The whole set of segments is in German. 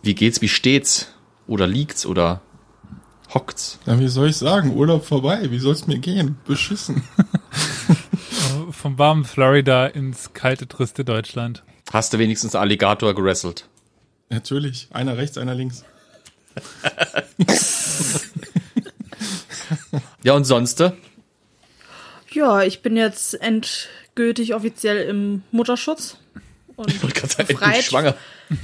Wie geht's, wie steht's? Oder liegt's oder hockt's? Ja, wie soll ich sagen? Urlaub vorbei. Wie soll's mir gehen? Beschissen. Vom warmen Florida ins kalte, triste Deutschland. Hast du wenigstens Alligator gerasselt? Natürlich. Einer rechts, einer links. Ja, und sonst? Ja, ich bin jetzt endgültig offiziell im Mutterschutz. Und Ich wollte gerade sagen, endlich schwanger.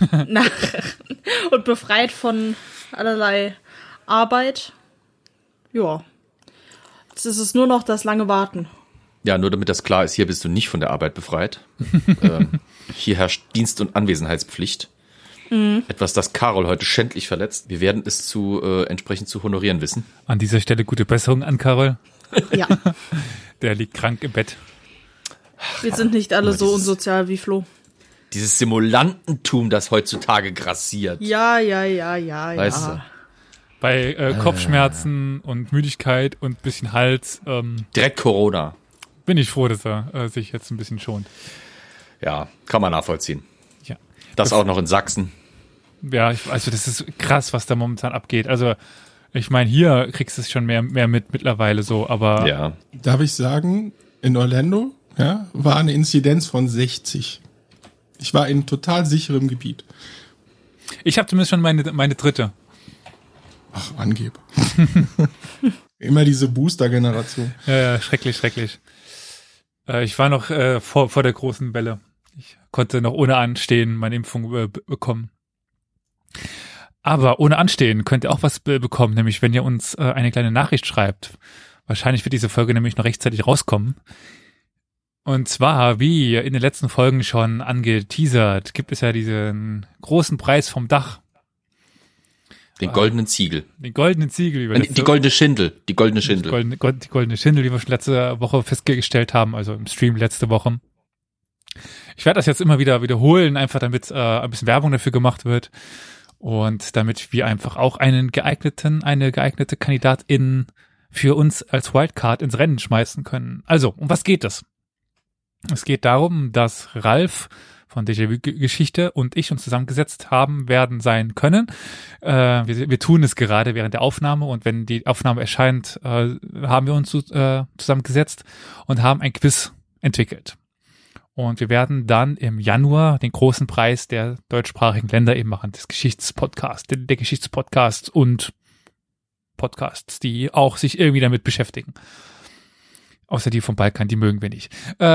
Und befreit von allerlei Arbeit. Ja. Jetzt ist es nur noch das lange Warten. Ja, nur damit das klar ist, hier bist du nicht von der Arbeit befreit. Hier herrscht Dienst- und Anwesenheitspflicht. Etwas, das Carol heute schändlich verletzt. Wir werden es entsprechend zu honorieren wissen. An dieser Stelle gute Besserung an Karol. Ja. Der liegt krank im Bett. Wir sind nicht alle aber so dieses- unsozial wie Flo. Dieses Simulantentum, das heutzutage grassiert. Ja. Weißt du? Bei Kopfschmerzen und Müdigkeit und bisschen Hals Direkt Corona. bin ich froh, dass er sich jetzt ein bisschen schont. Ja, kann man nachvollziehen. Ja. Das auch noch in Sachsen. Ja, also das ist krass, was da momentan abgeht. Also ich meine, hier kriegst du es schon mehr mit mittlerweile so, aber Ja. Darf ich sagen, in Orlando, ja, war eine Inzidenz von 60. Ich war in total sicherem Gebiet. ich habe zumindest schon meine dritte. Ach, Angeber. Immer diese Booster-Generation. Ja, schrecklich. Ich war noch vor der großen Welle. Ich konnte noch ohne Anstehen meine Impfung bekommen. Aber ohne Anstehen könnt ihr auch was bekommen, nämlich wenn ihr uns eine kleine Nachricht schreibt. Wahrscheinlich wird diese Folge nämlich noch rechtzeitig rauskommen. Und zwar, wie in den letzten Folgen schon angeteasert, gibt es ja diesen großen Preis vom Dach. Den goldenen Ziegel. Den goldenen Ziegel. Die goldene Schindel. Die goldene Schindel. Die goldene Schindel, die wir schon letzte Woche festgestellt haben, also im Stream letzte Woche. Ich werde das jetzt immer wieder wiederholen, einfach damit ein bisschen Werbung dafür gemacht wird und damit wir einfach auch eine geeignete Kandidatin für uns als Wildcard ins Rennen schmeißen können. Also, um was geht es? Es geht darum, dass Ralf von Déjà-vu-Geschichte und ich uns zusammengesetzt werden sein können. Wir tun es gerade während der Aufnahme und wenn die Aufnahme erscheint, haben wir uns zusammengesetzt und haben ein Quiz entwickelt. Und wir werden dann im Januar den großen Preis der deutschsprachigen Länder eben machen, des Geschichtspodcasts, der Geschichtspodcasts und Podcasts, die auch sich irgendwie damit beschäftigen. Außer die vom Balkan, die mögen wir nicht.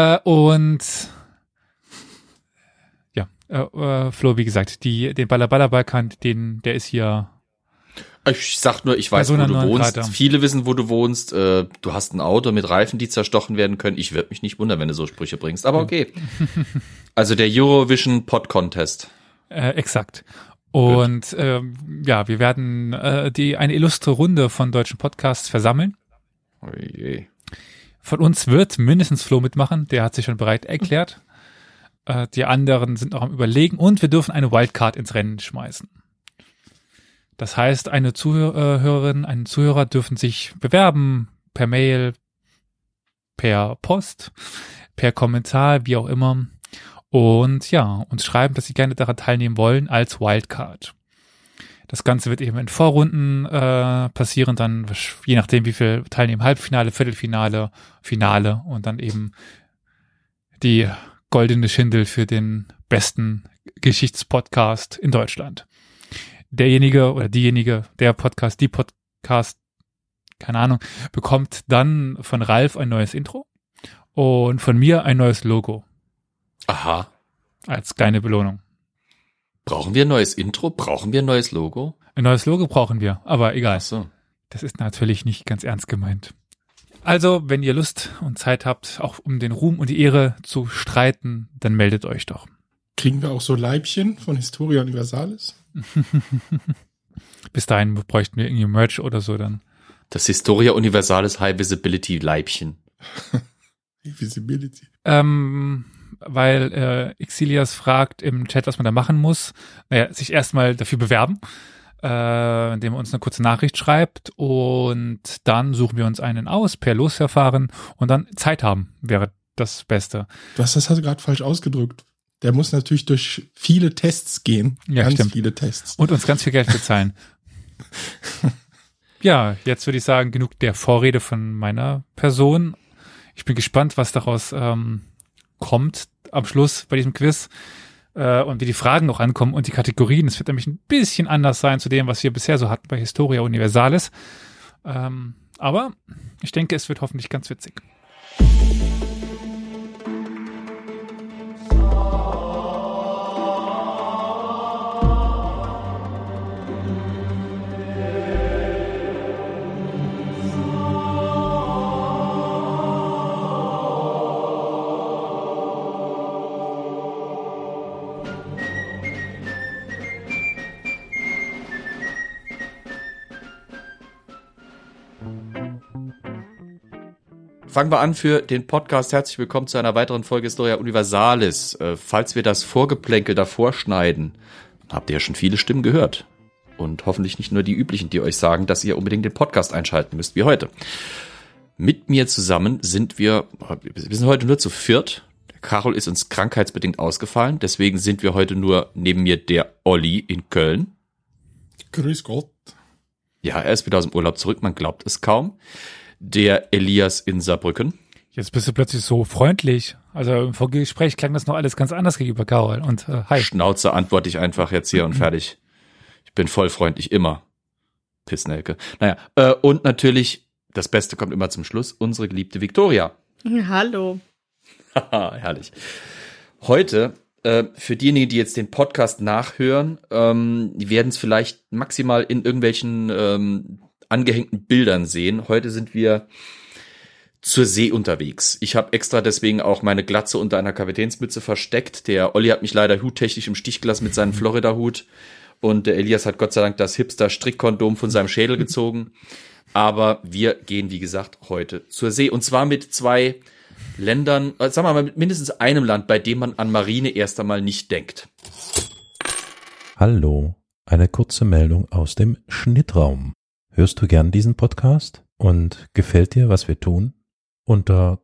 Flo, wie gesagt, den Balkan, der ist hier. Ich sag nur, ich weiß, wo du wohnst. Viele wissen, wo du wohnst. Du hast ein Auto mit Reifen, die zerstochen werden können. Ich würde mich nicht wundern, wenn du so Sprüche bringst. Aber okay. Also der Eurovision Pod Contest. Exakt. Und wir werden eine illustre Runde von deutschen Podcasts versammeln. Oh je. Von uns wird mindestens Flo mitmachen. Der hat sich schon bereit erklärt. Die anderen sind noch am Überlegen. Und wir dürfen eine Wildcard ins Rennen schmeißen. Das heißt, eine Zuhörerin, ein Zuhörer dürfen sich bewerben per Mail, per Post, per Kommentar, wie auch immer. Und ja, uns schreiben, dass sie gerne daran teilnehmen wollen als Wildcard. Das Ganze wird eben in Vorrunden passieren, dann je nachdem, wie viel teilnehmen, Halbfinale, Viertelfinale, Finale und dann eben die goldene Schindel für den besten Geschichtspodcast in Deutschland. Derjenige oder diejenige, die Podcast, keine Ahnung, bekommt dann von Ralf ein neues Intro und von mir ein neues Logo. Aha. Als kleine Belohnung. Brauchen wir ein neues Intro? Brauchen wir ein neues Logo? Ein neues Logo brauchen wir, aber egal. Ach so. Das ist natürlich nicht ganz ernst gemeint. Also, wenn ihr Lust und Zeit habt, auch um den Ruhm und die Ehre zu streiten, dann meldet euch doch. Kriegen wir auch so Leibchen von Historia Universalis? Bis dahin bräuchten wir irgendwie Merch oder so dann. Das Historia Universalis High Visibility Leibchen. Visibility. Weil Exilias fragt im Chat, was man da machen muss. Naja, sich erstmal dafür bewerben, indem er uns eine kurze Nachricht schreibt und dann suchen wir uns einen aus per Losverfahren und dann Zeit haben wäre das Beste. Du hast das gerade falsch ausgedrückt. der muss natürlich durch viele Tests gehen. Ja, ganz stimmt. viele Tests. Und uns ganz viel Geld bezahlen. Ja, jetzt würde ich sagen, genug der Vorrede von meiner Person. Ich bin gespannt, was daraus kommt am Schluss bei diesem Quiz und wie die Fragen auch ankommen und die Kategorien. Es wird nämlich ein bisschen anders sein zu dem, was wir bisher so hatten bei Historia Universalis. Aber ich denke, es wird hoffentlich ganz witzig. Fangen wir an für den Podcast. Herzlich willkommen zu einer weiteren Folge Historia Universalis. Falls wir das Vorgeplänkel davor schneiden, habt ihr ja schon viele Stimmen gehört. Und hoffentlich nicht nur die üblichen, die euch sagen, dass ihr unbedingt den Podcast einschalten müsst, wie heute. Mit mir zusammen sind wir sind heute nur zu viert. Der Karol ist uns krankheitsbedingt ausgefallen. Deswegen sind wir heute nur neben mir der Olli in Köln. Grüß Gott. Ja, er ist wieder aus dem Urlaub zurück, man glaubt es kaum. Der Elias in Saarbrücken. Jetzt bist du plötzlich so freundlich. Also im Vorgespräch klang das noch alles ganz anders gegenüber Karol. Und hi. Schnauze, antworte ich einfach jetzt hier und fertig. Ich bin voll freundlich, immer. Pissnelke. Naja, und natürlich, das Beste kommt immer zum Schluss, unsere geliebte Viktoria. Hallo. Haha, herrlich. Heute, für diejenigen, die jetzt den Podcast nachhören, die werden es vielleicht maximal in irgendwelchen angehängten Bildern sehen. Heute sind wir zur See unterwegs. Ich habe extra deswegen auch meine Glatze unter einer Kapitänsmütze versteckt. Der Olli hat mich leider huttechnisch im Stich gelassen mit seinem Florida-Hut. Und der Elias hat Gott sei Dank das Hipster-Strickkondom von seinem Schädel gezogen. Aber wir gehen, wie gesagt, heute zur See. Und zwar mit 2 Ländern, sagen wir mal mit mindestens einem Land, bei dem man an Marine erst einmal nicht denkt. Hallo, eine kurze Meldung aus dem Schnittraum. Hörst du gern diesen Podcast und gefällt dir, was wir tun? Unter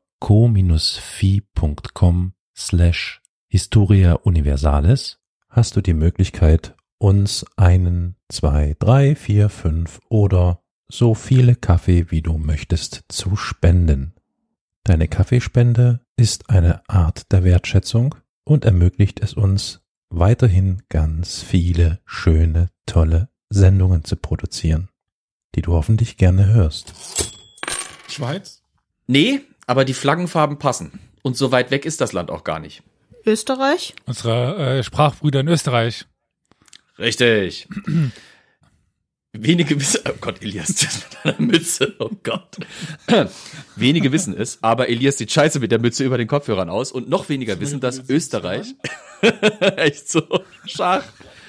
co-fi.com/Historia Universalis hast du die Möglichkeit, uns 1, 2, 3, 4, 5 oder so viele Kaffee, wie du möchtest, zu spenden. Deine Kaffeespende ist eine Art der Wertschätzung und ermöglicht es uns, weiterhin ganz viele schöne, tolle Sendungen zu produzieren, die du hoffentlich gerne hörst. Schweiz? Nee, aber die Flaggenfarben passen. Und so weit weg ist das Land auch gar nicht. Österreich? Unsere Sprachbrüder in Österreich. Richtig. Wenige wissen, oh Gott, Elias, das mit deiner Mütze, oh Gott. Wenige wissen es, aber Elias sieht scheiße mit der Mütze über den Kopfhörern aus und noch weniger wissen, dass Österreich, echt so, Schach.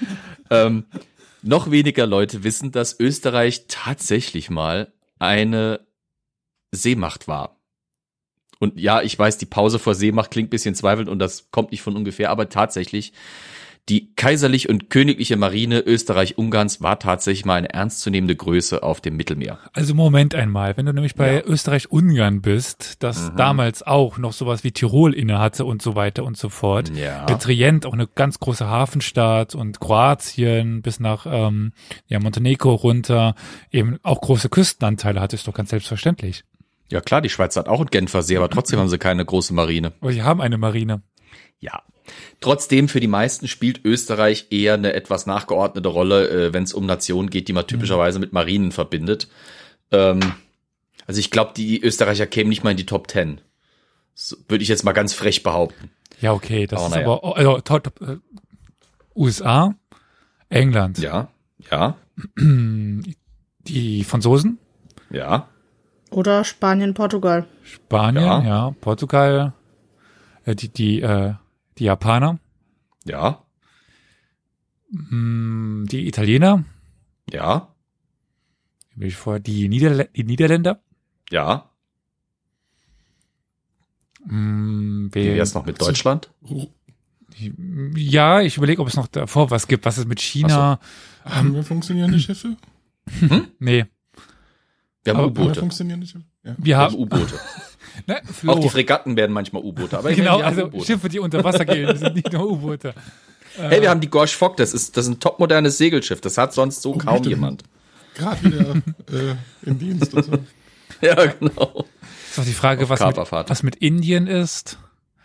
Noch weniger Leute wissen, dass Österreich tatsächlich mal eine Seemacht war. Und ja, ich weiß, die Pause vor Seemacht klingt ein bisschen zweifelnd und das kommt nicht von ungefähr, aber tatsächlich, die kaiserlich und königliche Marine Österreich-Ungarns war tatsächlich mal eine ernstzunehmende Größe auf dem Mittelmeer. Also Moment einmal, wenn du nämlich bei Österreich-Ungarn bist, das damals auch noch sowas wie Tirol inne hatte und so weiter und so fort. Ja. Der Trient, auch eine ganz große Hafenstadt und Kroatien bis nach Montenegro runter, eben auch große Küstenanteile hatte, ist doch ganz selbstverständlich. Ja klar, die Schweiz hat auch einen Genfersee, aber trotzdem haben sie keine große Marine. Aber sie haben eine Marine. Ja. Trotzdem, für die meisten spielt Österreich eher eine etwas nachgeordnete Rolle, wenn es um Nationen geht, die man typischerweise mit Marinen verbindet. Also ich glaube, die Österreicher kämen nicht mal in die Top 10. So, würde ich jetzt mal ganz frech behaupten. Ja, okay, das ist aber also, USA, England. Ja, ja. Die Franzosen. Ja. Oder Spanien, Portugal. Spanien, ja, Portugal. Die Japaner. Ja. Die Italiener. Ja. Die Niederländer. Ja. Wie wär's noch mit Deutschland? Ja, ich überlege, ob es noch davor was gibt. Was ist mit China? So. Haben wir funktionierende Schiffe? Nee. Wir haben U-Boote. Funktionierende Schiffe? Ja. Wir haben U-Boote. Ne, auch die Fregatten werden manchmal U-Boote. Aber genau, also Schiffe, die unter Wasser gehen, sind nicht nur U-Boote. Hey, wir haben die Gorsch Fock, das ist ein topmodernes Segelschiff. Das hat sonst so kaum jemand. Gerade wieder in Dienst und so. Ja, genau. Ist auch die Frage, was mit Indien ist.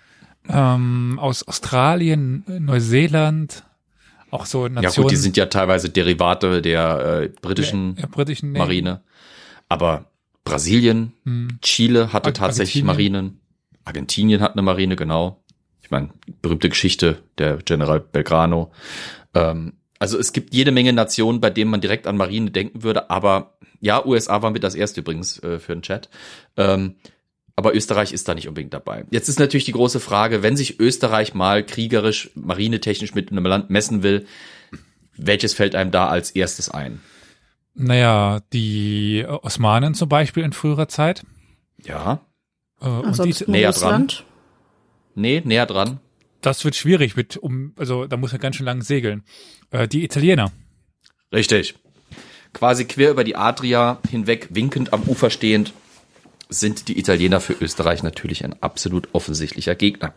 Aus Australien, Neuseeland, auch so Nationen. Ja gut, die sind ja teilweise Derivate der britischen Marine. Aber Brasilien, Chile hatte tatsächlich Marinen. Argentinien hat eine Marine, genau. Ich meine, berühmte Geschichte der General Belgrano. Also es gibt jede Menge Nationen, bei denen man direkt an Marine denken würde. Aber ja, USA war mit das erste übrigens für den Chat. Aber Österreich ist da nicht unbedingt dabei. Jetzt ist natürlich die große Frage, wenn sich Österreich mal kriegerisch, marinetechnisch mit einem Land messen will, welches fällt einem da als erstes ein? Naja, die Osmanen zum Beispiel in früherer Zeit. Ja. Und die näher dran. Nee, näher dran. Das wird schwierig also da muss man ganz schön lang segeln. Die Italiener. Richtig. Quasi quer über die Adria hinweg, winkend am Ufer stehend, sind die Italiener für Österreich natürlich ein absolut offensichtlicher Gegner.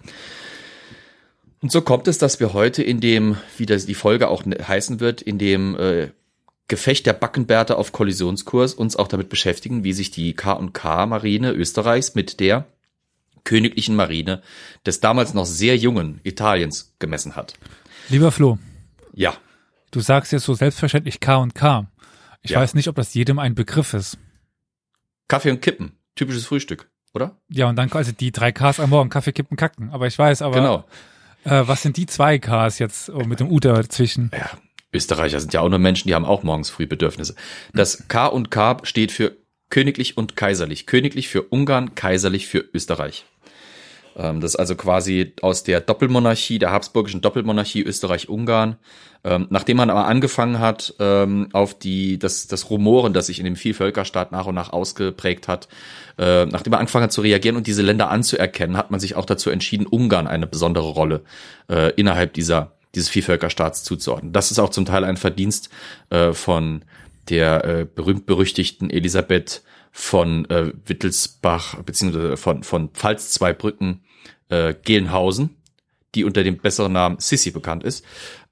Und so kommt es, dass wir heute in dem, wie das die Folge auch heißen wird, in dem Gefecht der Backenbärte auf Kollisionskurs uns auch damit beschäftigen, wie sich die K&K Marine Österreichs mit der königlichen Marine des damals noch sehr jungen Italiens gemessen hat. Lieber Flo. Ja. Du sagst jetzt so selbstverständlich K&K. Ich weiß nicht, ob das jedem ein Begriff ist. Kaffee und Kippen. Typisches Frühstück, oder? Ja, und dann also die 3 Ks am Morgen, Kaffee, Kippen, Kacken. Aber ich weiß, genau. Was sind die 2 Ks jetzt mit dem U dazwischen? Ja, Österreicher sind ja auch nur Menschen, die haben auch morgens früh Bedürfnisse. Das K und K steht für königlich und kaiserlich. Königlich für Ungarn, kaiserlich für Österreich. Das ist also quasi aus der Doppelmonarchie, der habsburgischen Doppelmonarchie Österreich-Ungarn. Nachdem man aber angefangen hat, auf das Rumoren, das sich in dem Vielvölkerstaat nach und nach ausgeprägt hat, nachdem man angefangen hat zu reagieren und diese Länder anzuerkennen, hat man sich auch dazu entschieden, Ungarn eine besondere Rolle innerhalb dieses Vielvölkerstaats zuzuordnen. Das ist auch zum Teil ein Verdienst von der berühmt-berüchtigten Elisabeth von Wittelsbach, beziehungsweise von Pfalz-Zweibrücken, Gelnhausen, die unter dem besseren Namen Sissi bekannt ist,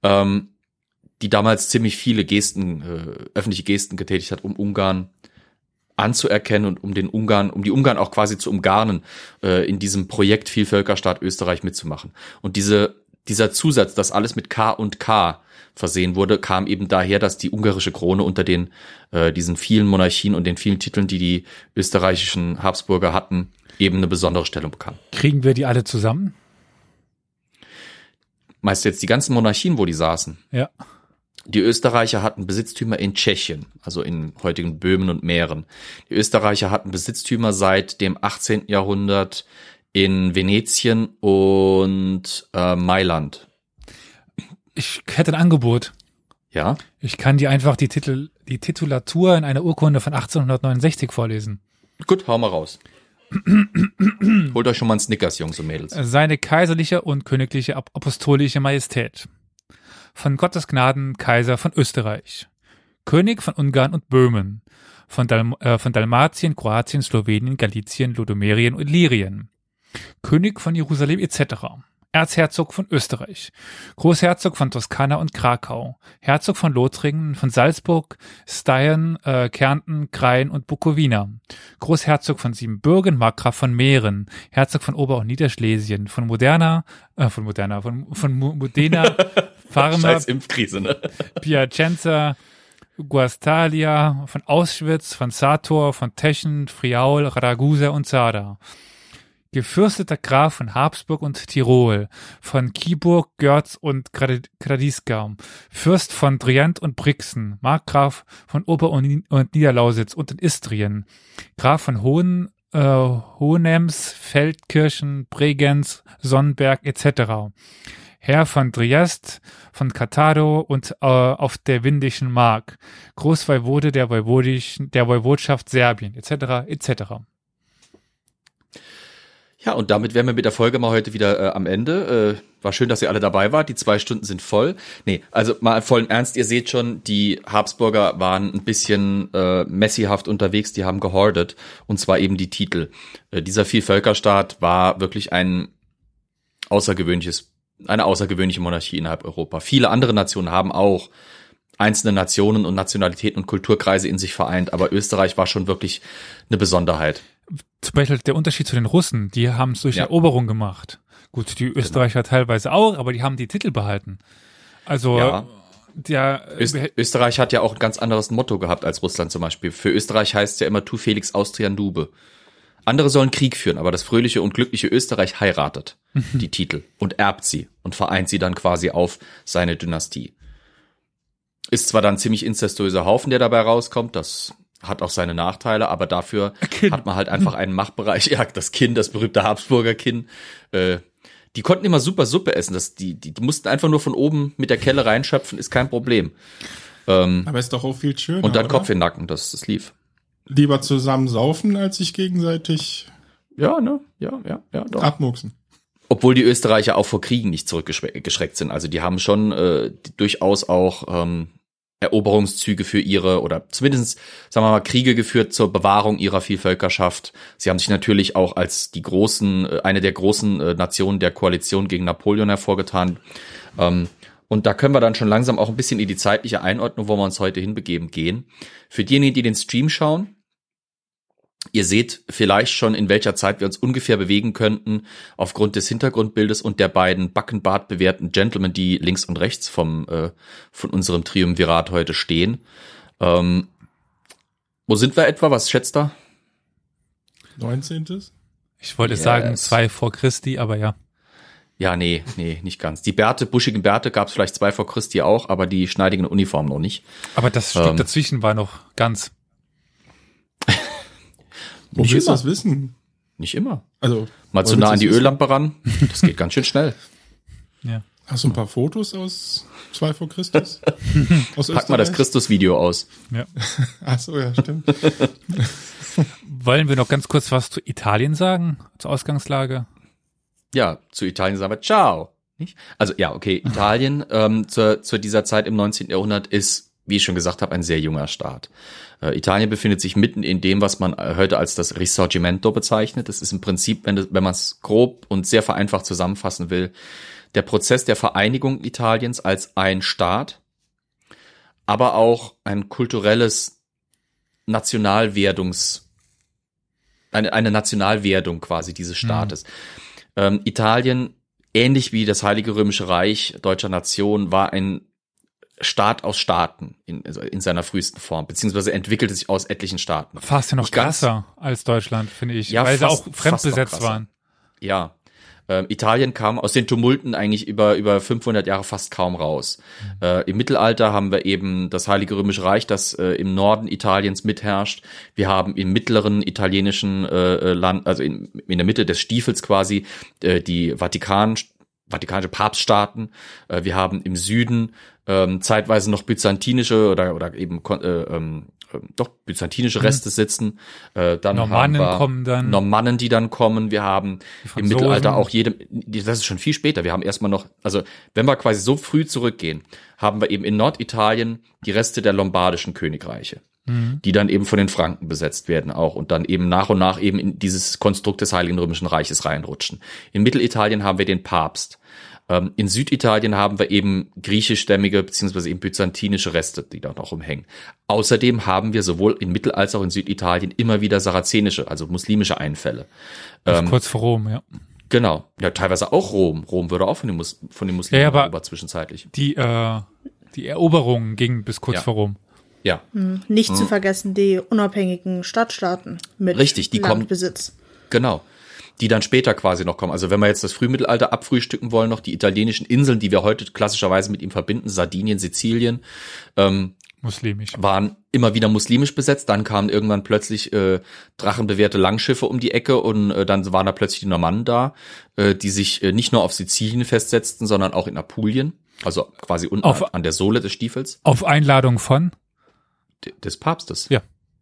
die damals ziemlich viele öffentliche Gesten getätigt hat, um Ungarn anzuerkennen und um die Ungarn auch quasi zu umgarnen, in diesem Projekt Vielvölkerstaat Österreich mitzumachen. Und dieser Zusatz, dass alles mit K und K versehen wurde, kam eben daher, dass die ungarische Krone unter diesen vielen Monarchien und den vielen Titeln, die österreichischen Habsburger hatten, eben eine besondere Stellung bekam. Kriegen wir die alle zusammen? Meinst du jetzt die ganzen Monarchien, wo die saßen? Ja. Die Österreicher hatten Besitztümer in Tschechien, also in heutigen Böhmen und Mähren. Die Österreicher hatten Besitztümer seit dem 18. Jahrhundert in Venetien und Mailand. Ich hätte ein Angebot. Ja? Ich kann dir einfach die Titulatur in einer Urkunde von 1869 vorlesen. Gut, hau mal raus. Holt euch schon mal einen Snickers, Jungs und Mädels. Seine kaiserliche und königliche apostolische Majestät. Von Gottes Gnaden Kaiser von Österreich. König von Ungarn und Böhmen. Von Dalmatien, Kroatien, Slowenien, Galizien, Lodomerien und Illyrien. König von Jerusalem etc. Erzherzog von Österreich, Großherzog von Toskana und Krakau, Herzog von Lothringen, von Salzburg, Steyr, Kärnten, Krain und Bukowina, Großherzog von Siebenbürgen, Markgraf von Mähren, Herzog von Ober- und Niederschlesien, von Modena, Parma, Scheiß Impfkrise, ne? Piacenza, Guastalia, von Auschwitz, von Sator, von Teschen, Friaul, Ragusa und Sada. Gefürsteter Graf von Habsburg und Tirol, von Kiburg, Görz und Gradiska, Fürst von Driant und Brixen, Markgraf von Ober- und Niederlausitz und in Istrien, Graf von Hohenems, Feldkirchen, Bregenz, Sonnenberg etc., Herr von Triest, von Katardo und auf der Windischen Mark, Großwoiwode der Woiwodschaft Serbien etc. etc. Ja, und damit wären wir mit der Folge mal heute wieder am Ende. War schön, dass ihr alle dabei wart. Die 2 Stunden sind voll. Nee, also mal voll im Ernst, ihr seht schon, die Habsburger waren ein bisschen messihaft unterwegs, die haben gehordet, und zwar eben die Titel. Dieser Vielvölkerstaat war wirklich eine außergewöhnliche Monarchie innerhalb Europa. Viele andere Nationen haben auch einzelne Nationen und Nationalitäten und Kulturkreise in sich vereint, aber Österreich war schon wirklich eine Besonderheit. Zum Beispiel der Unterschied zu den Russen, die haben es durch Eroberung gemacht. Gut, die Österreicher teilweise auch, aber die haben die Titel behalten. Also Österreich hat ja auch ein ganz anderes Motto gehabt als Russland zum Beispiel. Für Österreich heißt es ja immer Tu Felix Austrian Dube. Andere sollen Krieg führen, aber das fröhliche und glückliche Österreich heiratet die Titel und erbt sie und vereint sie dann quasi auf seine Dynastie. Ist zwar dann ein ziemlich inzestuöser Haufen, der dabei rauskommt, das hat auch seine Nachteile, aber dafür hat man halt einfach einen Machtbereich. Ja, das Kinn, das berühmte Habsburger Kinn. Die konnten immer super Suppe essen. Die mussten einfach nur von oben mit der Kelle reinschöpfen, ist kein Problem. Aber ist doch auch viel schöner. Und dann Kopf in den Nacken, das lief. Lieber zusammen saufen, als sich gegenseitig doch. abmuchsen. Obwohl die Österreicher auch vor Kriegen nicht zurückgeschreckt sind. Also die haben schon durchaus auch Eroberungszüge für ihre, oder zumindest, sagen wir mal, Kriege geführt zur Bewahrung ihrer Vielvölkerschaft. Sie haben sich natürlich auch als eine der großen Nationen der Koalition gegen Napoleon hervorgetan. Und da können wir dann schon langsam auch ein bisschen in die zeitliche Einordnung, wo wir uns heute hinbegeben, gehen. Für diejenigen, die den Stream schauen, ihr seht vielleicht schon, in welcher Zeit wir uns ungefähr bewegen könnten, aufgrund des Hintergrundbildes und der beiden Backenbart bewehrten Gentlemen, die links und rechts von unserem Triumvirat heute stehen. Wo sind wir etwa? Was schätzt ihr? 19. Ich wollte sagen 2 vor Christi, aber ja. Ja, nee, nicht ganz. Die buschigen Bärte gab es vielleicht 2 vor Christi auch, aber die schneidigen Uniformen noch nicht. Aber das Stück dazwischen war noch ganz. Wo willst du das wissen? Nicht immer. Also mal zu nah an die Öllampe ran. Das geht ganz schön schnell. Ja. Hast du ein paar Fotos aus 2 vor Christus? Pack mal das Christus-Video aus. Ja. Ach so, ja, stimmt. Wollen wir noch ganz kurz was zu Italien sagen? Zur Ausgangslage? Ja, zu Italien sagen wir Ciao. Nicht? Also ja, okay, Italien zu dieser Zeit im 19. Jahrhundert ist, wie ich schon gesagt habe, ein sehr junger Staat. Italien befindet sich mitten in dem, was man heute als das Risorgimento bezeichnet. Das ist im Prinzip, wenn man es grob und sehr vereinfacht zusammenfassen will, der Prozess der Vereinigung Italiens als ein Staat, aber auch ein kulturelles eine Nationalwerdung quasi dieses Staates. Italien, ähnlich wie das Heilige Römische Reich deutscher Nation, war ein Staat aus Staaten in seiner frühesten Form, beziehungsweise entwickelte sich aus etlichen Staaten. Fast ja noch krasser als Deutschland, finde ich, ja, weil sie auch fremdbesetzt waren. Ja, Italien kam aus den Tumulten eigentlich über 500 Jahre fast kaum raus. Im Mittelalter haben wir eben das Heilige Römische Reich, das im Norden Italiens mitherrscht. Wir haben im mittleren italienischen Land, also in der Mitte des Stiefels quasi, die vatikanische Papststaaten. Wir haben im Süden zeitweise noch byzantinische oder eben byzantinische Reste sitzen. Dann Normannen kommen dann. Normannen, die dann kommen. Wir haben im Mittelalter auch das ist schon viel später. Wir haben erstmal noch, also wenn wir quasi so früh zurückgehen, haben wir eben in Norditalien die Reste der lombardischen Königreiche, die dann eben von den Franken besetzt werden auch und dann eben nach und nach eben in dieses Konstrukt des Heiligen Römischen Reiches reinrutschen. In Mittelitalien haben wir den Papst. In Süditalien haben wir eben griechischstämmige beziehungsweise eben byzantinische Reste, die da noch umhängen. Außerdem haben wir sowohl in Mittel- als auch in Süditalien immer wieder sarazenische, also muslimische Einfälle. Kurz vor Rom, ja. Genau. Ja, teilweise auch Rom. Rom wurde auch von den Muslimen aber zwischenzeitlich. Die Eroberung ging bis kurz vor Rom. Ja. Nicht zu vergessen die unabhängigen Stadtstaaten mit Landbesitz. Genau. Die dann später quasi noch kommen. Also wenn wir jetzt das Frühmittelalter abfrühstücken wollen, noch die italienischen Inseln, die wir heute klassischerweise mit ihm verbinden, Sardinien, Sizilien, muslimisch, waren immer wieder muslimisch besetzt. Dann kamen irgendwann plötzlich drachenbewehrte Langschiffe um die Ecke und dann waren da plötzlich die Normannen da, die sich nicht nur auf Sizilien festsetzten, sondern auch in Apulien, also quasi unten an der Sohle des Stiefels. Auf Einladung von? Des Papstes. Ja.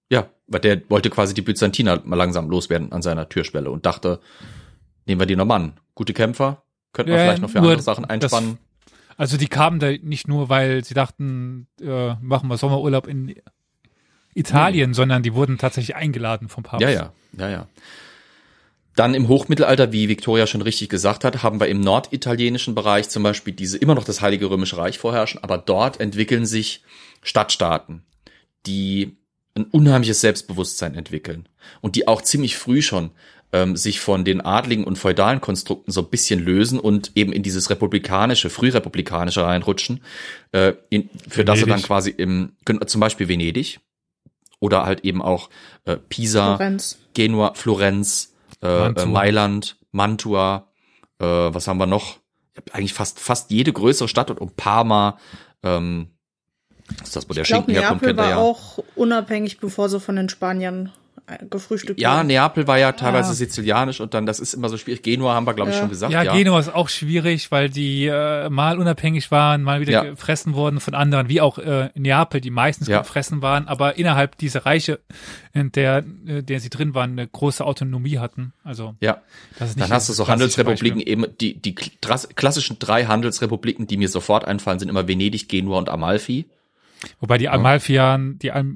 Ja, weil der wollte quasi die Byzantiner mal langsam loswerden an seiner Türschwelle und dachte, nehmen wir die nochmal an. Gute Kämpfer, könnten wir vielleicht noch für andere Sachen einspannen. Also die kamen da nicht nur, weil sie dachten, machen wir Sommerurlaub in Italien, sondern die wurden tatsächlich eingeladen vom Papst. Ja. Dann im Hochmittelalter, wie Victoria schon richtig gesagt hat, haben wir im norditalienischen Bereich zum Beispiel immer noch das Heilige Römische Reich vorherrschen, aber dort entwickeln sich Stadtstaaten, die ein unheimliches Selbstbewusstsein entwickeln und die auch ziemlich früh schon sich von den adligen und feudalen Konstrukten so ein bisschen lösen und eben in dieses frührepublikanische reinrutschen, für das sie dann quasi zum Beispiel Venedig oder halt eben auch Pisa, Genua, Florenz, Mailand, Mantua, was haben wir noch? Eigentlich fast jede größere Stadt und Parma, ist das, wo der Schinken herkommt, kennt ihr ja. Neapel war auch unabhängig, bevor sie von den Spaniern gefrühstückt ja, wurden. Neapel war ja teilweise sizilianisch und dann, das ist immer so schwierig. Genua haben wir, glaube ich, schon gesagt. Ja, Genua ist auch schwierig, weil die mal unabhängig waren, mal wieder gefressen wurden von anderen, wie auch Neapel, die meistens gefressen waren, aber innerhalb dieser Reiche, in der sie drin waren, eine große Autonomie hatten. Also das ist nicht. Dann hast du so Handelsrepubliken, eben die klassischen 3 Handelsrepubliken, die mir sofort einfallen, sind immer Venedig, Genua und Amalfi. Wobei die Amalfianer,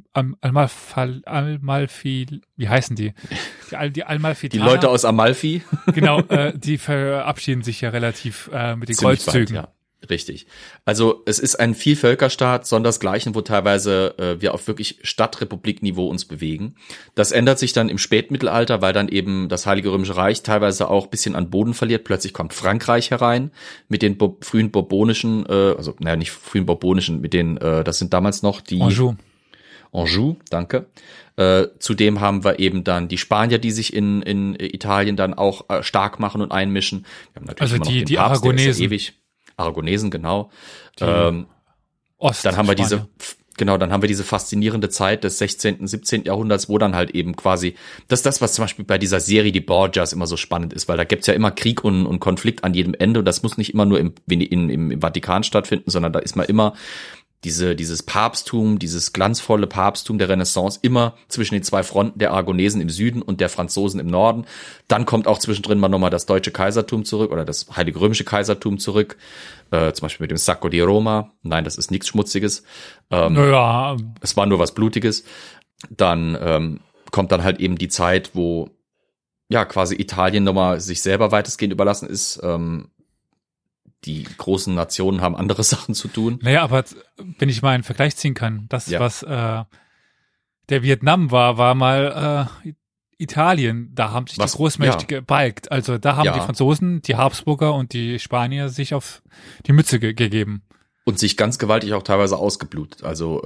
wie heißen die? Die Amalfitaner. Die Leute aus Amalfi. Genau, die verabschieden sich ja relativ mit den Kreuzzügen. Bald, ja. Richtig. Also es ist ein Vielvölkerstaat, sondersgleichen, wo teilweise wir auf wirklich Stadtrepublikniveau uns bewegen. Das ändert sich dann im Spätmittelalter, weil dann eben das Heilige Römische Reich teilweise auch ein bisschen an Boden verliert. Plötzlich kommt Frankreich herein mit den frühen Bourbonischen, nicht frühen Bourbonischen, mit den, das sind damals noch die Anjou, danke. Zudem haben wir eben dann die Spanier, die sich in Italien dann auch stark machen und einmischen. Wir haben natürlich also immer noch die Papst, Aragonesen. Aragonesen, genau. Dann haben wir diese faszinierende Zeit des 16., 17. Jahrhunderts, wo dann halt eben quasi, das ist das, was zum Beispiel bei dieser Serie Die Borgias immer so spannend ist, weil da gibt's ja immer Krieg und Konflikt an jedem Ende und das muss nicht immer nur im Vatikan stattfinden, sondern da ist man immer dieses Papsttum, dieses glanzvolle Papsttum der Renaissance immer zwischen den 2 Fronten der Aragonesen im Süden und der Franzosen im Norden. Dann kommt auch zwischendrin mal nochmal das deutsche Kaisertum zurück oder das Heilige Römische Kaisertum zurück. Zum Beispiel mit dem Sacco di Roma. Nein, das ist nichts Schmutziges. Es war nur was Blutiges. Dann kommt dann halt eben die Zeit, wo quasi Italien nochmal sich selber weitestgehend überlassen ist. Die großen Nationen haben andere Sachen zu tun. Naja, aber wenn ich mal einen Vergleich ziehen kann, was der Vietnam war mal Italien. Da haben sich die Großmächte gebalgt. Also da haben die Franzosen, die Habsburger und die Spanier sich auf die Mütze gegeben. Und sich ganz gewaltig auch teilweise ausgeblutet. Also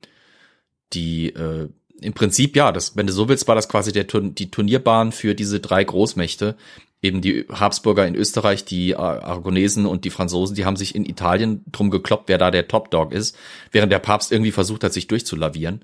im Prinzip, wenn du so willst, war das quasi die Turnierbahn für diese 3 Großmächte. Eben die Habsburger in Österreich, die Aragonesen und die Franzosen, die haben sich in Italien drum gekloppt, wer da der Top-Dog ist, während der Papst irgendwie versucht hat, sich durchzulavieren.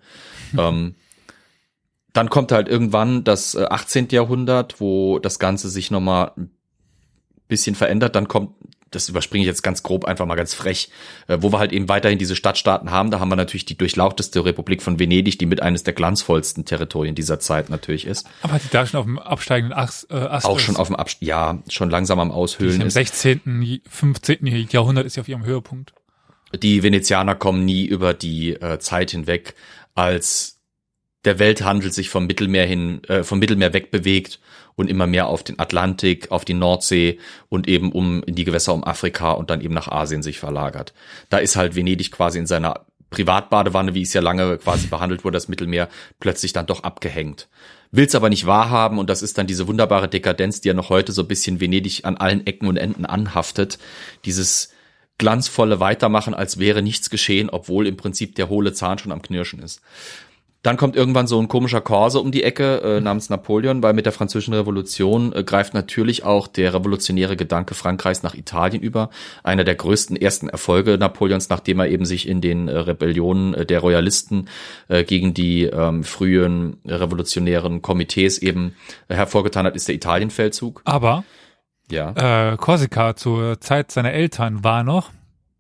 Dann kommt halt irgendwann das 18. Jahrhundert, wo das Ganze sich nochmal ein bisschen verändert. Dann kommt, das überspringe ich jetzt ganz grob, einfach mal ganz frech, wo wir halt eben weiterhin diese Stadtstaaten haben. Da haben wir natürlich die durchlauchteste Republik von Venedig, die mit eines der glanzvollsten Territorien dieser Zeit natürlich ist. Aber die da schon auf dem absteigenden Ast auch schon auf dem schon langsam am Aushöhlen ist. Im 16., 15. Jahrhundert ist sie auf ihrem Höhepunkt. Die Venezianer kommen nie über die Zeit hinweg, als der Welthandel sich vom Mittelmeer wegbewegt und immer mehr auf den Atlantik, auf die Nordsee und eben in die Gewässer um Afrika und dann eben nach Asien sich verlagert. Da ist halt Venedig quasi in seiner Privatbadewanne, wie es ja lange quasi behandelt wurde, das Mittelmeer, plötzlich dann doch abgehängt. Will's aber nicht wahrhaben und das ist dann diese wunderbare Dekadenz, die ja noch heute so ein bisschen Venedig an allen Ecken und Enden anhaftet. Dieses glanzvolle Weitermachen, als wäre nichts geschehen, obwohl im Prinzip der hohle Zahn schon am Knirschen ist. Dann kommt irgendwann so ein komischer Korse um die Ecke namens Napoleon, weil mit der Französischen Revolution greift natürlich auch der revolutionäre Gedanke Frankreichs nach Italien über. Einer der größten ersten Erfolge Napoleons, nachdem er eben sich in den Rebellionen der Royalisten gegen die frühen revolutionären Komitees eben hervorgetan hat, ist der Italienfeldzug. Aber Korsika zur Zeit seiner Eltern war noch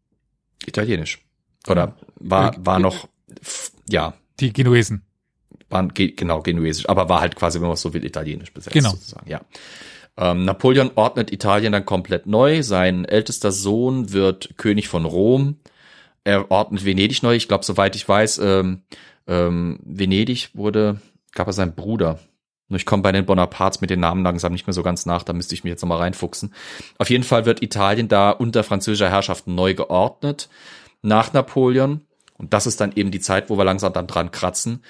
italienisch. Oder war noch, die Genuesen. genuesisch, aber war halt quasi, wenn man es so will, italienisch besetzt sozusagen, ja. Napoleon ordnet Italien dann komplett neu. Sein ältester Sohn wird König von Rom. Er ordnet Venedig neu. Ich glaube, soweit ich weiß, Venedig gab er seinen Bruder. Nur ich komme bei den Bonapartes mit den Namen langsam nicht mehr so ganz nach. Da müsste ich mich jetzt nochmal reinfuchsen. Auf jeden Fall wird Italien da unter französischer Herrschaft neu geordnet nach Napoleon. Und das ist dann eben die Zeit, wo wir langsam dann dran kratzen.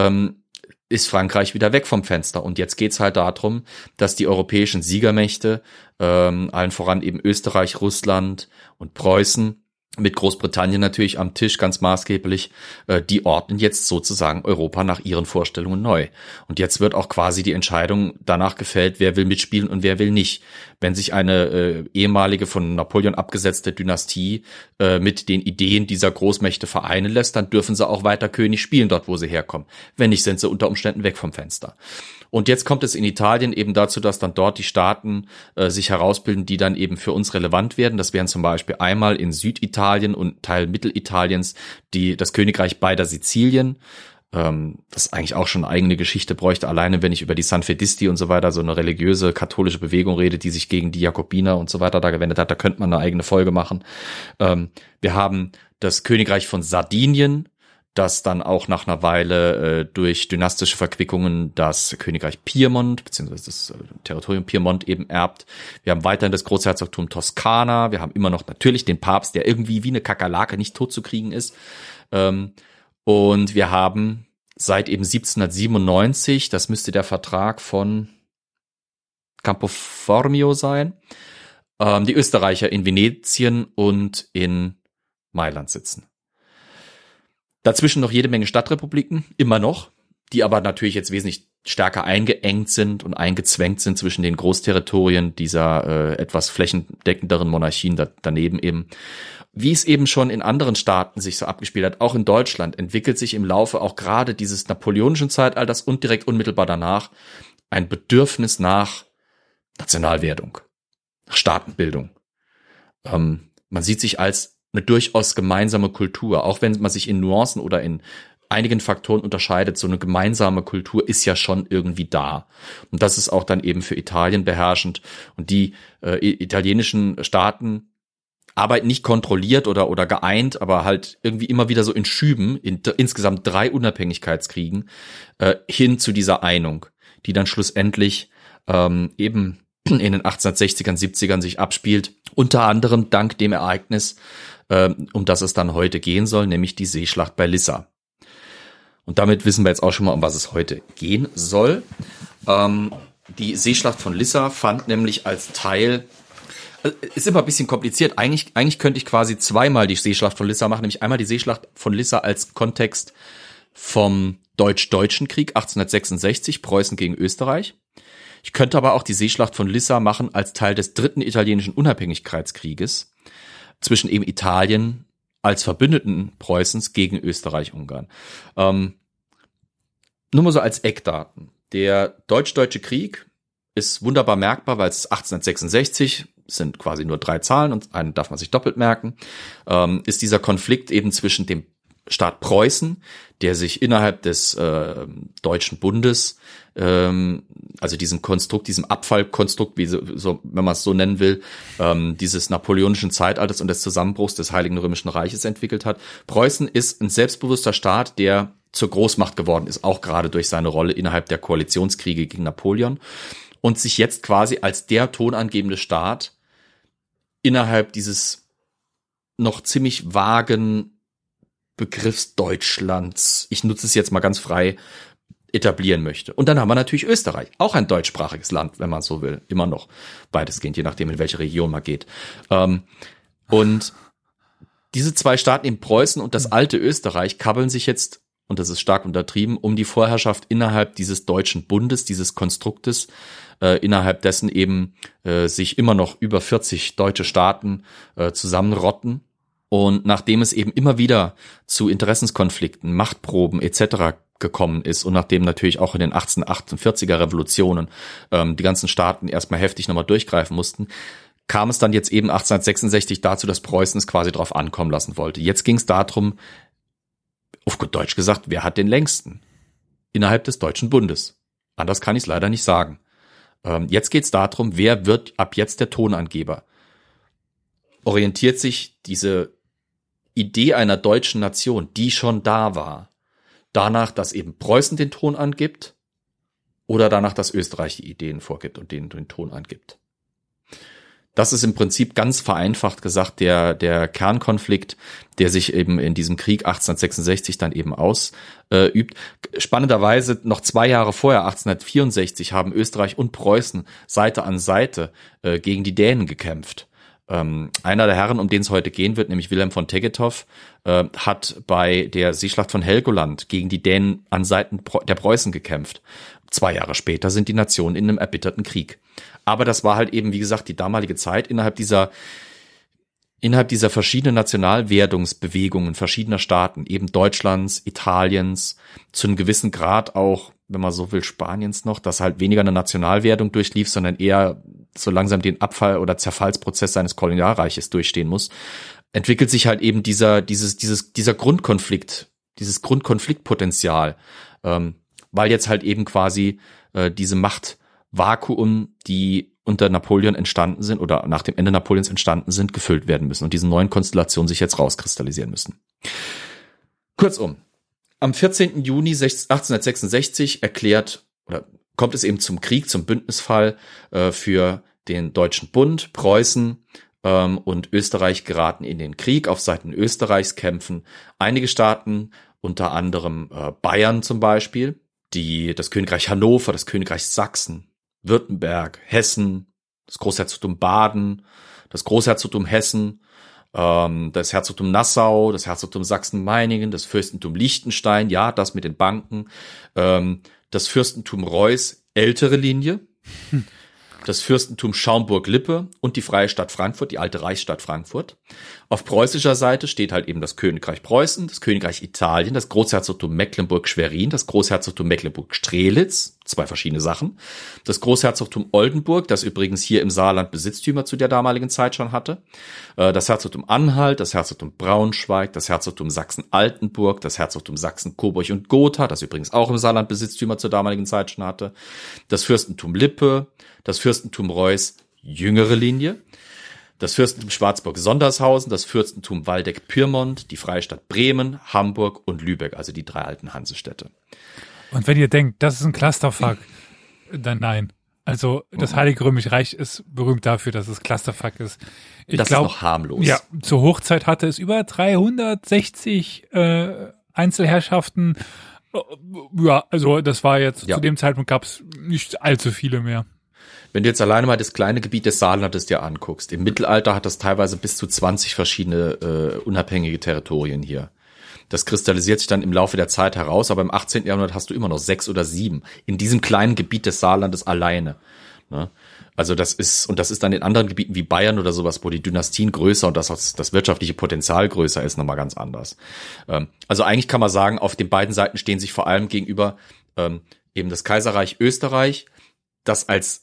Ist Frankreich wieder weg vom Fenster. Und jetzt geht's halt darum, dass die europäischen Siegermächte, allen voran eben Österreich, Russland und Preußen, mit Großbritannien natürlich am Tisch ganz maßgeblich, die ordnen jetzt sozusagen Europa nach ihren Vorstellungen neu. Und jetzt wird auch quasi die Entscheidung danach gefällt, wer will mitspielen und wer will nicht. Wenn sich eine ehemalige von Napoleon abgesetzte Dynastie mit den Ideen dieser Großmächte vereinen lässt, dann dürfen sie auch weiter König spielen, dort wo sie herkommen. Wenn nicht, sind sie unter Umständen weg vom Fenster. Und jetzt kommt es in Italien eben dazu, dass dann dort die Staaten sich herausbilden, die dann eben für uns relevant werden. Das wären zum Beispiel einmal in Süditalien und Teil Mittelitaliens das Königreich beider Sizilien. Das eigentlich auch schon eine eigene Geschichte bräuchte, alleine wenn ich über die Sanfedisti und so weiter, so eine religiöse katholische Bewegung rede, die sich gegen die Jakobiner und so weiter da gewendet hat. Da könnte man eine eigene Folge machen. Wir haben das Königreich von Sardinien, das dann auch nach einer Weile durch dynastische Verquickungen das Königreich Piemont beziehungsweise das Territorium Piemont eben erbt. Wir haben weiterhin das Großherzogtum Toskana. Wir haben immer noch natürlich den Papst, der irgendwie wie eine Kakerlake nicht tot zu kriegen ist. Und wir haben seit eben 1797, das müsste der Vertrag von Campo Formio sein, die Österreicher in Venetien und in Mailand sitzen. Dazwischen noch jede Menge Stadtrepubliken, immer noch, die aber natürlich jetzt wesentlich stärker eingeengt sind und eingezwängt sind zwischen den Großterritorien dieser etwas flächendeckenderen Monarchien daneben eben. Wie es eben schon in anderen Staaten sich so abgespielt hat, auch in Deutschland, entwickelt sich im Laufe auch gerade dieses napoleonischen Zeitalters und direkt unmittelbar danach ein Bedürfnis nach Nationalwerdung, nach Staatenbildung. Man sieht sich als eine durchaus gemeinsame Kultur, auch wenn man sich in Nuancen oder in einigen Faktoren unterscheidet, so eine gemeinsame Kultur ist ja schon irgendwie da. Und das ist auch dann eben für Italien beherrschend. Und die italienischen Staaten arbeiten nicht kontrolliert oder geeint, aber halt irgendwie immer wieder so in Schüben, in insgesamt 3 Unabhängigkeitskriegen, hin zu dieser Einung, die dann schlussendlich eben in den 1860ern, 70ern sich abspielt, unter anderem dank dem Ereignis, um das es dann heute gehen soll, nämlich die Seeschlacht bei Lissa. Und damit wissen wir jetzt auch schon mal, um was es heute gehen soll. Die Seeschlacht von Lissa fand nämlich als Teil, ist immer ein bisschen kompliziert, eigentlich könnte ich quasi zweimal die Seeschlacht von Lissa machen, nämlich einmal die Seeschlacht von Lissa als Kontext vom Deutsch-Deutschen Krieg 1866, Preußen gegen Österreich. Ich könnte aber auch die Seeschlacht von Lissa machen als Teil des 3. italienischen Unabhängigkeitskrieges zwischen eben Italien als Verbündeten Preußens gegen Österreich-Ungarn. Nur mal so als Eckdaten. Der Deutsch-Deutsche Krieg ist wunderbar merkbar, weil es 1866 sind quasi nur 3 Zahlen und einen darf man sich doppelt merken, ist dieser Konflikt eben zwischen dem Staat Preußen, der sich innerhalb des Deutschen Bundes, also diesem Konstrukt, diesem Abfallkonstrukt, wenn man es so nennen will, dieses napoleonischen Zeitalters und des Zusammenbruchs des Heiligen Römischen Reiches entwickelt hat. Preußen ist ein selbstbewusster Staat, der zur Großmacht geworden ist, auch gerade durch seine Rolle innerhalb der Koalitionskriege gegen Napoleon und sich jetzt quasi als der tonangebende Staat innerhalb dieses noch ziemlich vagen Begriffs Deutschlands, ich nutze es jetzt mal ganz frei, etablieren möchte. Und dann haben wir natürlich Österreich, auch ein deutschsprachiges Land, wenn man so will, immer noch, weitestgehend, je nachdem, in welche Region man geht. Und diese 2 Staaten, in Preußen und das alte Österreich, kabbeln sich jetzt, und das ist stark untertrieben, um die Vorherrschaft innerhalb dieses Deutschen Bundes, dieses Konstruktes, innerhalb dessen eben sich immer noch über 40 deutsche Staaten zusammenrotten. Und nachdem es eben immer wieder zu Interessenskonflikten, Machtproben etc. gekommen ist und nachdem natürlich auch in den 1848er Revolutionen die ganzen Staaten erstmal heftig nochmal durchgreifen mussten, kam es dann jetzt eben 1866 dazu, dass Preußen es quasi drauf ankommen lassen wollte. Jetzt ging es darum, auf gut Deutsch gesagt, wer hat den längsten? innerhalb des Deutschen Bundes. Anders kann ich es leider nicht sagen. Jetzt geht es darum, wer wird ab jetzt der Tonangeber? Orientiert sich diese Idee einer deutschen Nation, die schon da war, danach, dass eben Preußen den Ton angibt oder danach, dass Österreich die Ideen vorgibt und denen den Ton angibt? Das ist im Prinzip ganz vereinfacht gesagt der Kernkonflikt, der sich eben in diesem Krieg 1866 dann eben ausübt. Spannenderweise noch 2 Jahre vorher, 1864, haben Österreich und Preußen Seite an Seite gegen die Dänen gekämpft. Einer der Herren, um den es heute gehen wird, nämlich Wilhelm von Tegetthoff, hat bei der Seeschlacht von Helgoland gegen die Dänen an Seiten der Preußen gekämpft. 2 Jahre später sind die Nationen in einem erbitterten Krieg. Aber das war halt eben, wie gesagt, die damalige Zeit innerhalb dieser verschiedenen Nationalwerdungsbewegungen verschiedener Staaten, eben Deutschlands, Italiens, zu einem gewissen Grad auch, wenn man so will, Spaniens noch, dass halt weniger eine Nationalwerdung durchlief, sondern eher so langsam den Abfall- oder Zerfallsprozess seines Kolonialreiches durchstehen muss, entwickelt sich halt eben dieser Grundkonflikt, dieses Grundkonfliktpotenzial, weil jetzt halt eben quasi diese Machtvakuum, die unter Napoleon entstanden sind oder nach dem Ende Napoleons entstanden sind, gefüllt werden müssen und diese neuen Konstellationen sich jetzt rauskristallisieren müssen. Kurzum, am 14. Juni 1866 kommt es eben zum Krieg, zum Bündnisfall für den Deutschen Bund. Preußen und Österreich geraten in den Krieg, auf Seiten Österreichs kämpfen einige Staaten, unter anderem Bayern zum Beispiel, das Königreich Hannover, das Königreich Sachsen, Württemberg, Hessen, das Großherzogtum Baden, das Großherzogtum Hessen, das Herzogtum Nassau, das Herzogtum Sachsen-Meiningen, das Fürstentum Liechtenstein, ja, das mit den Banken, das Fürstentum Reuß, ältere Linie, das Fürstentum Schaumburg-Lippe und die Freie Stadt Frankfurt, die alte Reichsstadt Frankfurt. Auf preußischer Seite steht halt eben das Königreich Preußen, das Königreich Italien, das Großherzogtum Mecklenburg-Schwerin, das Großherzogtum Mecklenburg-Strelitz, 2 verschiedene Sachen, das Großherzogtum Oldenburg, das übrigens hier im Saarland Besitztümer zu der damaligen Zeit schon hatte, das Herzogtum Anhalt, das Herzogtum Braunschweig, das Herzogtum Sachsen-Altenburg, das Herzogtum Sachsen-Coburg und Gotha, das übrigens auch im Saarland Besitztümer zur damaligen Zeit schon hatte, das Fürstentum Lippe, das Fürstentum Reuß, jüngere Linie, das Fürstentum Schwarzburg-Sondershausen, das Fürstentum Waldeck-Pyrmont, die Freie Stadt Bremen, Hamburg und Lübeck, also die 3 alten Hansestädte. Und wenn ihr denkt, das ist ein Clusterfuck, dann nein. Also das Heilige Römische Reich ist berühmt dafür, dass es Clusterfuck ist. Das ist noch harmlos. Ja, zur Hochzeit hatte es über 360 Einzelherrschaften. Ja, also das war jetzt, zu dem Zeitpunkt gab es nicht allzu viele mehr. Wenn du jetzt alleine mal das kleine Gebiet des Saarlandes dir anguckst, im Mittelalter hat das teilweise bis zu 20 verschiedene unabhängige Territorien hier. Das kristallisiert sich dann im Laufe der Zeit heraus, aber im 18. Jahrhundert hast du immer noch 6 oder 7 in diesem kleinen Gebiet des Saarlandes alleine. Ne? Also das ist dann in anderen Gebieten wie Bayern oder sowas, wo die Dynastien größer und das wirtschaftliche Potenzial größer ist, nochmal ganz anders. Also eigentlich kann man sagen, auf den beiden Seiten stehen sich vor allem gegenüber eben das Kaiserreich Österreich, das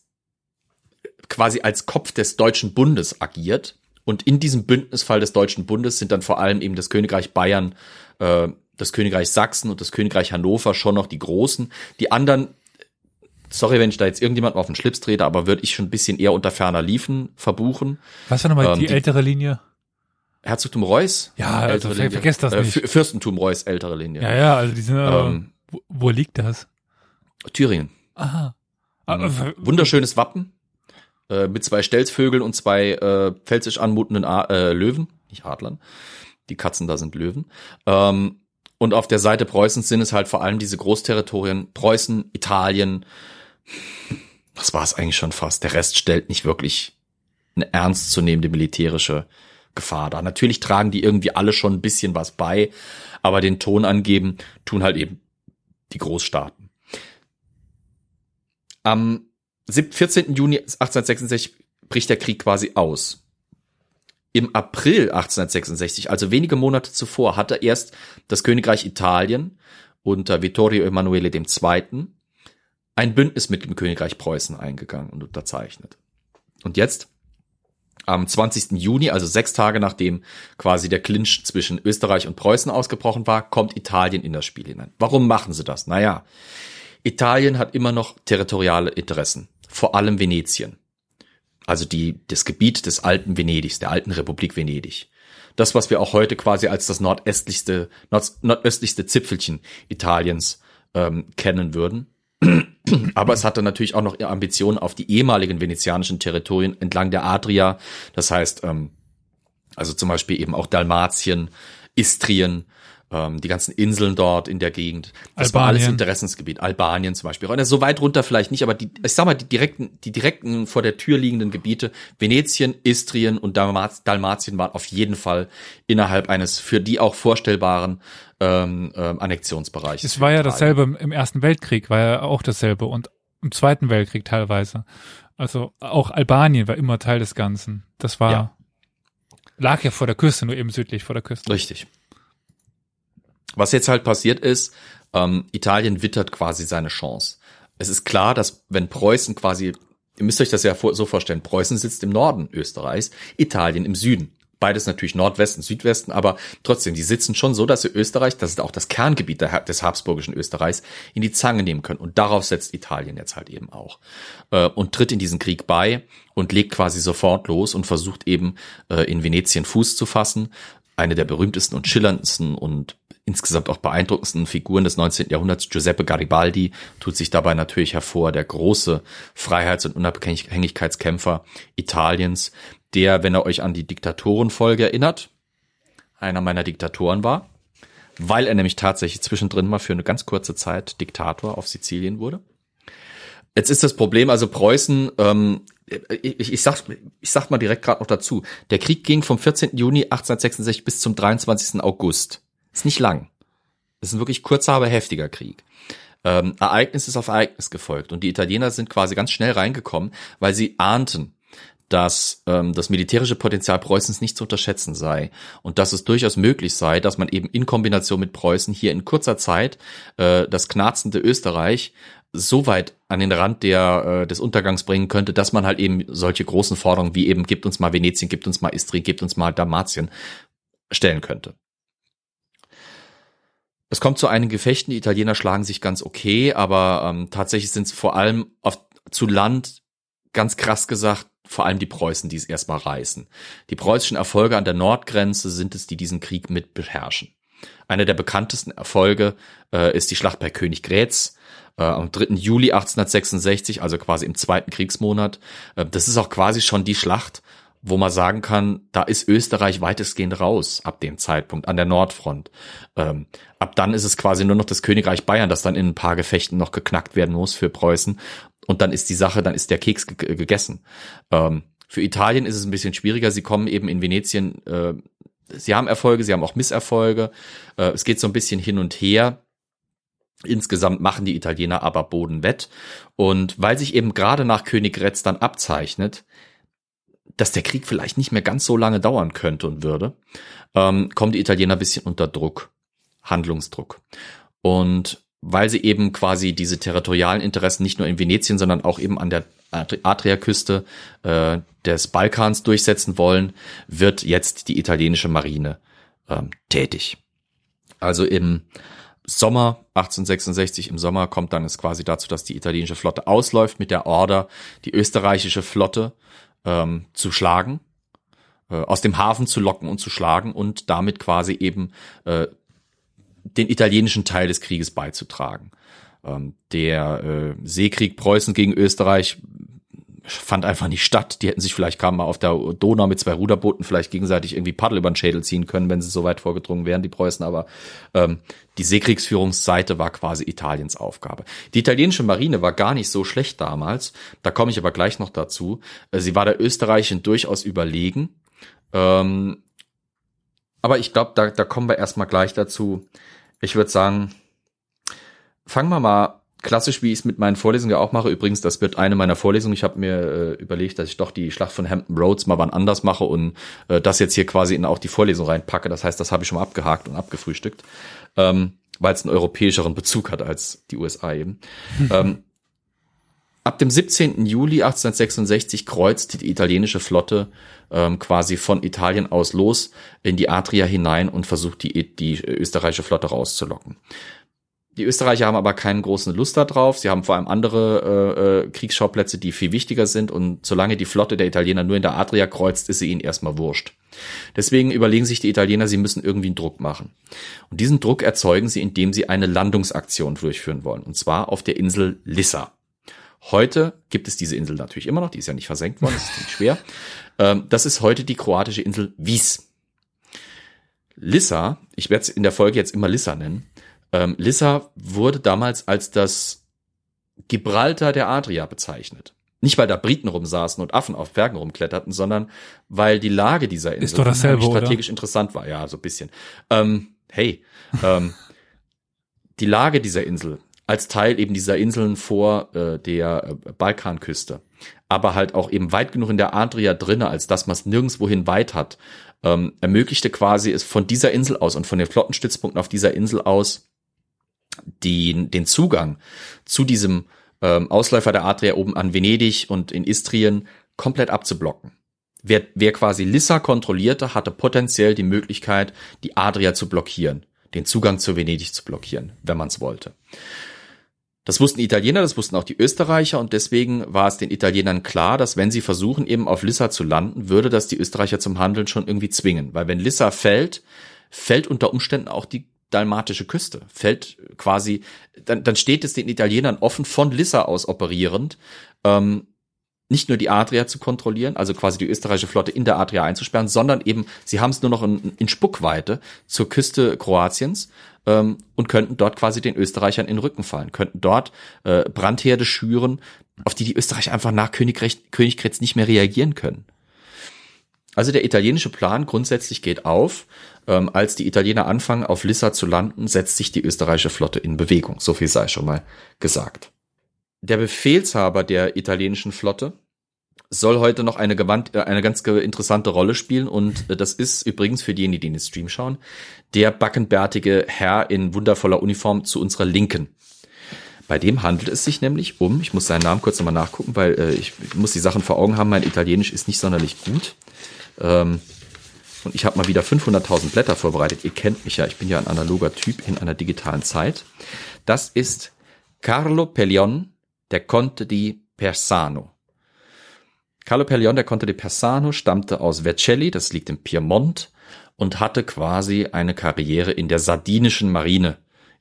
quasi als Kopf des Deutschen Bundes agiert. Und in diesem Bündnisfall des Deutschen Bundes sind dann vor allem eben das Königreich Bayern, das Königreich Sachsen und das Königreich Hannover schon noch die Großen. Die anderen, sorry, wenn ich da jetzt irgendjemandem auf den Schlips trete, aber würde ich schon ein bisschen eher unter ferner Liefen verbuchen. Was war nochmal die ältere Linie? Herzogtum Reuß? Ja, also vergesst das nicht. Fürstentum Reuß, ältere Linie. Ja, also die sind, wo liegt das? Thüringen. Aha. Wunderschönes Wappen. Mit 2 Stelzvögeln und 2 pfälzisch anmutenden Löwen, nicht Adlern. Die Katzen da sind Löwen. Und auf der Seite Preußens sind es halt vor allem diese Großterritorien Preußen, Italien. Das war es eigentlich schon fast. Der Rest stellt nicht wirklich eine ernstzunehmende militärische Gefahr dar. Natürlich tragen die irgendwie alle schon ein bisschen was bei, aber den Ton angeben tun halt eben die Großstaaten. Am 14. Juni 1866 bricht der Krieg quasi aus. Im April 1866, also wenige Monate zuvor, hatte erst das Königreich Italien unter Vittorio Emanuele II. Ein Bündnis mit dem Königreich Preußen eingegangen und unterzeichnet. Und jetzt Am 20. Juni, also 6 Tage nachdem quasi der Clinch zwischen Österreich und Preußen ausgebrochen war, kommt Italien in das Spiel hinein. Warum machen sie das? Naja, Italien hat immer noch territoriale Interessen, vor allem Venetien. Also das Gebiet des alten Venedigs, der alten Republik Venedig. Das, was wir auch heute quasi als das nordöstlichste Zipfelchen Italiens kennen würden. Aber es hatte natürlich auch noch Ambitionen auf die ehemaligen venezianischen Territorien entlang der Adria. Das heißt, also zum Beispiel eben auch Dalmatien, Istrien, die ganzen Inseln dort in der Gegend. Das war alles Interessensgebiet. Albanien zum Beispiel. So weit runter vielleicht nicht, aber die direkten vor der Tür liegenden Gebiete, Venetien, Istrien und Dalmatien waren auf jeden Fall innerhalb eines für die auch vorstellbaren Annexionsbereichs. Es war ja dasselbe im Ersten Weltkrieg, war ja auch dasselbe und im Zweiten Weltkrieg teilweise. Also auch Albanien war immer Teil des Ganzen. Das war, lag ja vor der Küste, nur eben südlich vor der Küste. Richtig. Was jetzt halt passiert ist, Italien wittert quasi seine Chance. Es ist klar, dass wenn Preußen quasi, ihr müsst euch das ja so vorstellen, Preußen sitzt im Norden Österreichs, Italien im Süden. Beides natürlich Nordwesten, Südwesten, aber trotzdem, die sitzen schon so, dass sie Österreich, das ist auch das Kerngebiet des habsburgischen Österreichs, in die Zange nehmen können. Und darauf setzt Italien jetzt halt eben auch. Und tritt in diesen Krieg bei und legt quasi sofort los und versucht eben in Venetien Fuß zu fassen. Eine der berühmtesten und schillerndsten und insgesamt auch beeindruckendsten Figuren des 19. Jahrhunderts, Giuseppe Garibaldi, tut sich dabei natürlich hervor, der große Freiheits- und Unabhängigkeitskämpfer Italiens, der, wenn ihr euch an die Diktatorenfolge erinnert, einer meiner Diktatoren war, weil er nämlich tatsächlich zwischendrin mal für eine ganz kurze Zeit Diktator auf Sizilien wurde. Jetzt ist das Problem, also Preußen, ich sag mal direkt gerade noch dazu, der Krieg ging vom 14. Juni 1866 bis zum 23. August. Ist nicht lang. Das ist ein wirklich kurzer, aber heftiger Krieg. Ereignis ist auf Ereignis gefolgt und die Italiener sind quasi ganz schnell reingekommen, weil sie ahnten, dass das militärische Potenzial Preußens nicht zu unterschätzen sei und dass es durchaus möglich sei, dass man eben in Kombination mit Preußen hier in kurzer Zeit das knarzende Österreich so weit an den Rand des Untergangs bringen könnte, dass man halt eben solche großen Forderungen wie eben gibt uns mal Venetien, gibt uns mal Istrien, gibt uns mal Dalmatien stellen könnte. Es kommt zu einigen Gefechten, die Italiener schlagen sich ganz okay, aber tatsächlich sind es vor allem zu Land, ganz krass gesagt, vor allem die Preußen, die es erstmal reißen. Die preußischen Erfolge an der Nordgrenze sind es, die diesen Krieg mit beherrschen. Einer der bekanntesten Erfolge ist die Schlacht bei Königgrätz am 3. Juli 1866, also quasi im 2. Kriegsmonat. Das ist auch quasi schon die Schlacht, wo man sagen kann, da ist Österreich weitestgehend raus ab dem Zeitpunkt an der Nordfront. Ab dann ist es quasi nur noch das Königreich Bayern, das dann in ein paar Gefechten noch geknackt werden muss für Preußen. Und dann ist dann ist der Keks gegessen. Für Italien ist es ein bisschen schwieriger. Sie kommen eben in Venetien, sie haben Erfolge, sie haben auch Misserfolge. Es geht so ein bisschen hin und her. Insgesamt machen die Italiener aber Boden wett. Und weil sich eben gerade nach Königgrätz dann abzeichnet, dass der Krieg vielleicht nicht mehr ganz so lange dauern könnte und würde, kommen die Italiener ein bisschen unter Druck, Handlungsdruck. Und weil sie eben quasi diese territorialen Interessen nicht nur in Venetien, sondern auch eben an der Adriaküste des Balkans durchsetzen wollen, wird jetzt die italienische Marine tätig. Also im Sommer 1866, im Sommer kommt dann es quasi dazu, dass die italienische Flotte ausläuft mit der Order, die österreichische Flotte zu schlagen, aus dem Hafen zu locken und zu schlagen und damit quasi eben den italienischen Teil des Krieges beizutragen. Der Seekrieg Preußen gegen Österreich fand einfach nicht statt. Die hätten sich vielleicht kaum mal auf der Donau mit 2 Ruderbooten vielleicht gegenseitig irgendwie Paddel über den Schädel ziehen können, wenn sie so weit vorgedrungen wären, die Preußen. Aber die Seekriegsführungsseite war quasi Italiens Aufgabe. Die italienische Marine war gar nicht so schlecht damals. Da komme ich aber gleich noch dazu. Sie war der österreichischen durchaus überlegen. Aber ich glaube, da kommen wir erstmal gleich dazu. Ich würde sagen, fangen wir mal klassisch, wie ich es mit meinen Vorlesungen ja auch mache. Übrigens, das wird eine meiner Vorlesungen. Ich habe mir überlegt, dass ich doch die Schlacht von Hampton Roads mal wann anders mache und das jetzt hier quasi in auch die Vorlesung reinpacke. Das heißt, das habe ich schon mal abgehakt und abgefrühstückt, weil es einen europäischeren Bezug hat als die USA eben. Ab dem 17. Juli 1866 kreuzt die italienische Flotte quasi von Italien aus los in die Adria hinein und versucht, die österreichische Flotte rauszulocken. Die Österreicher haben aber keinen großen Lust darauf. Sie haben vor allem andere Kriegsschauplätze, die viel wichtiger sind. Und solange die Flotte der Italiener nur in der Adria kreuzt, ist sie ihnen erstmal wurscht. Deswegen überlegen sich die Italiener, sie müssen irgendwie einen Druck machen. Und diesen Druck erzeugen sie, indem sie eine Landungsaktion durchführen wollen. Und zwar auf der Insel Lissa. Heute gibt es diese Insel natürlich immer noch. Die ist ja nicht versenkt worden, das ist nicht schwer. Das ist heute die kroatische Insel Vis. Lissa, ich werde es in der Folge jetzt immer Lissa nennen. Lissa wurde damals als das Gibraltar der Adria bezeichnet. Nicht, weil da Briten rumsaßen und Affen auf Bergen rumkletterten, sondern weil die Lage dieser Insel strategisch interessant war. Ja, so ein bisschen. Die Lage dieser Insel als Teil eben dieser Inseln vor der Balkanküste, aber halt auch eben weit genug in der Adria drinne, als dass man es nirgendwohin weit hat, ermöglichte quasi es von dieser Insel aus und von den Flottenstützpunkten auf dieser Insel aus den Zugang zu diesem Ausläufer der Adria oben an Venedig und in Istrien komplett abzublocken. Wer quasi Lissa kontrollierte, hatte potenziell die Möglichkeit, die Adria zu blockieren, den Zugang zu Venedig zu blockieren, wenn man es wollte. Das wussten die Italiener, das wussten auch die Österreicher und deswegen war es den Italienern klar, dass wenn sie versuchen, eben auf Lissa zu landen, würde das die Österreicher zum Handeln schon irgendwie zwingen. Weil wenn Lissa fällt unter Umständen auch die dalmatische Küste. Fällt quasi, dann steht es den Italienern offen, von Lissa aus operierend, nicht nur die Adria zu kontrollieren, also quasi die österreichische Flotte in der Adria einzusperren, sondern eben, sie haben es nur noch in Spuckweite zur Küste Kroatiens und könnten dort quasi den Österreichern in den Rücken fallen, könnten dort Brandherde schüren, auf die Österreicher einfach nach Königgrätz nicht mehr reagieren können. Also der italienische Plan grundsätzlich geht auf. Als die Italiener anfangen, auf Lissa zu landen, setzt sich die österreichische Flotte in Bewegung. So viel sei schon mal gesagt. Der Befehlshaber der italienischen Flotte soll heute noch eine ganz interessante Rolle spielen und das ist übrigens für diejenigen, die in den Stream schauen, der backenbärtige Herr in wundervoller Uniform zu unserer Linken. Bei dem handelt es sich nämlich um, ich muss seinen Namen kurz nochmal nachgucken, weil ich muss die Sachen vor Augen haben, mein Italienisch ist nicht sonderlich gut. Und ich habe mal wieder 500.000 Blätter vorbereitet. Ihr kennt mich ja, ich bin ja ein analoger Typ in einer digitalen Zeit. Das ist Carlo Pellion, der Conte di Persano. Carlo Pellion, der Conte di Persano, stammte aus Vercelli, das liegt im Piemont, und hatte quasi eine Karriere in der Sardinenmarine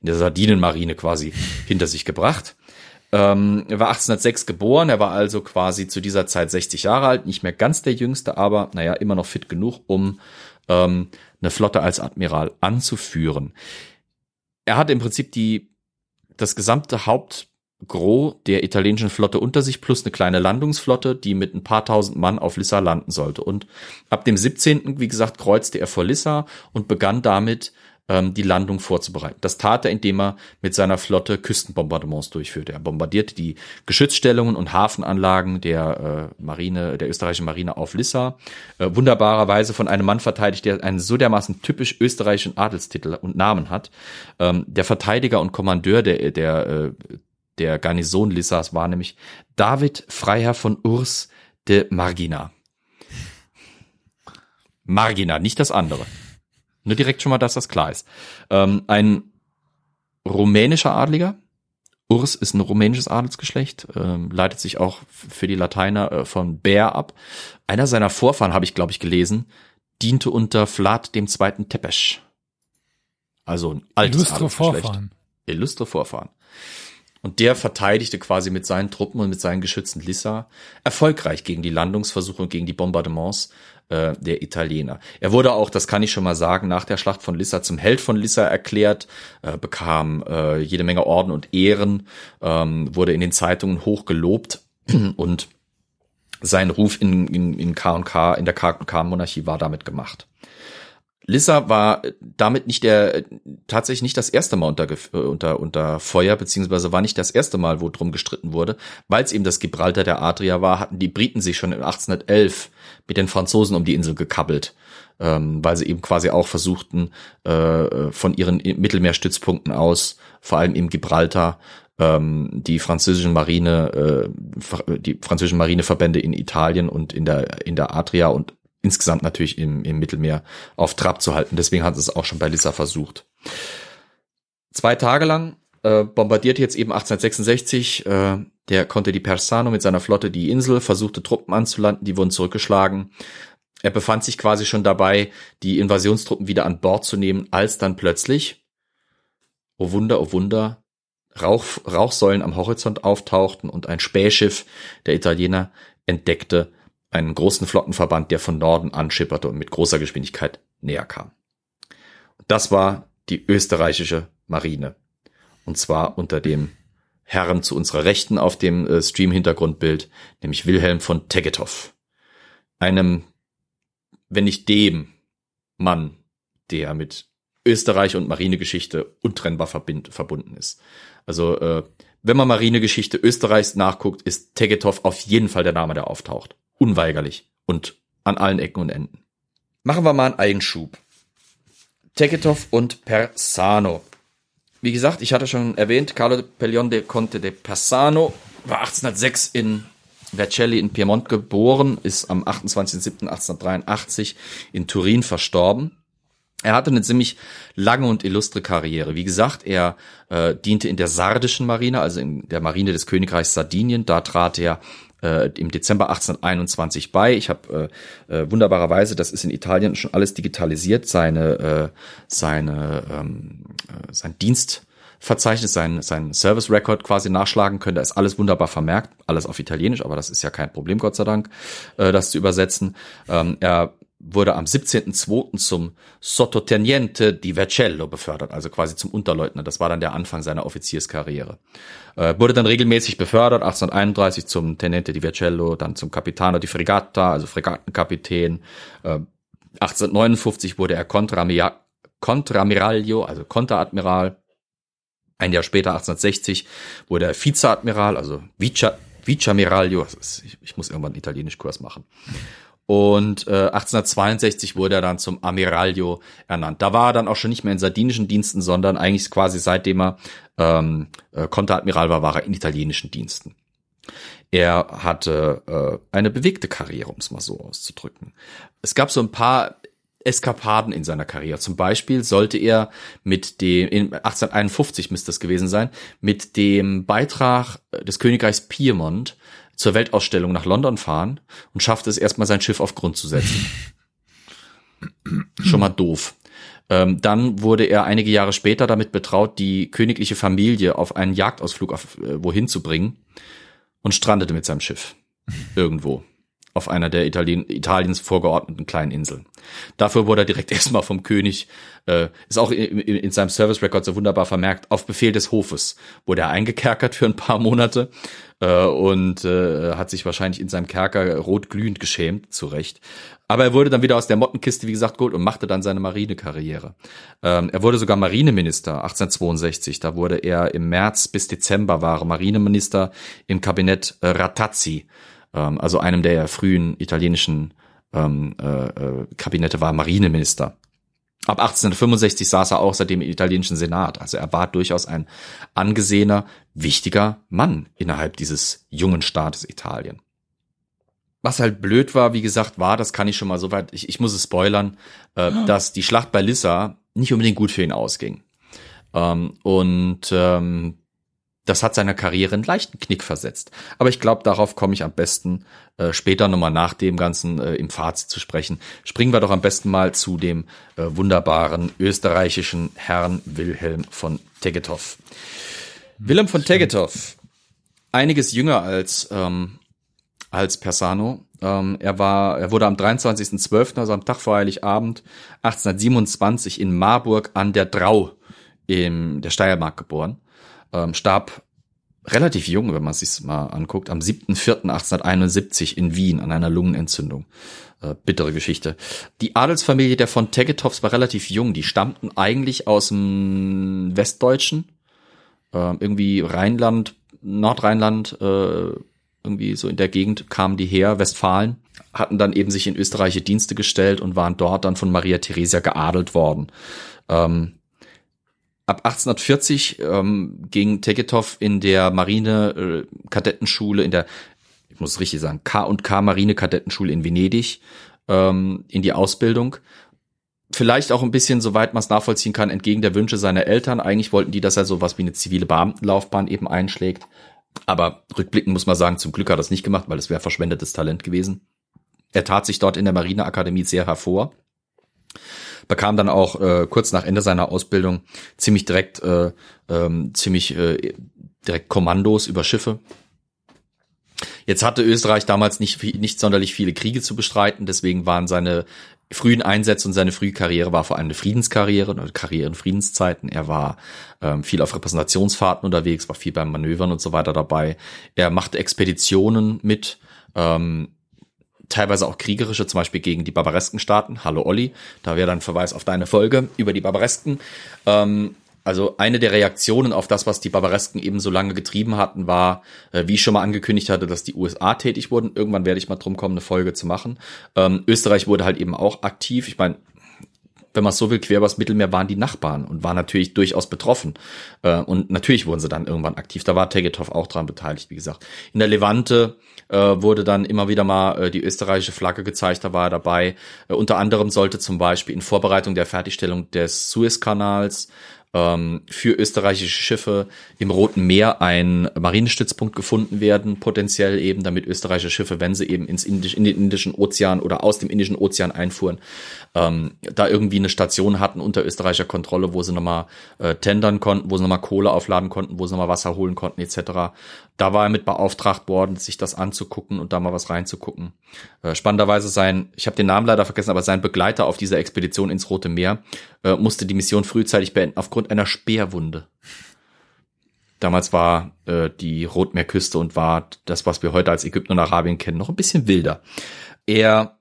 quasi hinter sich gebracht. Er war 1806 geboren, er war also quasi zu dieser Zeit 60 Jahre alt, nicht mehr ganz der Jüngste, aber naja, immer noch fit genug, um eine Flotte als Admiral anzuführen. Er hatte im Prinzip das gesamte Hauptgros der italienischen Flotte unter sich, plus eine kleine Landungsflotte, die mit ein paar tausend Mann auf Lissa landen sollte. Und ab dem 17., wie gesagt, kreuzte er vor Lissa und begann damit, die Landung vorzubereiten. Das tat er, indem er mit seiner Flotte Küstenbombardements durchführte. Er bombardierte die Geschützstellungen und Hafenanlagen der österreichischen Marine auf Lissa. Wunderbarerweise von einem Mann verteidigt, der einen so dermaßen typisch österreichischen Adelstitel und Namen hat. Der Verteidiger und Kommandeur der Garnison Lissas war nämlich David Freiherr von Urs de Margina. Margina, nicht das andere. Nur direkt schon mal, dass das klar ist. Ein rumänischer Adliger. Urs ist ein rumänisches Adelsgeschlecht, leitet sich auch für die Lateiner von Bär ab. Einer seiner Vorfahren, habe ich, glaube ich, gelesen, diente unter Vlad II. Tepes. Also ein altes Adelsgeschlecht. Illustre Vorfahren. Und der verteidigte quasi mit seinen Truppen und mit seinen Geschützen Lissa erfolgreich gegen die Landungsversuche und gegen die Bombardements der Italiener. Er wurde auch, das kann ich schon mal sagen, nach der Schlacht von Lissa zum Held von Lissa erklärt, bekam jede Menge Orden und Ehren, wurde in den Zeitungen hoch gelobt und sein Ruf in K&K, in der K&K-Monarchie war damit gemacht. Lissa war damit tatsächlich nicht das erste Mal unter Feuer, beziehungsweise war nicht das erste Mal, wo drum gestritten wurde. Weil es eben das Gibraltar der Adria war, hatten die Briten sich schon 1811 mit den Franzosen um die Insel gekabbelt, weil sie eben quasi auch versuchten, von ihren Mittelmeerstützpunkten aus, vor allem im Gibraltar, die französischen Marineverbände in Italien und in der Adria und insgesamt natürlich im Mittelmeer auf Trab zu halten. Deswegen hat es auch schon bei Lissa versucht. 2 Tage lang bombardierte jetzt eben 1866, der konnte die Persano mit seiner Flotte die Insel, versuchte Truppen anzulanden, die wurden zurückgeschlagen. Er befand sich quasi schon dabei, die Invasionstruppen wieder an Bord zu nehmen, als dann plötzlich, oh Wunder, Rauchsäulen am Horizont auftauchten und ein Spähschiff der Italiener entdeckte einen großen Flottenverband, der von Norden anschipperte und mit großer Geschwindigkeit näher kam. Das war die österreichische Marine. Und zwar unter dem Herrn zu unserer Rechten auf dem Stream-Hintergrundbild, nämlich Wilhelm von Tegetthoff. Einem, wenn nicht dem Mann, der mit Österreich und Marinegeschichte untrennbar verbunden ist. Also, wenn man Marinegeschichte Österreichs nachguckt, ist Tegetthoff auf jeden Fall der Name, der auftaucht. Unweigerlich. Und an allen Ecken und Enden. Machen wir mal einen Einschub. Tegetthoff und Persano. Wie gesagt, ich hatte schon erwähnt, Carlo Pellion de Conte de Persano war 1806 in Vercelli in Piemont geboren, ist am 28.07.1883 in Turin verstorben. Er hatte eine ziemlich lange und illustre Karriere. Wie gesagt, er diente in der sardischen Marine, also in der Marine des Königreichs Sardinien. Da trat er im Dezember 1821 bei. Ich habe wunderbarerweise, das ist in Italien schon alles digitalisiert, sein Dienstverzeichnis, sein Service Record quasi nachschlagen können. Da ist alles wunderbar vermerkt, alles auf Italienisch, aber das ist ja kein Problem, Gott sei Dank, das zu übersetzen. Er wurde am 17.02. zum Sottoteniente di Vercello befördert, also quasi zum Unterleutnant. Das war dann der Anfang seiner Offizierskarriere. Wurde dann regelmäßig befördert, 1831 zum Tenente di Vercello, dann zum Capitano di Fregata, also Fregattenkapitän. 1859 wurde er Contrammiraglio, also Konteradmiral. Ein Jahr später, 1860, wurde er Vizeadmiral, also Viceammiraglio. Ich muss irgendwann einen Italienischkurs machen. Und 1862 wurde er dann zum Ammiraglio ernannt. Da war er dann auch schon nicht mehr in sardinischen Diensten, sondern eigentlich quasi seitdem er Konteradmiral war er in italienischen Diensten. Er hatte eine bewegte Karriere, um es mal so auszudrücken. Es gab so ein paar Eskapaden in seiner Karriere. Zum Beispiel sollte er mit dem, in 1851 müsste es gewesen sein, mit dem Beitrag des Königreichs Piemont zur Weltausstellung nach London fahren und schaffte es erstmal, sein Schiff auf Grund zu setzen. Schon mal doof. Dann wurde er einige Jahre später damit betraut, die königliche Familie auf einen Jagdausflug wohin zu bringen und strandete mit seinem Schiff irgendwo auf einer der Italiens vorgeordneten kleinen Inseln. Dafür wurde er direkt erstmal vom König, ist auch in seinem Service Record so wunderbar vermerkt, auf Befehl des Hofes wurde er eingekerkert für ein paar Monate und hat sich wahrscheinlich in seinem Kerker rotglühend geschämt, zu Recht. Aber er wurde dann wieder aus der Mottenkiste, wie gesagt, geholt und machte dann seine Marinekarriere. Er wurde sogar Marineminister 1862. Da wurde er im März bis Dezember war er Marineminister im Kabinett Rattazzi, also einem der frühen italienischen Kabinette war Marineminister. Ab 1865 saß er auch seitdem im italienischen Senat. Also er war durchaus ein angesehener, wichtiger Mann innerhalb dieses jungen Staates Italien. Was halt blöd war, wie gesagt, das kann ich schon mal so weit, ich muss es spoilern, dass die Schlacht bei Lissa nicht unbedingt gut für ihn ausging. Das hat seiner Karriere einen leichten Knick versetzt. Aber ich glaube, darauf komme ich am besten später nochmal nach dem Ganzen im Fazit zu sprechen. Springen wir doch am besten mal zu dem wunderbaren österreichischen Herrn Wilhelm von Tegetthoff. Wilhelm von Tegetthoff, einiges jünger als Persano. Er wurde am 23.12., also am Tag vor Heiligabend 1827 in Marburg an der Drau in der Steiermark geboren. Starb relativ jung, wenn man es sich mal anguckt, am 7.4.1871 in Wien an einer Lungenentzündung. Bittere Geschichte. Die Adelsfamilie der von Tegettoffs war relativ jung. Die stammten eigentlich aus dem Westdeutschen, irgendwie Rheinland, Nordrheinland, irgendwie so in der Gegend kamen die her, Westfalen, hatten dann eben sich in österreichische Dienste gestellt und waren dort dann von Maria Theresia geadelt worden. Ab 1840 ging Tegetthoff in der Marine-Kadettenschule, ich muss es richtig sagen, K&K Marine-Kadettenschule in Venedig in die Ausbildung. Vielleicht auch ein bisschen, soweit man es nachvollziehen kann, entgegen der Wünsche seiner Eltern. Eigentlich wollten die, dass er sowas wie eine zivile Beamtenlaufbahn eben einschlägt. Aber rückblickend muss man sagen, zum Glück hat er es nicht gemacht, weil es wäre verschwendetes Talent gewesen. Er tat sich dort in der Marineakademie sehr hervor. Bekam dann auch kurz nach Ende seiner Ausbildung ziemlich direkt Kommandos über Schiffe. Jetzt hatte Österreich damals nicht sonderlich viele Kriege zu bestreiten, deswegen waren seine frühen Einsätze und seine frühe Karriere war vor allem eine Friedenskarriere, eine Karriere in Friedenszeiten. Er war viel auf Repräsentationsfahrten unterwegs, war viel beim Manövern und so weiter dabei. Er machte Expeditionen mit, teilweise auch kriegerische, zum Beispiel gegen die Barbareskenstaaten. Hallo Olli, da wäre dann Verweis auf deine Folge über die Barbaresken. Also eine der Reaktionen auf das, was die Barbaresken eben so lange getrieben hatten, war, wie ich schon mal angekündigt hatte, dass die USA tätig wurden. Irgendwann werde ich mal drum kommen, eine Folge zu machen. Österreich wurde halt eben auch aktiv. Ich meine, wenn man es so will, quer übers Mittelmeer waren die Nachbarn und waren natürlich durchaus betroffen. Und natürlich wurden sie dann irgendwann aktiv. Da war Tegetthoff auch dran beteiligt, wie gesagt. In der Levante wurde dann immer wieder mal die österreichische Flagge gezeigt, da war er dabei. Unter anderem sollte zum Beispiel in Vorbereitung der Fertigstellung des Suezkanals für österreichische Schiffe im Roten Meer ein Marinestützpunkt gefunden werden, potenziell eben, damit österreichische Schiffe, wenn sie eben in den Indischen Ozean oder aus dem Indischen Ozean einfuhren, da irgendwie eine Station hatten unter österreichischer Kontrolle, wo sie nochmal tendern konnten, wo sie nochmal Kohle aufladen konnten, wo sie nochmal Wasser holen konnten etc. Da war er mit beauftragt worden, sich das anzugucken und da mal was reinzugucken. Spannenderweise ich habe den Namen leider vergessen, aber sein Begleiter auf dieser Expedition ins Rote Meer musste die Mission frühzeitig beenden aufgrund einer Speerwunde. Damals war die Rotmeerküste und war das, was wir heute als Ägypten und Arabien kennen, noch ein bisschen wilder. Er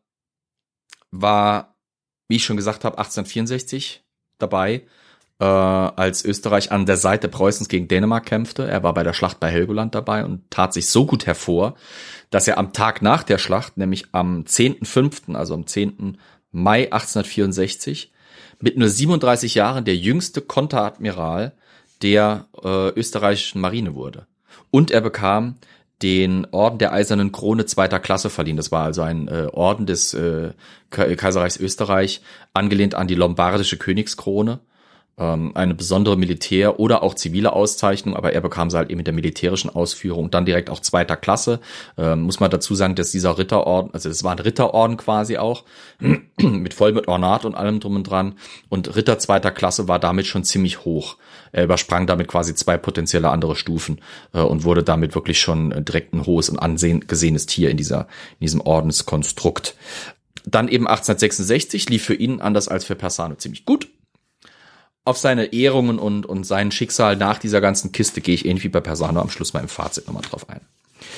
war, wie ich schon gesagt habe, 1864 dabei, als Österreich an der Seite Preußens gegen Dänemark kämpfte. Er war bei der Schlacht bei Helgoland dabei und tat sich so gut hervor, dass er am Tag nach der Schlacht, nämlich am 10.05., also am 10. Mai 1864, mit nur 37 Jahren der jüngste Konteradmiral der österreichischen Marine wurde. Und er bekam den Orden der Eisernen Krone 2. Klasse verliehen. Das war also ein Orden des Kaiserreichs Österreich, angelehnt an die lombardische Königskrone. Eine besondere Militär- oder auch zivile Auszeichnung, aber er bekam sie halt eben mit der militärischen Ausführung, dann direkt auch 2. Klasse. Muss man dazu sagen, dass dieser Ritterorden, also es war ein Ritterorden quasi auch, mit Ornat und allem drum und dran, und Ritter 2. Klasse war damit schon ziemlich hoch. Er übersprang damit quasi 2 potenzielle andere Stufen und wurde damit wirklich schon direkt ein hohes und angesehenes Tier in diesem Ordenskonstrukt. Dann eben 1866 lief für ihn, anders als für Persano, ziemlich gut. Auf seine Ehrungen und sein Schicksal nach dieser ganzen Kiste gehe ich ähnlich wie bei Persano am Schluss mal im Fazit nochmal drauf ein.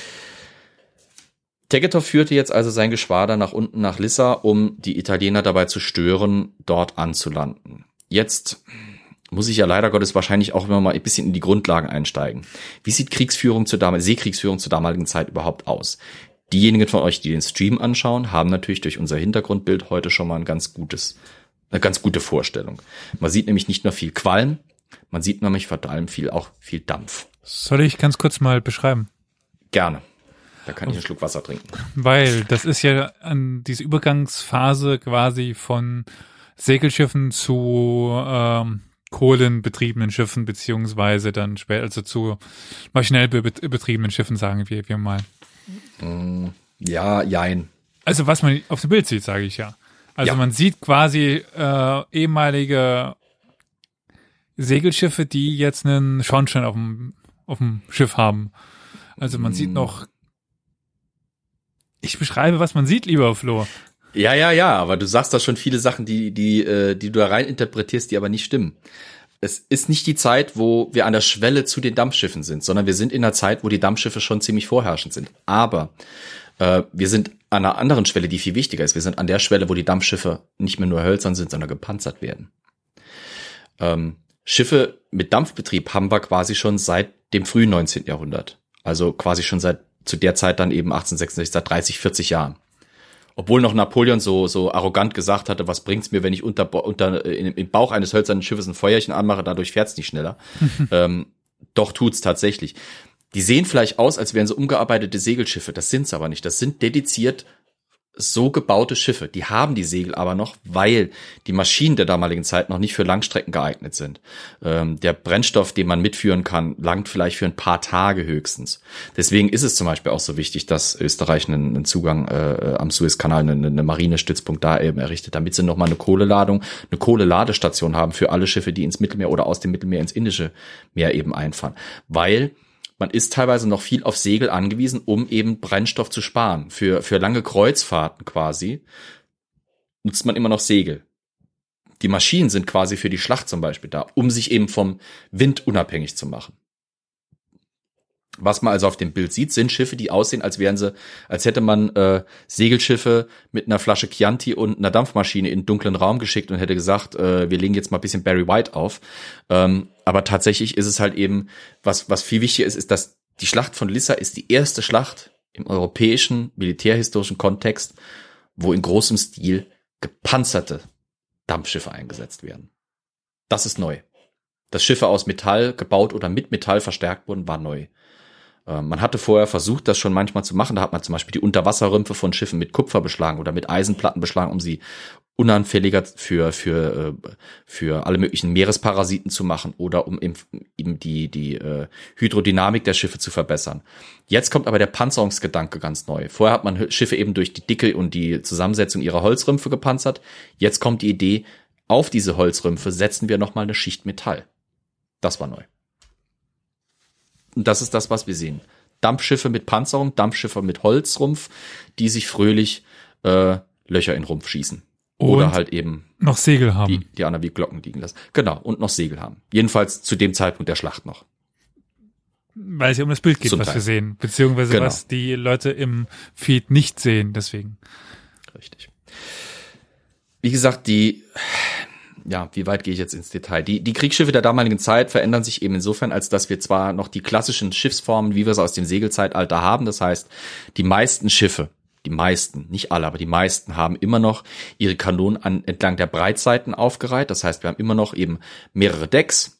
Tegetthoff führte jetzt also sein Geschwader nach unten nach Lissa, um die Italiener dabei zu stören, dort anzulanden. Jetzt muss ich ja leider Gottes wahrscheinlich auch immer mal ein bisschen in die Grundlagen einsteigen. Wie sieht Seekriegsführung zur damaligen Zeit überhaupt aus? Diejenigen von euch, die den Stream anschauen, haben natürlich durch unser Hintergrundbild heute schon mal eine ganz gute Vorstellung. Man sieht nämlich nicht nur viel Qualm, man sieht nämlich vor allem viel Dampf. Soll ich ganz kurz mal beschreiben? Gerne. Da kann ich einen Schluck Wasser trinken. Weil das ist ja diese Übergangsphase quasi von Segelschiffen zu kohlenbetriebenen Schiffen, beziehungsweise dann später, also zu maschinell betriebenen Schiffen, sagen wir mal. Ja, jein. Also was man auf dem Bild sieht, sage ich ja. Also man sieht quasi ehemalige Segelschiffe, die jetzt einen Schornstein auf dem Schiff haben. Also man sieht noch. Ich beschreibe, was man sieht, lieber Flo. Ja, aber du sagst da schon viele Sachen, die du da rein interpretierst, die aber nicht stimmen. Es ist nicht die Zeit, wo wir an der Schwelle zu den Dampfschiffen sind, sondern wir sind in der Zeit, wo die Dampfschiffe schon ziemlich vorherrschend sind. Aber wir sind an einer anderen Schwelle, die viel wichtiger ist. Wir sind an der Schwelle, wo die Dampfschiffe nicht mehr nur hölzern sind, sondern gepanzert werden. Schiffe mit Dampfbetrieb haben wir quasi schon seit dem frühen 19. Jahrhundert. Also quasi schon zu der Zeit dann eben 1866, seit 30, 40 Jahren. Obwohl noch Napoleon so arrogant gesagt hatte, was bringt's mir, wenn ich im Bauch eines hölzernen Schiffes ein Feuerchen anmache, dadurch fährt's nicht schneller. Doch tut's tatsächlich. Die sehen vielleicht aus, als wären sie umgearbeitete Segelschiffe. Das sind's aber nicht. Das sind dediziert so gebaute Schiffe. Die haben die Segel aber noch, weil die Maschinen der damaligen Zeit noch nicht für Langstrecken geeignet sind. Der Brennstoff, den man mitführen kann, langt vielleicht für ein paar Tage höchstens. Deswegen ist es zum Beispiel auch so wichtig, dass Österreich einen Zugang am Suezkanal, eine Marinestützpunkt da eben errichtet, damit sie nochmal eine Kohleladestation haben für alle Schiffe, die ins Mittelmeer oder aus dem Mittelmeer ins Indische Meer eben einfahren. Weil man ist teilweise noch viel auf Segel angewiesen, um eben Brennstoff zu sparen. Für lange Kreuzfahrten quasi nutzt man immer noch Segel. Die Maschinen sind quasi für die Schlacht zum Beispiel da, um sich eben vom Wind unabhängig zu machen. Was man also auf dem Bild sieht, sind Schiffe, die aussehen, als hätte man Segelschiffe mit einer Flasche Chianti und einer Dampfmaschine in einen dunklen Raum geschickt und hätte gesagt, wir legen jetzt mal ein bisschen Barry White auf. Aber tatsächlich ist es halt eben, was viel wichtiger ist, dass die Schlacht von Lissa ist die erste Schlacht im europäischen militärhistorischen Kontext, wo in großem Stil gepanzerte Dampfschiffe eingesetzt werden. Das ist neu. Dass Schiffe aus Metall gebaut oder mit Metall verstärkt wurden, war neu. Man hatte vorher versucht, das schon manchmal zu machen. Da hat man zum Beispiel die Unterwasserrümpfe von Schiffen mit Kupfer beschlagen oder mit Eisenplatten beschlagen, um sie unanfälliger für alle möglichen Meeresparasiten zu machen oder um eben die Hydrodynamik der Schiffe zu verbessern. Jetzt kommt aber der Panzerungsgedanke ganz neu. Vorher hat man Schiffe eben durch die Dicke und die Zusammensetzung ihrer Holzrümpfe gepanzert. Jetzt kommt die Idee, auf diese Holzrümpfe setzen wir nochmal eine Schicht Metall. Das war neu. Und das ist das, was wir sehen. Dampfschiffe mit Panzerung, Dampfschiffe mit Holzrumpf, die sich fröhlich Löcher in den Rumpf schießen. Oder halt eben noch Segel haben. Die anderen wie Glocken liegen lassen. Genau, und noch Segel haben. Jedenfalls zu dem Zeitpunkt der Schlacht noch. Weil es ja um das Bild geht, was wir sehen. Beziehungsweise was die Leute im Feed nicht sehen, deswegen. Richtig. Wie gesagt, wie weit gehe ich jetzt ins Detail? Die Kriegsschiffe der damaligen Zeit verändern sich eben insofern, als dass wir zwar noch die klassischen Schiffsformen, wie wir es aus dem Segelzeitalter haben, das heißt, die meisten Schiffe, nicht alle, aber die meisten haben immer noch ihre Kanonen entlang der Breitseiten aufgereiht. Das heißt, wir haben immer noch eben mehrere Decks,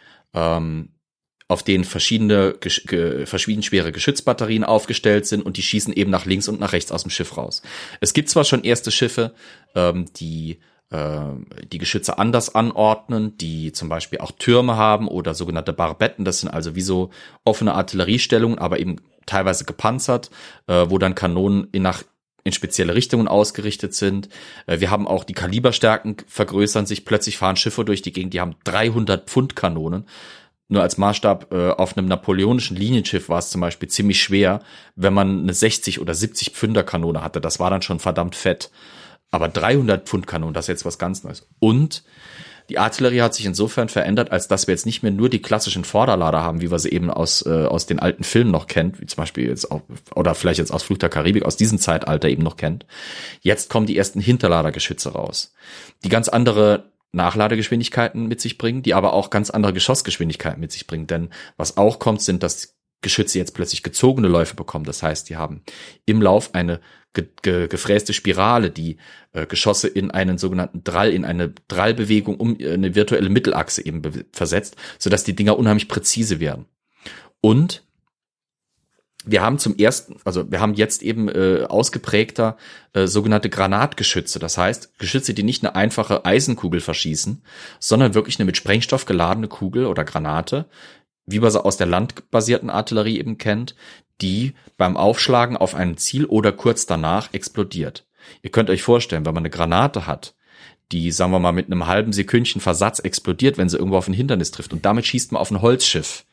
auf denen verschieden schwere Geschützbatterien aufgestellt sind und die schießen eben nach links und nach rechts aus dem Schiff raus. Es gibt zwar schon erste Schiffe, die Geschütze anders anordnen, die zum Beispiel auch Türme haben oder sogenannte Barbetten. Das sind also wie so offene Artilleriestellungen, aber eben teilweise gepanzert, wo dann Kanonen in spezielle Richtungen ausgerichtet sind. Wir haben auch die Kaliberstärken vergrößern sich. Plötzlich fahren Schiffe durch die Gegend, die haben 300 Pfund Kanonen. Nur als Maßstab, auf einem napoleonischen Linienschiff war es zum Beispiel ziemlich schwer, wenn man eine 60 oder 70 Pfünder Kanone hatte. Das war dann schon verdammt fett. Aber 300 Pfund Kanonen, das ist jetzt was ganz Neues. Und die Artillerie hat sich insofern verändert, als dass wir jetzt nicht mehr nur die klassischen Vorderlader haben, wie wir sie eben aus den alten Filmen noch kennt, wie zum Beispiel jetzt auch, oder vielleicht jetzt aus Fluch der Karibik, aus diesem Zeitalter eben noch kennt. Jetzt kommen die ersten Hinterladergeschütze raus, die ganz andere Nachladegeschwindigkeiten mit sich bringen, die aber auch ganz andere Geschossgeschwindigkeiten mit sich bringen. Denn was auch kommt, sind, dass Geschütze jetzt plötzlich gezogene Läufe bekommen. Das heißt, die haben im Lauf eine gefräste Spirale, die Geschosse in einen sogenannten Drall, in eine Drallbewegung um eine virtuelle Mittelachse eben versetzt, sodass die Dinger unheimlich präzise werden. Und wir haben wir haben jetzt eben ausgeprägter sogenannte Granatgeschütze. Das heißt, Geschütze, die nicht eine einfache Eisenkugel verschießen, sondern wirklich eine mit Sprengstoff geladene Kugel oder Granate, wie man sie aus der landbasierten Artillerie eben kennt, die beim Aufschlagen auf ein Ziel oder kurz danach explodiert. Ihr könnt euch vorstellen, wenn man eine Granate hat, die, sagen wir mal, mit einem halben Sekündchen Versatz explodiert, wenn sie irgendwo auf ein Hindernis trifft und damit schießt man auf ein Holzschiff.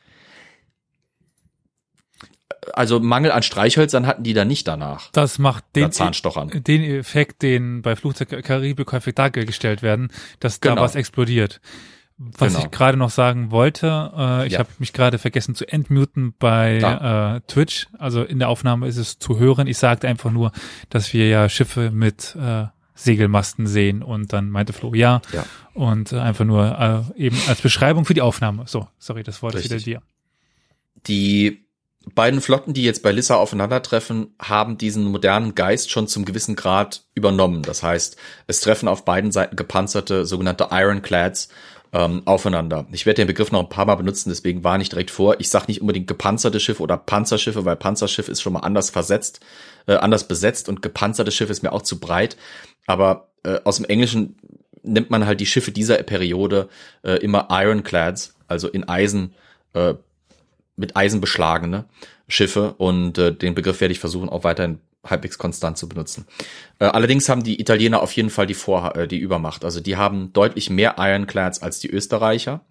Also Mangel an Streichhölzern hatten die da nicht danach. Das macht den Effekt, den bei Fluch der Karibik häufig dargestellt werden, dass da was explodiert. Was ich gerade noch sagen wollte, ich habe mich gerade vergessen zu entmuten bei Twitch. Also in der Aufnahme ist es zu hören. Ich sagte einfach nur, dass wir ja Schiffe mit Segelmasten sehen und dann meinte Flo ja. Und einfach nur eben als Beschreibung für die Aufnahme. So, sorry, das Wort ist wieder dir. beiden Flotten, die jetzt bei Lissa aufeinandertreffen, haben diesen modernen Geist schon zum gewissen Grad übernommen. Das heißt, es treffen auf beiden Seiten gepanzerte, sogenannte Ironclads aufeinander. Ich werde den Begriff noch ein paar Mal benutzen, deswegen warne ich direkt vor. Ich sage nicht unbedingt gepanzerte Schiffe oder Panzerschiffe, weil Panzerschiff ist schon mal anders besetzt und gepanzerte Schiffe ist mir auch zu breit. Aber aus dem Englischen nennt man halt die Schiffe dieser Periode immer Ironclads, also in Eisen, mit Eisen beschlagene Schiffe, und den Begriff werde ich versuchen auch weiterhin halbwegs konstant zu benutzen. Allerdings haben die Italiener auf jeden Fall die Übermacht. Also die haben deutlich mehr Ironclads als die Österreicher.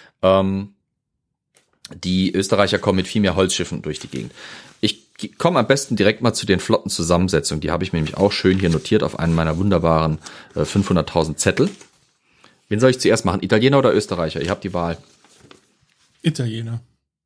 Die Österreicher kommen mit viel mehr Holzschiffen durch die Gegend. Ich komme am besten direkt mal zu den Flottenzusammensetzungen. Die habe ich mir nämlich auch schön hier notiert auf einen meiner wunderbaren 500.000 Zettel. Wen soll ich zuerst machen? Italiener oder Österreicher? Ihr habt die Wahl. Italiener.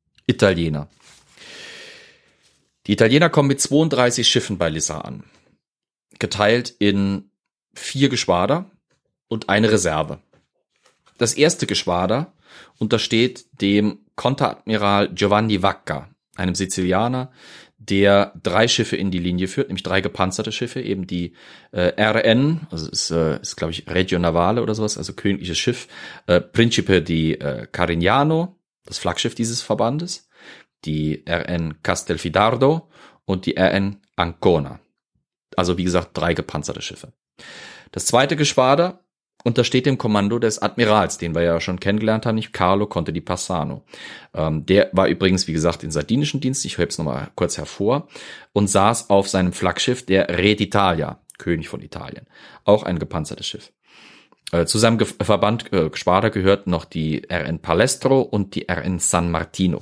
Die Italiener kommen mit 32 Schiffen bei Lissa an. Geteilt in 4 Geschwader und eine Reserve. Das erste Geschwader untersteht dem Konteradmiral Giovanni Vacca, einem Sizilianer, der 3 Schiffe in die Linie führt, nämlich 3 gepanzerte Schiffe, eben die RN, also ist glaube ich Reggio Navale oder sowas, also königliches Schiff, Principe di Carignano, das Flaggschiff dieses Verbandes, die RN Castelfidardo und die RN Ancona. Also wie gesagt 3 gepanzerte Schiffe. Das zweite Geschwader untersteht dem Kommando des Admirals, den wir ja schon kennengelernt haben, nicht Carlo Conte di Passano. Der war übrigens, wie gesagt, in sardinischen Dienst, ich hebe es nochmal kurz hervor, und saß auf seinem Flaggschiff, der Re d'Italia, König von Italien. Auch ein gepanzertes Schiff. Zu seinem Geschwader gehörten noch die RN Palestro und die RN San Martino.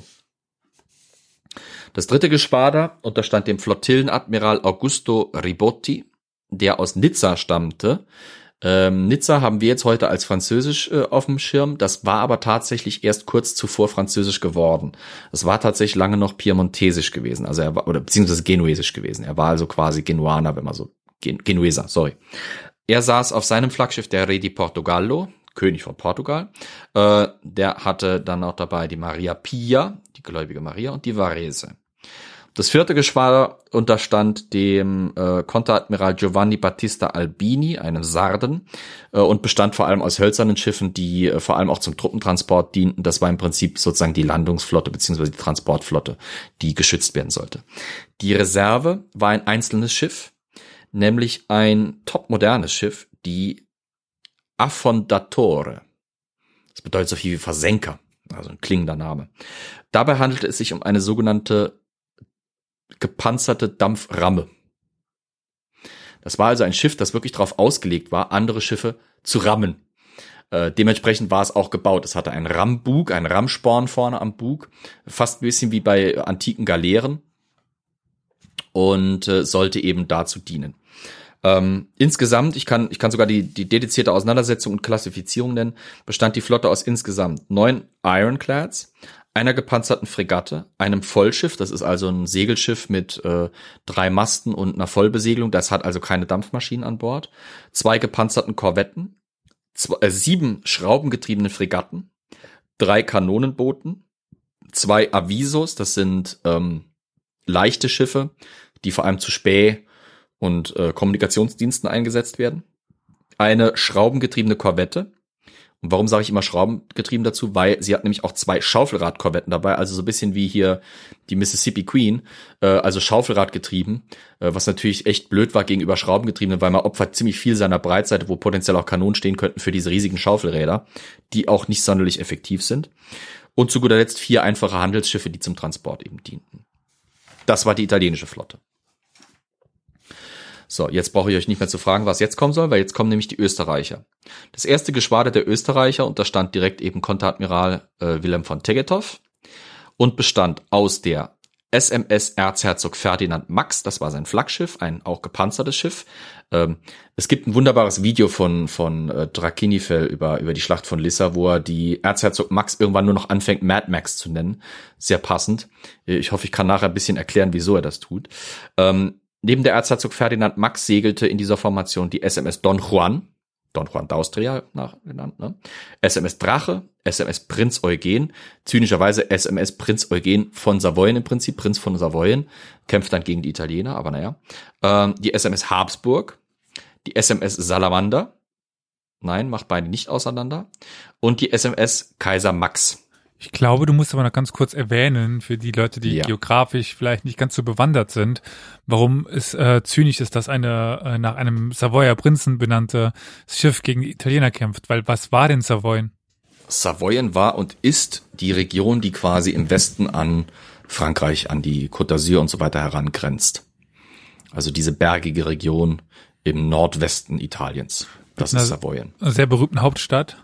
Das dritte Geschwader unterstand dem Flottillenadmiral Augusto Ribotti, der aus Nizza stammte. Nizza haben wir jetzt heute als französisch auf dem Schirm. Das war aber tatsächlich erst kurz zuvor französisch geworden. Das war tatsächlich lange noch piemontesisch gewesen, also beziehungsweise genuesisch gewesen. Er war also quasi Genuaner, wenn man so, Genueser, sorry. Er saß auf seinem Flaggschiff, der Re di Portogallo, König von Portugal. Der hatte dann auch dabei die Maria Pia, die gläubige Maria, und die Varese. Das vierte Geschwader unterstand dem Konteradmiral Giovanni Battista Albini, einem Sarden, und bestand vor allem aus hölzernen Schiffen, die vor allem auch zum Truppentransport dienten. Das war im Prinzip sozusagen die Landungsflotte bzw. die Transportflotte, die geschützt werden sollte. Die Reserve war ein einzelnes Schiff, nämlich ein topmodernes Schiff, die Affondatore. Das bedeutet so viel wie Versenker, also ein klingender Name. Dabei handelte es sich um eine sogenannte gepanzerte Dampframme. Das war also ein Schiff, das wirklich darauf ausgelegt war, andere Schiffe zu rammen. Dementsprechend war es auch gebaut. Es hatte einen Rammbug, einen Rammsporn vorne am Bug, fast ein bisschen wie bei antiken Galeeren, und sollte eben dazu dienen. Insgesamt, ich kann sogar die dedizierte Auseinandersetzung und Klassifizierung nennen, bestand die Flotte aus insgesamt 9 Ironclads, einer gepanzerten Fregatte, einem Vollschiff, das ist also ein Segelschiff mit 3 Masten und einer Vollbesegelung, das hat also keine Dampfmaschinen an Bord, 2 gepanzerten Korvetten, 7 schraubengetriebene Fregatten, 3 Kanonenbooten, 2 Avisos, das sind leichte Schiffe, die vor allem zu Späh- und Kommunikationsdiensten eingesetzt werden, eine schraubengetriebene Korvette. Und warum sage ich immer schraubengetrieben dazu? Weil sie hat nämlich auch 2 Schaufelradkorvetten dabei, also so ein bisschen wie hier die Mississippi Queen, also Schaufelradgetrieben, was natürlich echt blöd war gegenüber Schraubengetriebenen, weil man opfert ziemlich viel seiner Breitseite, wo potenziell auch Kanonen stehen könnten für diese riesigen Schaufelräder, die auch nicht sonderlich effektiv sind. Und zu guter Letzt 4 einfache Handelsschiffe, die zum Transport eben dienten. Das war die italienische Flotte. So, jetzt brauche ich euch nicht mehr zu fragen, was jetzt kommen soll, weil jetzt kommen nämlich die Österreicher. Das erste Geschwader der Österreicher unterstand direkt eben Konteradmiral Wilhelm von Tegetthoff und bestand aus der SMS Erzherzog Ferdinand Max, das war sein Flaggschiff, ein auch gepanzertes Schiff. Es gibt ein wunderbares Video von Dracinifel über die Schlacht von Lissa, wo er die Erzherzog Max irgendwann nur noch anfängt, Mad Max zu nennen. Sehr passend. Ich hoffe, ich kann nachher ein bisschen erklären, wieso er das tut. Neben der Erzherzog Ferdinand Max segelte in dieser Formation die SMS Don Juan. Don Juan d'Austria genannt, ne? SMS Drache, SMS Prinz Eugen, zynischerweise SMS Prinz Eugen von Savoyen im Prinzip, Prinz von Savoyen, kämpft dann gegen die Italiener, aber naja. Die SMS Habsburg, die SMS Salamander, nein, macht beide nicht auseinander, und die SMS Kaiser Max. Ich glaube, du musst aber noch ganz kurz erwähnen, für die Leute, die geografisch vielleicht nicht ganz so bewandert sind, warum es zynisch ist, dass eine nach einem Savoyer Prinzen benannte Schiff gegen die Italiener kämpft. Weil was war denn Savoyen? Savoyen war und ist die Region, die quasi im Westen an Frankreich, an die Côte d'Azur und so weiter herangrenzt. Also diese bergige Region im Nordwesten Italiens. Das ist Savoyen. Eine sehr berühmten Hauptstadt.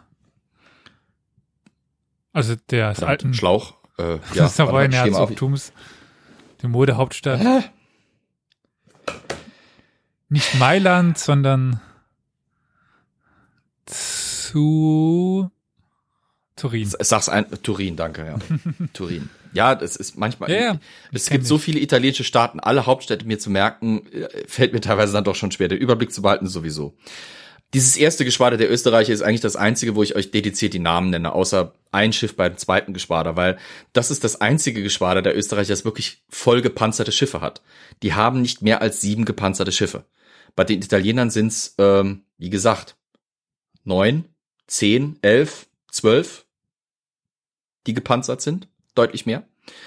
Also des alten Schlauch, des Savoyen Herzogtums, die Modehauptstadt. Nicht Mailand, sondern Turin. Turin, danke, ja. Turin. Ja, das ist manchmal, es gibt so viele italienische Staaten, alle Hauptstädte mir zu merken, fällt mir teilweise dann doch schon schwer, den Überblick zu behalten sowieso. Dieses erste Geschwader der Österreicher ist eigentlich das einzige, wo ich euch dediziert die Namen nenne, außer ein Schiff beim zweiten Geschwader, weil das ist das einzige Geschwader der Österreicher, das wirklich voll gepanzerte Schiffe hat. Die haben nicht mehr als 7 gepanzerte Schiffe. Bei den Italienern sind's, wie gesagt, 9, 10, 11, 12, die gepanzert sind, deutlich mehr.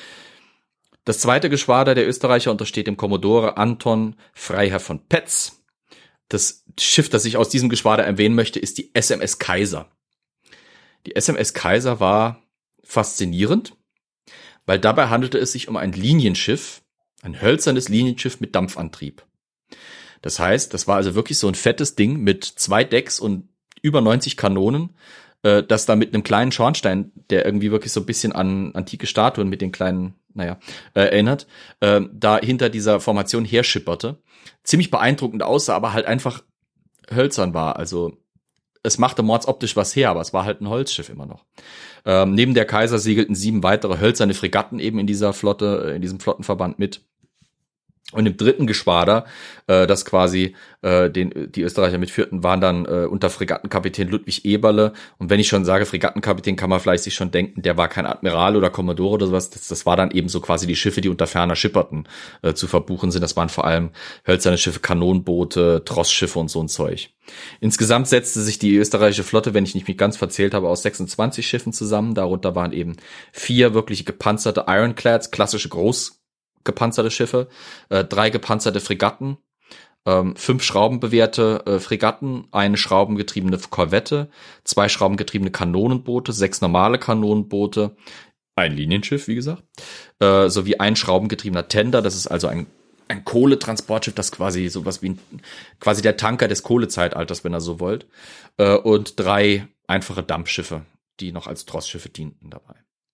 Das zweite Geschwader der Österreicher untersteht dem Kommodore Anton Freiherr von Petz. Das Schiff, das ich aus diesem Geschwader erwähnen möchte, ist die SMS Kaiser. Die SMS Kaiser war faszinierend, weil dabei handelte es sich um ein Linienschiff, ein hölzernes Linienschiff mit Dampfantrieb. Das heißt, das war also wirklich so ein fettes Ding mit 2 Decks und über 90 Kanonen, das da mit einem kleinen Schornstein, der irgendwie wirklich so ein bisschen an antike Statuen mit den kleinen, erinnert, da hinter dieser Formation herschipperte. Ziemlich beeindruckend aussah, aber halt einfach hölzern war. Also es machte mordsoptisch was her, aber es war halt ein Holzschiff immer noch. Neben der Kaiser segelten 7 weitere hölzerne Fregatten eben in dieser Flotte, in diesem Flottenverband mit. Und im dritten Geschwader, das quasi die Österreicher mitführten, waren dann unter Fregattenkapitän Ludwig Eberle. Und wenn ich schon sage Fregattenkapitän, kann man vielleicht sich schon denken, der war kein Admiral oder Kommodore oder sowas. Das war dann eben so quasi die Schiffe, die unter ferner schipperten, zu verbuchen sind. Das waren vor allem hölzerne Schiffe, Kanonenboote, Trossschiffe und so ein Zeug. Insgesamt setzte sich die österreichische Flotte, wenn ich nicht mich ganz verzählt habe, aus 26 Schiffen zusammen. Darunter waren eben 4 wirklich gepanzerte Ironclads, klassische gepanzerte Schiffe, 3 gepanzerte Fregatten, 5 schraubenbewehrte Fregatten, eine schraubengetriebene Korvette, 2 schraubengetriebene Kanonenboote, 6 normale Kanonenboote, ein Linienschiff, wie gesagt, sowie ein schraubengetriebener Tender, das ist also ein Kohletransportschiff, das quasi sowas wie quasi der Tanker des Kohlezeitalters, wenn ihr so wollt, und 3 einfache Dampfschiffe, die noch als Trossschiffe dienten dabei.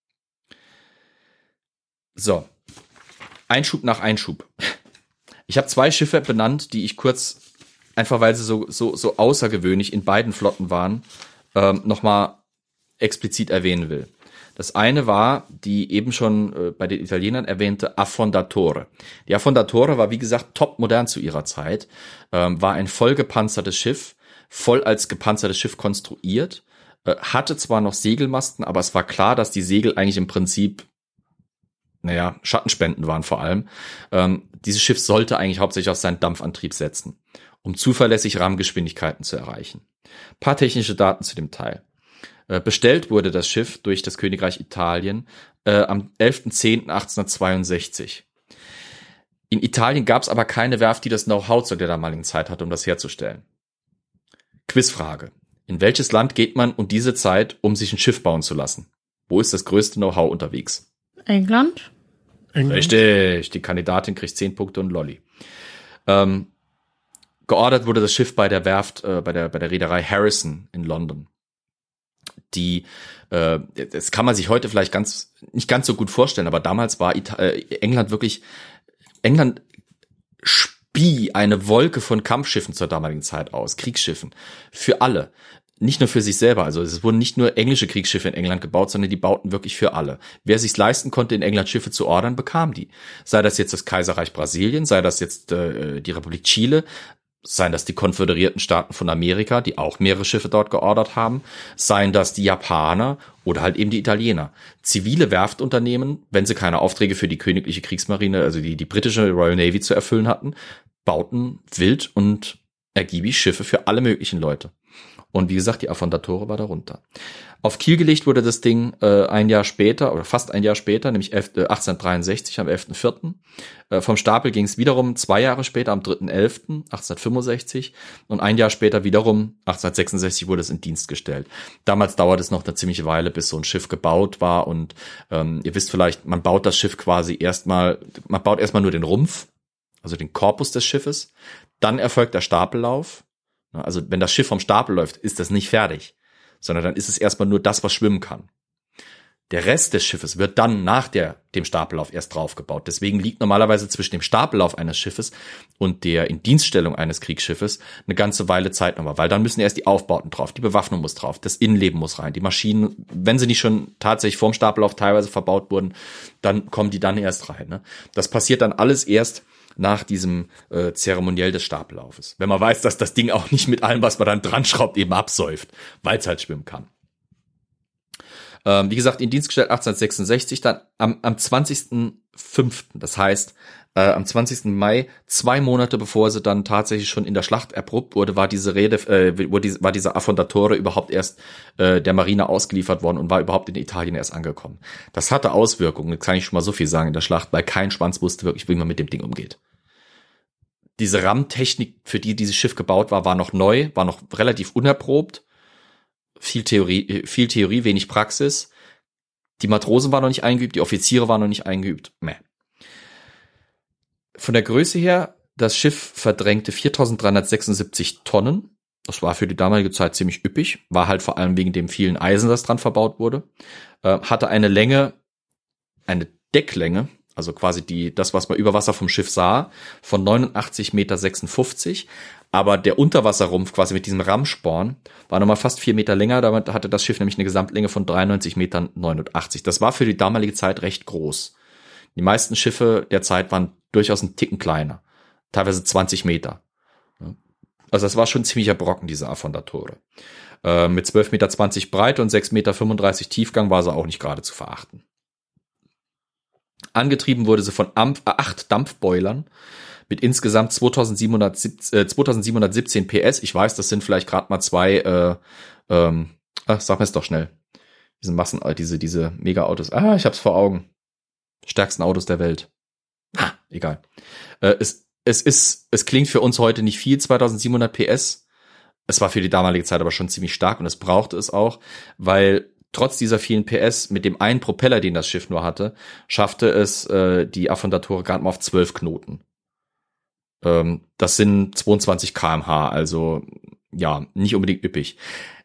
So. Einschub nach Einschub. Ich habe 2 Schiffe benannt, die ich kurz, einfach weil sie so außergewöhnlich in beiden Flotten waren, nochmal explizit erwähnen will. Das eine war die eben schon bei den Italienern erwähnte Affondatore. Die Affondatore war, wie gesagt, topmodern zu ihrer Zeit, war ein voll gepanzertes Schiff, voll als gepanzertes Schiff konstruiert, hatte zwar noch Segelmasten, aber es war klar, dass die Segel eigentlich im Prinzip Schattenspenden waren vor allem. Dieses Schiff sollte eigentlich hauptsächlich auf seinen Dampfantrieb setzen, um zuverlässig Rahmengeschwindigkeiten zu erreichen. Paar technische Daten zu dem Teil. Bestellt wurde das Schiff durch das Königreich Italien am 11.10.1862. In Italien gab es aber keine Werft, die das Know-how zu der damaligen Zeit hatte, um das herzustellen. Quizfrage. In welches Land geht man um diese Zeit, um sich ein Schiff bauen zu lassen? Wo ist das größte Know-how unterwegs? England? Richtig, die Kandidatin kriegt 10 Punkte und Lolli. Geordert wurde das Schiff bei der Werft, bei der Reederei Harrison in London. Das kann man sich heute vielleicht nicht ganz so gut vorstellen, aber damals war England spie eine Wolke von Kampfschiffen zur damaligen Zeit aus, Kriegsschiffen, für alle. Nicht nur für sich selber, also es wurden nicht nur englische Kriegsschiffe in England gebaut, sondern die bauten wirklich für alle. Wer sich's leisten konnte, in England Schiffe zu ordern, bekam die. Sei das jetzt das Kaiserreich Brasilien, sei das jetzt die Republik Chile, Seien das die Konföderierten Staaten von Amerika, die auch mehrere Schiffe dort geordert haben, seien das die Japaner oder halt eben die Italiener. Zivile Werftunternehmen, wenn sie keine Aufträge für die königliche Kriegsmarine, also die britische Royal Navy zu erfüllen hatten, bauten wild und ergiebig Schiffe für alle möglichen Leute. Und wie gesagt, die Affondatore war darunter. Auf Kiel gelegt wurde das Ding ein Jahr später, oder fast ein Jahr später, nämlich 1863, am 11.04. Vom Stapel ging es wiederum 2 Jahre später, am 3.11.1865. Und ein Jahr später wiederum, 1866, wurde es in Dienst gestellt. Damals dauert es noch eine ziemliche Weile, bis so ein Schiff gebaut war. Und ihr wisst vielleicht, man baut das Schiff quasi erstmal nur den Rumpf, also den Korpus des Schiffes. Dann erfolgt der Stapellauf. Also wenn das Schiff vom Stapel läuft, ist das nicht fertig, sondern dann ist es erstmal nur das, was schwimmen kann. Der Rest des Schiffes wird dann nach dem Stapellauf erst draufgebaut. Deswegen liegt normalerweise zwischen dem Stapellauf eines Schiffes und der Indienststellung eines Kriegsschiffes eine ganze Weile Zeit nochmal, weil dann müssen erst die Aufbauten drauf, die Bewaffnung muss drauf, das Innenleben muss rein, die Maschinen, wenn sie nicht schon tatsächlich vorm Stapellauf teilweise verbaut wurden, dann kommen die dann erst rein. Ne? Das passiert dann alles erst nach diesem Zeremoniell des Stapellaufes. Wenn man weiß, dass das Ding auch nicht mit allem, was man dann dran schraubt, eben absäuft, weil es halt schwimmen kann. Wie gesagt, in Dienst gestellt 1866, dann am 20.05., das heißt am 20. Mai, 2 Monate bevor sie dann tatsächlich schon in der Schlacht erprobt wurde, war dieser Affondatore überhaupt erst der Marine ausgeliefert worden und war überhaupt in Italien erst angekommen. Das hatte Auswirkungen, das kann ich schon mal so viel sagen in der Schlacht, weil kein Schwanz wusste wirklich, wie man mit dem Ding umgeht. Diese Rammtechnik, für die dieses Schiff gebaut war, war noch neu, war noch relativ unerprobt. Viel Theorie, wenig Praxis. Die Matrosen waren noch nicht eingeübt, die Offiziere waren noch nicht eingeübt. Meh. Von der Größe her, das Schiff verdrängte 4.376 Tonnen. Das war für die damalige Zeit ziemlich üppig. War halt vor allem wegen dem vielen Eisen, das dran verbaut wurde. Hatte eine eine Decklänge, also quasi das, was man über Wasser vom Schiff sah, von 89,56 Meter. Aber der Unterwasserrumpf quasi mit diesem Rammsporn war nochmal fast 4 Meter länger. Damit hatte das Schiff nämlich eine Gesamtlänge von 93,89 Metern. Das war für die damalige Zeit recht groß. Die meisten Schiffe der Zeit waren durchaus einen Ticken kleiner. Teilweise 20 Meter. Also das war schon ein ziemlicher Brocken, diese Affondatore. Mit 12,20 Meter Breite und 6,35 Meter Tiefgang war sie auch nicht gerade zu verachten. Angetrieben wurde sie von 8 Dampfboilern mit insgesamt 2717 PS. Ich weiß, das sind vielleicht gerade mal 2, sag mir es doch schnell. Diese Mega-Autos. Ich hab's vor Augen. Stärksten Autos der Welt. Egal. Es klingt für uns heute nicht viel, 2700 PS. Es war für die damalige Zeit aber schon ziemlich stark und es brauchte es auch, weil trotz dieser vielen PS mit dem einen Propeller, den das Schiff nur hatte, schaffte es die Affondatore gerade mal auf 12 Knoten. Das sind 22 km/h, also ja, nicht unbedingt üppig.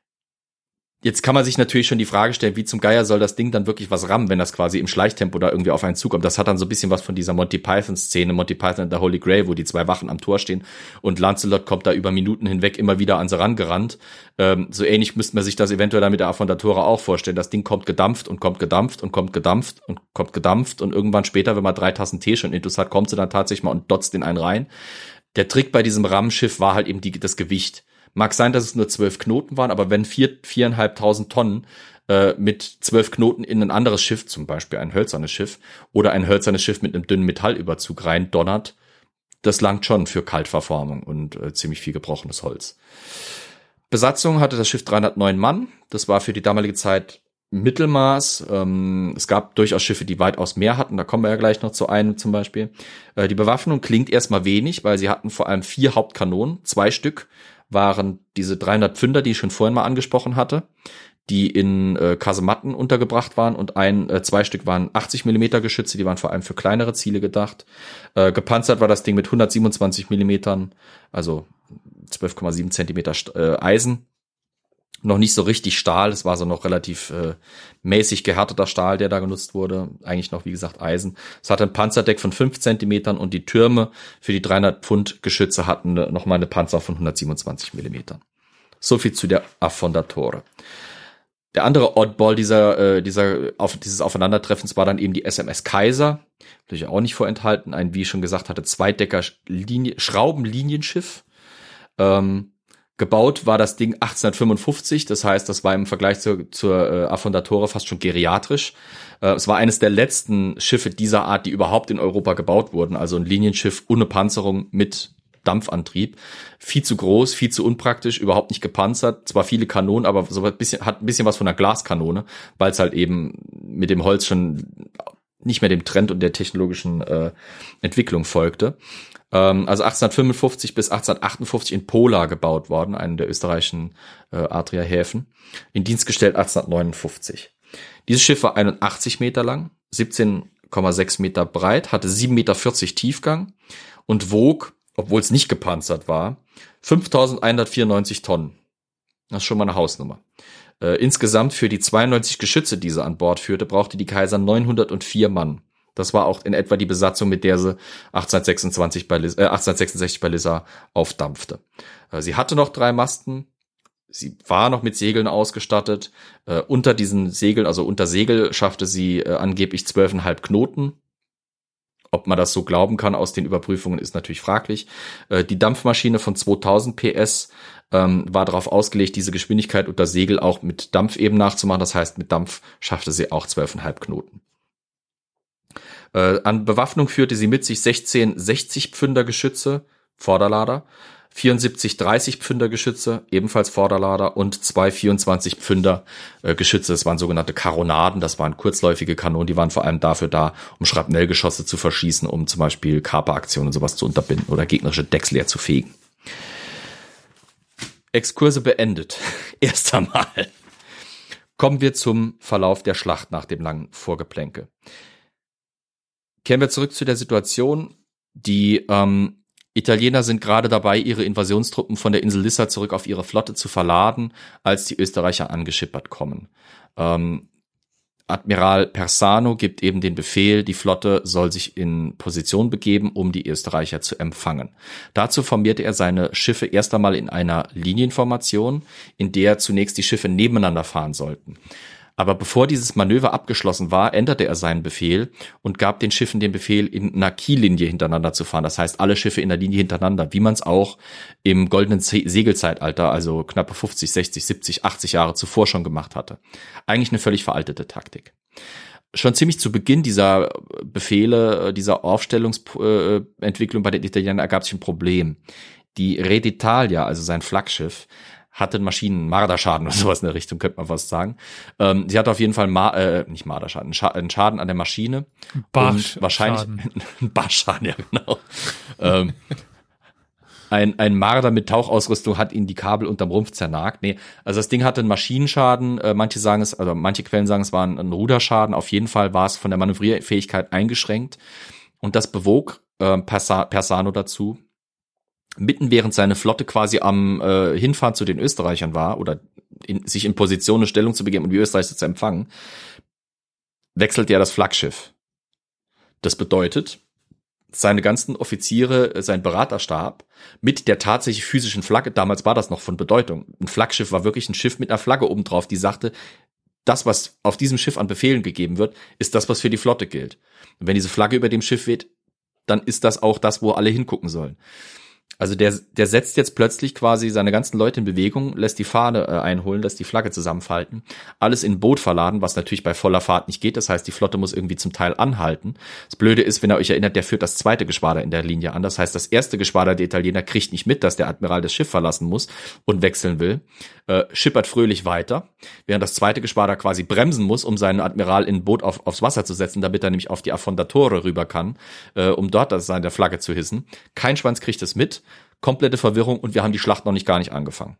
Jetzt kann man sich natürlich schon die Frage stellen, wie zum Geier soll das Ding dann wirklich was rammen, wenn das quasi im Schleichtempo da irgendwie auf einen zukommt. Das hat dann so ein bisschen was von dieser Monty Python-Szene, Monty Python and the Holy Grail, wo die 2 Wachen am Tor stehen und Lancelot kommt da über Minuten hinweg immer wieder an sie rangerannt. So ähnlich müsste man sich das eventuell dann mit der Affondatore auch vorstellen. Das Ding kommt gedampft und kommt gedampft und kommt gedampft und kommt gedampft und irgendwann später, wenn man 3 Tassen Tee schon intus hat, kommt sie dann tatsächlich mal und dotzt in einen rein. Der Trick bei diesem Rammschiff war halt eben das Gewicht. Mag sein, dass es nur 12 Knoten waren, aber wenn 4.500 Tonnen mit 12 Knoten in ein anderes Schiff, zum Beispiel ein hölzernes Schiff oder ein hölzernes Schiff mit einem dünnen Metallüberzug rein donnert, das langt schon für Kaltverformung und ziemlich viel gebrochenes Holz. Besatzung hatte das Schiff 309 Mann. Das war für die damalige Zeit Mittelmaß. Es gab durchaus Schiffe, die weitaus mehr hatten. Da kommen wir ja gleich noch zu einem zum Beispiel. Die Bewaffnung klingt erstmal wenig, weil sie hatten vor allem 4 Hauptkanonen, 2 Stück waren diese 305er, die ich schon vorhin mal angesprochen hatte, die in Kasematten untergebracht waren und 2 Stück waren 80 mm Geschütze, die waren vor allem für kleinere Ziele gedacht. Gepanzert war das Ding mit 127 mm, also 12,7 Zentimeter Eisen. Noch nicht so richtig Stahl, es war so noch relativ mäßig gehärteter Stahl, der da genutzt wurde. Eigentlich noch, wie gesagt, Eisen. Es hatte ein Panzerdeck von 5 Zentimetern und die Türme für die 300 Pfund Geschütze hatten nochmal eine Panzer von 127 Millimetern. So viel zu der Affondatore. Der andere Oddball dieses Aufeinandertreffens war dann eben die SMS Kaiser. Natürlich auch nicht vorenthalten. Ein, wie ich schon gesagt hatte, 2-Decker Schraubenlinienschiff. Gebaut war das Ding 1855, das heißt, das war im Vergleich zur Affondatore fast schon geriatrisch. Es war eines der letzten Schiffe dieser Art, die überhaupt in Europa gebaut wurden, also ein Linienschiff ohne Panzerung mit Dampfantrieb. Viel zu groß, viel zu unpraktisch, überhaupt nicht gepanzert, zwar viele Kanonen, aber so hat ein bisschen was von einer Glaskanone, weil es halt eben mit dem Holz schon nicht mehr dem Trend und der technologischen Entwicklung folgte. Also 1855 bis 1858 in Pola gebaut worden, einen der österreichischen Adria-Häfen, in Dienst gestellt 1859. Dieses Schiff war 81 Meter lang, 17,6 Meter breit, hatte 7,40 Meter Tiefgang und wog, obwohl es nicht gepanzert war, 5.194 Tonnen. Das ist schon mal eine Hausnummer. Insgesamt für die 92 Geschütze, die sie an Bord führte, brauchte die Kaiser 904 Mann. Das war auch in etwa die Besatzung, mit der sie 1866 bei Lissa aufdampfte. Sie hatte noch 3 Masten. Sie war noch mit Segeln ausgestattet. Unter diesen Segeln, also unter Segel, schaffte sie angeblich 12,5 Knoten. Ob man das so glauben kann aus den Überprüfungen, ist natürlich fraglich. Die Dampfmaschine von 2000 PS war darauf ausgelegt, diese Geschwindigkeit unter Segel auch mit Dampf eben nachzumachen. Das heißt, mit Dampf schaffte sie auch 12,5 Knoten. An Bewaffnung führte sie mit sich 16 60-Pfünder Geschütze, Vorderlader, 74 30-Pfünder Geschütze, ebenfalls Vorderlader und 2 24-Pfünder Geschütze. Das waren sogenannte Karonaden, das waren kurzläufige Kanonen, die waren vor allem dafür da, um Schrapnellgeschosse zu verschießen, um zum Beispiel Kaperaktionen und sowas zu unterbinden oder gegnerische Decks leer zu fegen. Exkurse beendet. Erst einmal. Kommen wir zum Verlauf der Schlacht nach dem langen Vorgeplänkel. Kehren wir zurück zu der Situation. Die Italiener sind gerade dabei, ihre Invasionstruppen von der Insel Lissa zurück auf ihre Flotte zu verladen, als die Österreicher angeschippert kommen. Admiral Persano gibt eben den Befehl, die Flotte soll sich in Position begeben, um die Österreicher zu empfangen. Dazu formierte er seine Schiffe erst einmal in einer Linienformation, in der zunächst die Schiffe nebeneinander fahren sollten. Aber bevor dieses Manöver abgeschlossen war, änderte er seinen Befehl und gab den Schiffen den Befehl, in einer Kiellinie hintereinander zu fahren. Das heißt, alle Schiffe in der Linie hintereinander, wie man es auch im goldenen Segelzeitalter, also knappe 50, 60, 70, 80 Jahre zuvor schon gemacht hatte. Eigentlich eine völlig veraltete Taktik. Schon ziemlich zu Beginn dieser Befehle, dieser Aufstellungsentwicklung bei den Italienern ergab sich ein Problem. Die Re d'Italia, also sein Flaggschiff, hatte einen Maschinen-Marderschaden oder sowas in der Richtung, könnte man fast sagen. Sie hatte auf jeden Fall nicht Marderschaden, einen Schaden an der Maschine. Wahrscheinlich ein Barschschaden, ja genau. Ein Marder mit Tauchausrüstung hat ihnen die Kabel unterm Rumpf zernagt. Nee, also das Ding hatte einen Maschinenschaden. Manche Quellen sagen, es war ein Ruderschaden. Auf jeden Fall war es von der Manövrierfähigkeit eingeschränkt. Und das bewog Persano dazu, mitten während seine Flotte quasi am Hinfahren zu den Österreichern war oder sich in Position eine Stellung zu begeben, um die Österreicher zu empfangen, wechselt er das Flaggschiff. Das bedeutet, seine ganzen Offiziere, sein Beraterstab mit der tatsächlich physischen Flagge, damals war das noch von Bedeutung. Ein Flaggschiff war wirklich ein Schiff mit einer Flagge obendrauf, die sagte, das, was auf diesem Schiff an Befehlen gegeben wird, ist das, was für die Flotte gilt. Und wenn diese Flagge über dem Schiff weht, dann ist das auch das, wo alle hingucken sollen. Also der setzt jetzt plötzlich quasi seine ganzen Leute in Bewegung, lässt die Fahne einholen, lässt die Flagge zusammenfalten, alles in ein Boot verladen, was natürlich bei voller Fahrt nicht geht. Das heißt, die Flotte muss irgendwie zum Teil anhalten. Das Blöde ist, wenn ihr euch erinnert, der führt das zweite Geschwader in der Linie an. Das heißt, das erste Geschwader der Italiener kriegt nicht mit, dass der Admiral das Schiff verlassen muss und wechseln will, schippert fröhlich weiter, während das zweite Geschwader quasi bremsen muss, um seinen Admiral in ein Boot aufs Wasser zu setzen, damit er nämlich auf die Affondatore rüber kann, um dort seine Flagge zu hissen. Kein Schwanz kriegt es mit. Komplette Verwirrung und wir haben die Schlacht noch gar nicht angefangen.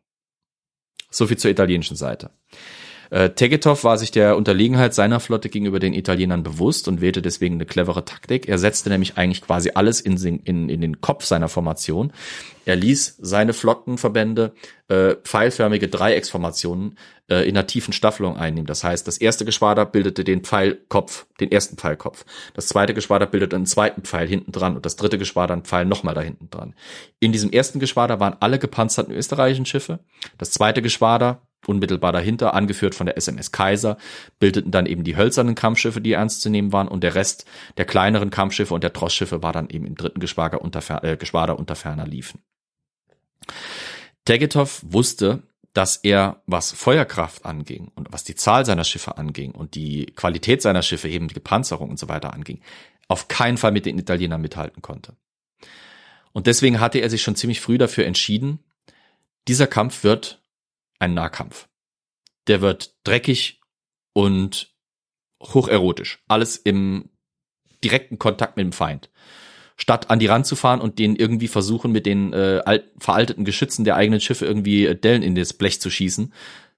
So viel zur italienischen Seite. Tegetthoff war sich der Unterlegenheit seiner Flotte gegenüber den Italienern bewusst und wählte deswegen eine clevere Taktik. Er setzte nämlich eigentlich quasi alles in den Kopf seiner Formation. Er ließ seine Flottenverbände pfeilförmige Dreiecksformationen in einer tiefen Staffelung einnehmen. Das heißt, das erste Geschwader bildete den ersten Pfeilkopf. Das zweite Geschwader bildete einen zweiten Pfeil hinten dran und das dritte Geschwader einen Pfeil nochmal da hinten dran. In diesem ersten Geschwader waren alle gepanzerten österreichischen Schiffe. Das zweite Geschwader, unmittelbar dahinter, angeführt von der SMS Kaiser, bildeten dann eben die hölzernen Kampfschiffe, die ernst zu nehmen waren, und der Rest der kleineren Kampfschiffe und der Trossschiffe war dann eben im dritten Geschwader unter ferner liefen. Tegetthoff wusste, dass er, was Feuerkraft anging und was die Zahl seiner Schiffe anging und die Qualität seiner Schiffe, eben die Panzerung und so weiter anging, auf keinen Fall mit den Italienern mithalten konnte. Und deswegen hatte er sich schon ziemlich früh dafür entschieden, dieser Kampf wird ein Nahkampf. Der wird dreckig und hocherotisch. Alles im direkten Kontakt mit dem Feind. Statt an die Rand zu fahren und den irgendwie versuchen, mit den veralteten Geschützen der eigenen Schiffe irgendwie Dellen in das Blech zu schießen.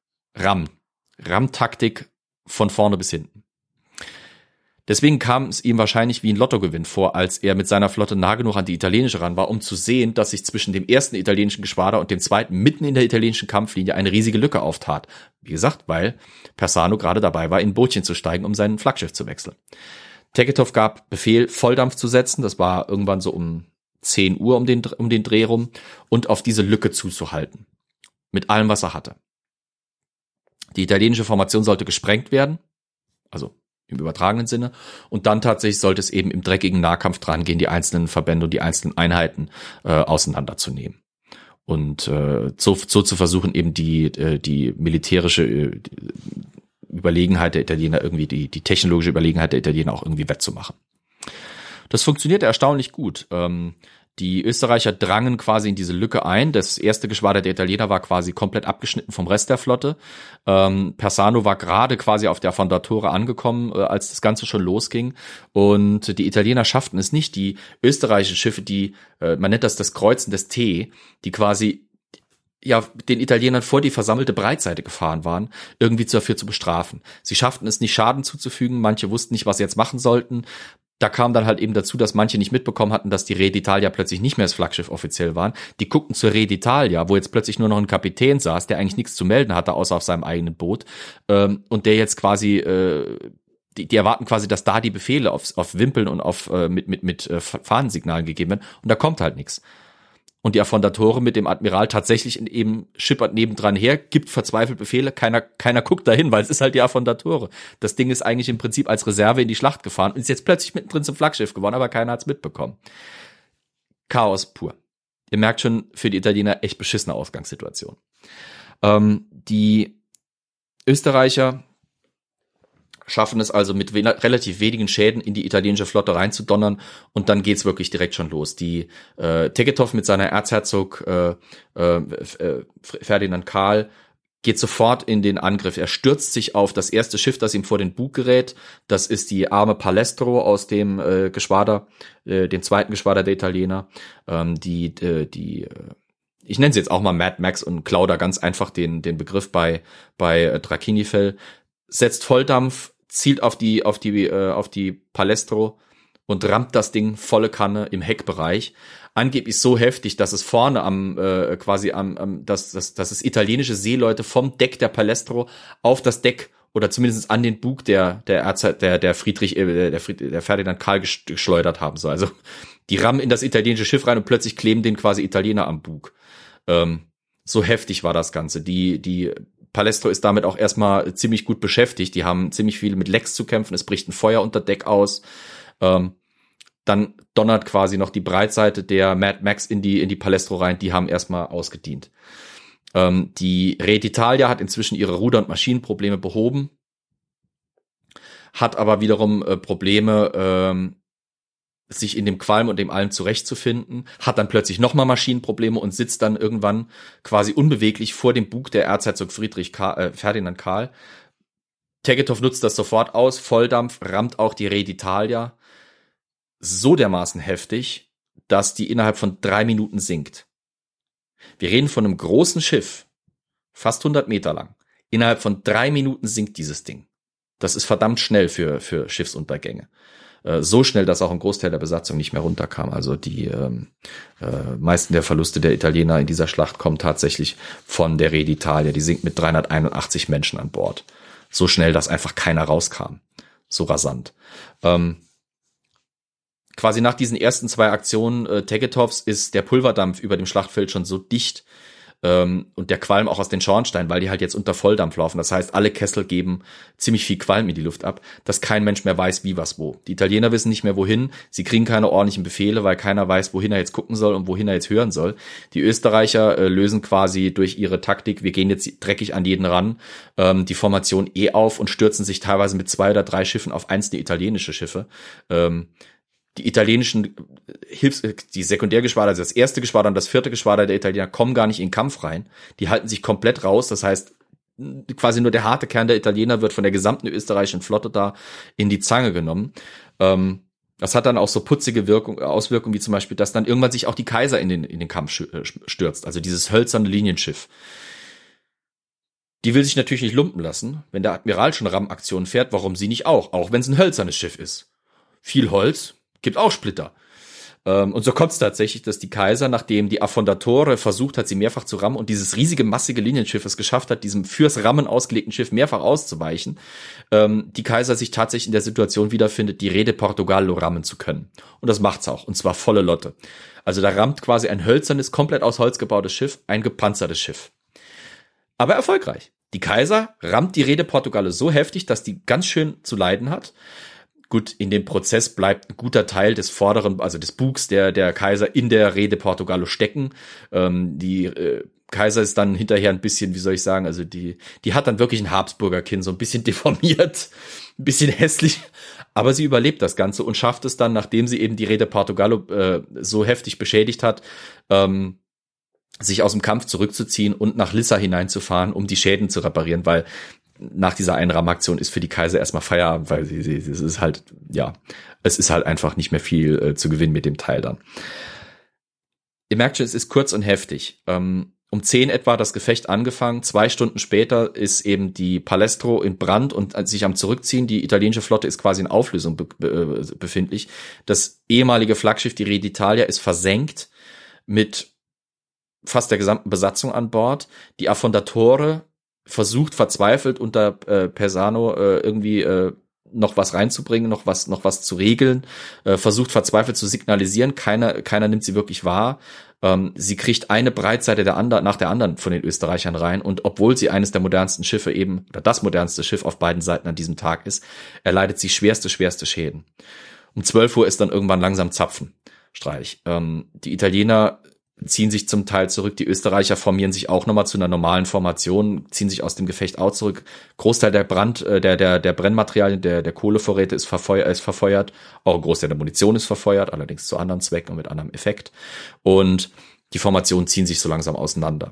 Rammtaktik von vorne bis hinten. Deswegen kam es ihm wahrscheinlich wie ein Lottogewinn vor, als er mit seiner Flotte nah genug an die italienische ran war, um zu sehen, dass sich zwischen dem ersten italienischen Geschwader und dem zweiten mitten in der italienischen Kampflinie eine riesige Lücke auftat. Wie gesagt, weil Persano gerade dabei war, in ein Bootchen zu steigen, um sein Flaggschiff zu wechseln. Tegetthoff gab Befehl, Volldampf zu setzen. Das war irgendwann so um 10 Uhr um den Dreh rum und auf diese Lücke zuzuhalten. Mit allem, was er hatte. Die italienische Formation sollte gesprengt werden. Also im übertragenen Sinne. Und dann tatsächlich sollte es eben im dreckigen Nahkampf dran gehen, die einzelnen Verbände und die einzelnen auseinanderzunehmen. Und so zu versuchen, eben die militärische Überlegenheit der Italiener irgendwie, die technologische Überlegenheit der Italiener auch irgendwie wettzumachen. Das funktionierte erstaunlich gut. Die Österreicher drangen quasi in diese Lücke ein. Das erste Geschwader der Italiener war quasi komplett abgeschnitten vom Rest der Flotte. Persano war gerade quasi auf der Fondatore angekommen, als das Ganze schon losging. Und die Italiener schafften es nicht, die österreichischen Schiffe, die, man nennt das Kreuzen des T, die quasi den Italienern vor die versammelte Breitseite gefahren waren, irgendwie dafür zu bestrafen. Sie schafften es nicht, Schaden zuzufügen. Manche wussten nicht, was sie jetzt machen sollten. Da kam dann halt eben dazu, dass manche nicht mitbekommen hatten, dass die Re d'Italia plötzlich nicht mehr das Flaggschiff offiziell waren. Die guckten zur Re d'Italia, wo jetzt plötzlich nur noch ein Kapitän saß, der eigentlich nichts zu melden hatte, außer auf seinem eigenen Boot. Und der jetzt quasi, die erwarten quasi, dass da die Befehle auf Wimpeln und auf mit Fahnensignalen gegeben werden. Und da kommt halt nichts. Und die Affondatore mit dem Admiral tatsächlich eben schippert nebendran her, gibt verzweifelt Befehle, keiner guckt dahin, weil es ist halt die Affondatore. Das Ding ist eigentlich im Prinzip als Reserve in die Schlacht gefahren und ist jetzt plötzlich mittendrin zum Flaggschiff geworden, aber keiner hat's mitbekommen. Chaos pur. Ihr merkt schon, für die Italiener echt beschissene Ausgangssituation. Die Österreicher schaffen es also mit relativ wenigen Schäden in die italienische Flotte reinzudonnern und dann geht's wirklich direkt schon los. Die Tegetthoff mit seiner Erzherzog Ferdinand Karl geht sofort in den Angriff. Er stürzt sich auf das erste Schiff, das ihm vor den Bug gerät. Das ist die arme Palestro aus dem Geschwader, dem zweiten Geschwader der Italiener. Ich nenne sie jetzt auch mal Mad Max und klaue da ganz einfach den Begriff bei Drachinifel. Setzt Volldampf, zielt auf die Palestro und rammt das Ding volle Kanne im Heckbereich. Angeblich so heftig, dass es vorne dass es italienische Seeleute vom Deck der Palestro auf das Deck oder zumindest an den Bug der Ferdinand Karl geschleudert haben soll. Also die rammen in das italienische Schiff rein und plötzlich kleben den quasi Italiener am Bug. So heftig war das Ganze. Die Palestro ist damit auch erstmal ziemlich gut beschäftigt. Die haben ziemlich viel mit Lecks zu kämpfen. Es bricht ein Feuer unter Deck aus. Dann donnert quasi noch die Breitseite der Mad Max in die Palestro rein. Die haben erstmal ausgedient. Die Re d'Italia hat inzwischen ihre Ruder- und Maschinenprobleme behoben. Hat aber wiederum Probleme, sich in dem Qualm und dem allem zurechtzufinden, hat dann plötzlich nochmal Maschinenprobleme und sitzt dann irgendwann quasi unbeweglich vor dem Bug der Erzherzog Ferdinand Karl. Tegetthoff nutzt das sofort aus, Volldampf, rammt auch die Re d'Italia so dermaßen heftig, dass die innerhalb von 3 Minuten sinkt. Wir reden von einem großen Schiff, fast 100 Meter lang. Innerhalb von 3 Minuten sinkt dieses Ding. Das ist verdammt schnell für Schiffsuntergänge. So schnell, dass auch ein Großteil der Besatzung nicht mehr runterkam. Also die meisten der Verluste der Italiener in dieser Schlacht kommen tatsächlich von der Re d'Italia. Die sinkt mit 381 Menschen an Bord. So schnell, dass einfach keiner rauskam. So rasant. Quasi nach diesen ersten 2 Aktionen Tegetthoffs ist der Pulverdampf über dem Schlachtfeld schon so dicht, und der Qualm auch aus den Schornsteinen, weil die halt jetzt unter Volldampf laufen. Das heißt, alle Kessel geben ziemlich viel Qualm in die Luft ab, dass kein Mensch mehr weiß, wie, was, wo. Die Italiener wissen nicht mehr, wohin. Sie kriegen keine ordentlichen Befehle, weil keiner weiß, wohin er jetzt gucken soll und wohin er jetzt hören soll. Die Österreicher lösen quasi durch ihre Taktik, wir gehen jetzt dreckig an jeden ran, die Formation auf und stürzen sich teilweise mit 2 oder 3 Schiffen auf einzelne italienische Schiffe. Die italienischen die Sekundärgeschwader, also das erste Geschwader und das 4. Geschwader der Italiener kommen gar nicht in den Kampf rein. Die halten sich komplett raus. Das heißt, quasi nur der harte Kern der Italiener wird von der gesamten österreichischen Flotte da in die Zange genommen. Das hat dann auch so putzige Auswirkungen, wie zum Beispiel, dass dann irgendwann sich auch die Kaiser in den Kampf stürzt. Also dieses hölzerne Linienschiff. Die will sich natürlich nicht lumpen lassen. Wenn der Admiral schon Rammaktionen fährt, warum sie nicht auch wenn es ein hölzernes Schiff ist. Viel Holz gibt auch Splitter. Und so kommt es tatsächlich, dass die Kaiser, nachdem die Affondatore versucht hat, sie mehrfach zu rammen und dieses riesige, massige Linienschiff es geschafft hat, diesem fürs Rammen ausgelegten Schiff mehrfach auszuweichen, die Kaiser sich tatsächlich in der Situation wiederfindet, die Rede Portogallo rammen zu können. Und das macht's auch, und zwar volle Lotte. Also da rammt quasi ein hölzernes, komplett aus Holz gebautes Schiff, ein gepanzertes Schiff. Aber erfolgreich. Die Kaiser rammt die Rede Portogallo so heftig, dass die ganz schön zu leiden hat. Gut, in dem Prozess bleibt ein guter Teil des vorderen, also des Bugs der Kaiser in der Rede Portogallo stecken. Die Kaiser ist dann hinterher ein bisschen, wie soll ich sagen, also die hat dann wirklich ein Habsburger Kinn, so ein bisschen deformiert, ein bisschen hässlich, aber sie überlebt das Ganze und schafft es dann, nachdem sie eben die Rede Portogallo so heftig beschädigt hat, sich aus dem Kampf zurückzuziehen und nach Lissa hineinzufahren, um die Schäden zu reparieren, weil nach dieser Einrahmaktion ist für die Kaiser erstmal Feierabend, weil es ist halt, ja, es ist halt einfach nicht mehr viel zu gewinnen mit dem Teil dann. Ihr merkt schon, es ist kurz und heftig. Um 10 etwa das Gefecht angefangen, 2 Stunden später ist eben die Palestro in Brand und sich am Zurückziehen. Die italienische Flotte ist quasi in Auflösung befindlich. Das ehemalige Flaggschiff, die Re d'Italia, ist versenkt mit fast der gesamten Besatzung an Bord. Die Affondatore versucht verzweifelt unter Persano irgendwie noch was reinzubringen, noch was zu regeln, versucht verzweifelt zu signalisieren, keiner nimmt sie wirklich wahr. Sie kriegt eine Breitseite nach der anderen von den Österreichern rein, und obwohl sie eines der modernsten Schiffe eben, oder das modernste Schiff auf beiden Seiten an diesem Tag ist, erleidet sie schwerste Schäden. Um 12 Uhr ist dann irgendwann langsam Zapfenstreich. Die Italiener ziehen sich zum Teil zurück, die Österreicher formieren sich auch nochmal zu einer normalen Formation, ziehen sich aus dem Gefecht auch zurück. Großteil der Brennmaterialien, der Kohlevorräte ist verfeuert, auch ein Großteil der Munition ist verfeuert, allerdings zu anderen Zwecken und mit anderem Effekt. Und die Formationen ziehen sich so langsam auseinander.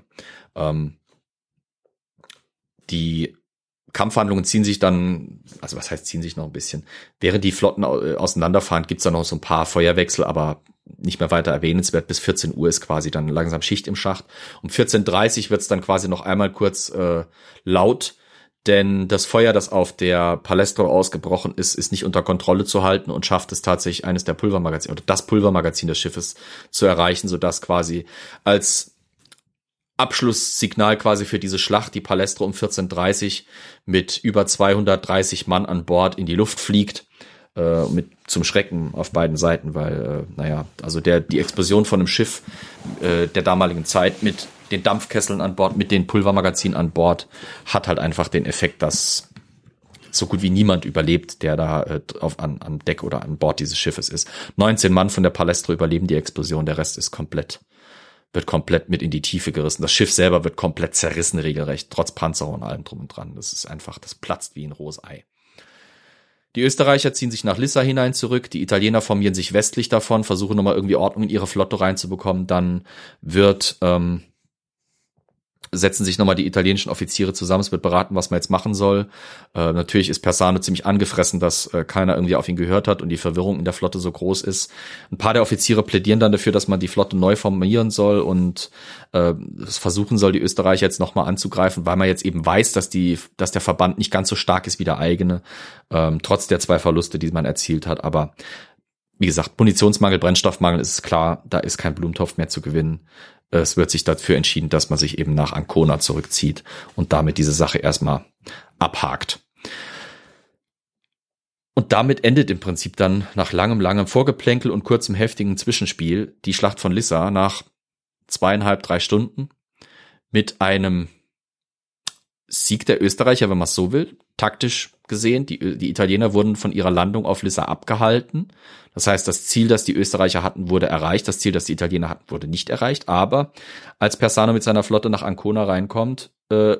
Die Kampfhandlungen ziehen sich dann, also was heißt ziehen sich noch ein bisschen? Während die Flotten auseinanderfahren, gibt's da noch so ein paar Feuerwechsel, aber nicht mehr weiter erwähnenswert. Bis 14 Uhr ist quasi dann langsam Schicht im Schacht. Um 14:30 wird's dann quasi noch einmal kurz laut, denn das Feuer, das auf der Palestro ausgebrochen ist, ist nicht unter Kontrolle zu halten und schafft es tatsächlich, eines der Pulvermagazine oder das Pulvermagazin des Schiffes zu erreichen, sodass quasi als Abschlusssignal quasi für diese Schlacht die Palestro um 14:30 mit über 230 Mann an Bord in die Luft fliegt, zum Schrecken auf beiden Seiten, weil, also die Explosion von einem Schiff der damaligen Zeit mit den Dampfkesseln an Bord, mit den Pulvermagazinen an Bord, hat halt einfach den Effekt, dass so gut wie niemand überlebt, der da an Deck oder an Bord dieses Schiffes ist. 19 Mann von der Palestro überleben die Explosion, der Rest wird komplett mit in die Tiefe gerissen. Das Schiff selber wird komplett zerrissen, regelrecht, trotz Panzer und allem drum und dran. Das platzt wie ein rohes Ei. Die Österreicher ziehen sich nach Lissa hinein zurück, die Italiener formieren sich westlich davon, versuchen nochmal irgendwie Ordnung in ihre Flotte reinzubekommen, dann setzen sich nochmal die italienischen Offiziere zusammen, es wird beraten, was man jetzt machen soll. Natürlich ist Persano ziemlich angefressen, dass keiner irgendwie auf ihn gehört hat und die Verwirrung in der Flotte so groß ist. Ein paar der Offiziere plädieren dann dafür, dass man die Flotte neu formieren soll und es versuchen soll, die Österreicher jetzt nochmal anzugreifen, weil man jetzt eben weiß, dass der Verband nicht ganz so stark ist wie der eigene, trotz der 2 Verluste, die man erzielt hat. Aber wie gesagt, Munitionsmangel, Brennstoffmangel, ist klar, da ist kein Blumentopf mehr zu gewinnen. Es wird sich dafür entschieden, dass man sich eben nach Ancona zurückzieht und damit diese Sache erstmal abhakt. Und damit endet im Prinzip dann nach langem Vorgeplänkel und kurzem heftigen Zwischenspiel die Schlacht von Lissa nach 2,5, 3 Stunden. mit einem Sieg der Österreicher, wenn man es so will, taktisch gesehen. Die Italiener wurden von ihrer Landung auf Lissa abgehalten. Das heißt, das Ziel, das die Österreicher hatten, wurde erreicht. Das Ziel, das die Italiener hatten, wurde nicht erreicht. Aber als Persano mit seiner Flotte nach Ancona reinkommt,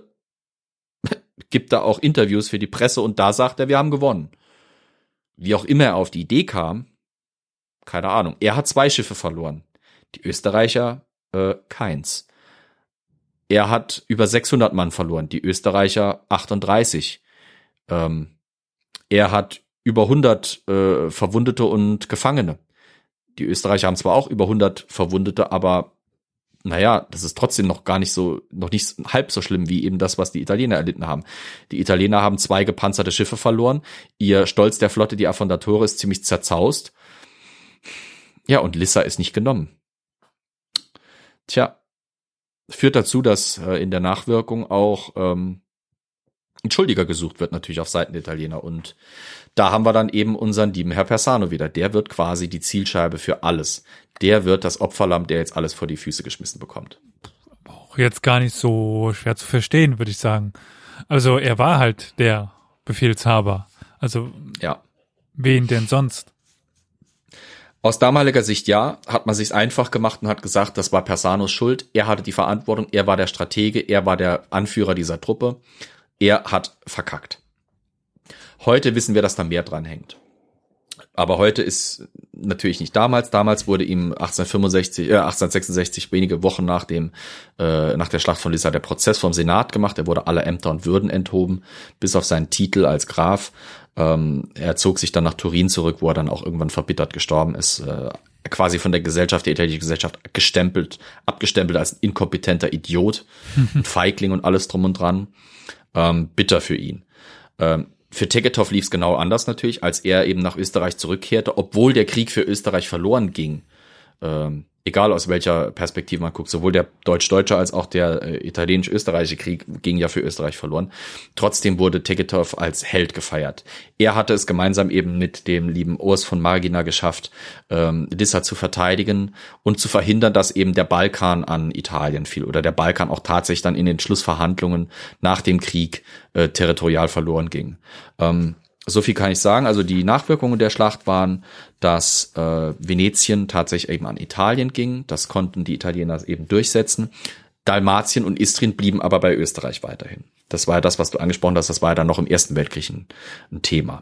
gibt er auch Interviews für die Presse und da sagt er, wir haben gewonnen. Wie auch immer er auf die Idee kam, keine Ahnung. Er hat 2 Schiffe verloren. Die Österreicher keins. Er hat über 600 Mann verloren, die Österreicher 38. Er hat über 100 Verwundete und Gefangene. Die Österreicher haben zwar auch über 100 Verwundete, aber naja, das ist trotzdem noch nicht halb so schlimm wie eben das, was die Italiener erlitten haben. Die Italiener haben 2 gepanzerte Schiffe verloren. Ihr Stolz der Flotte, die Affondatore, ist ziemlich zerzaust. Ja, und Lissa ist nicht genommen. Tja, führt dazu, dass in der Nachwirkung auch ein Schuldiger gesucht wird, natürlich auf Seiten der Italiener. Und da haben wir dann eben unseren lieben Herr Persano wieder. Der wird quasi die Zielscheibe für alles. Der wird das Opferlamm, der jetzt alles vor die Füße geschmissen bekommt. Auch jetzt gar nicht so schwer zu verstehen, würde ich sagen. Also er war halt der Befehlshaber. Also ja. Wen denn sonst? Aus damaliger Sicht ja, hat man sich's einfach gemacht und hat gesagt, das war Persanos Schuld. Er hatte die Verantwortung, er war der Stratege, er war der Anführer dieser Truppe. Er hat verkackt. Heute wissen wir, dass da mehr dran hängt. Aber heute ist natürlich nicht damals. Damals wurde ihm 1866, wenige Wochen nach der Schlacht von Lissa, der Prozess vom Senat gemacht. Er wurde aller Ämter und Würden enthoben, bis auf seinen Titel als Graf. Er zog sich dann nach Turin zurück, wo er dann auch irgendwann verbittert gestorben ist. Quasi von der italienischen Gesellschaft abgestempelt als inkompetenter Idiot, Feigling und alles drum und dran. Bitter für ihn. Für Tegetthoff lief es genau anders natürlich, als er eben nach Österreich zurückkehrte, obwohl der Krieg für Österreich verloren ging. Egal aus welcher Perspektive man guckt, sowohl der deutsch-deutsche als auch der italienisch-österreichische Krieg ging ja für Österreich verloren. Trotzdem wurde Tegetthoff als Held gefeiert. Er hatte es gemeinsam eben mit dem lieben Urs von Margina geschafft, Lissa zu verteidigen und zu verhindern, dass eben der Balkan an Italien fiel oder der Balkan auch tatsächlich dann in den Schlussverhandlungen nach dem Krieg territorial verloren ging. So viel kann ich sagen. Also die Nachwirkungen der Schlacht waren, dass Venetien tatsächlich eben an Italien ging. Das konnten die Italiener eben durchsetzen. Dalmatien und Istrien blieben aber bei Österreich weiterhin. Das war ja das, was du angesprochen hast. Das war ja dann noch im Ersten Weltkrieg ein Thema.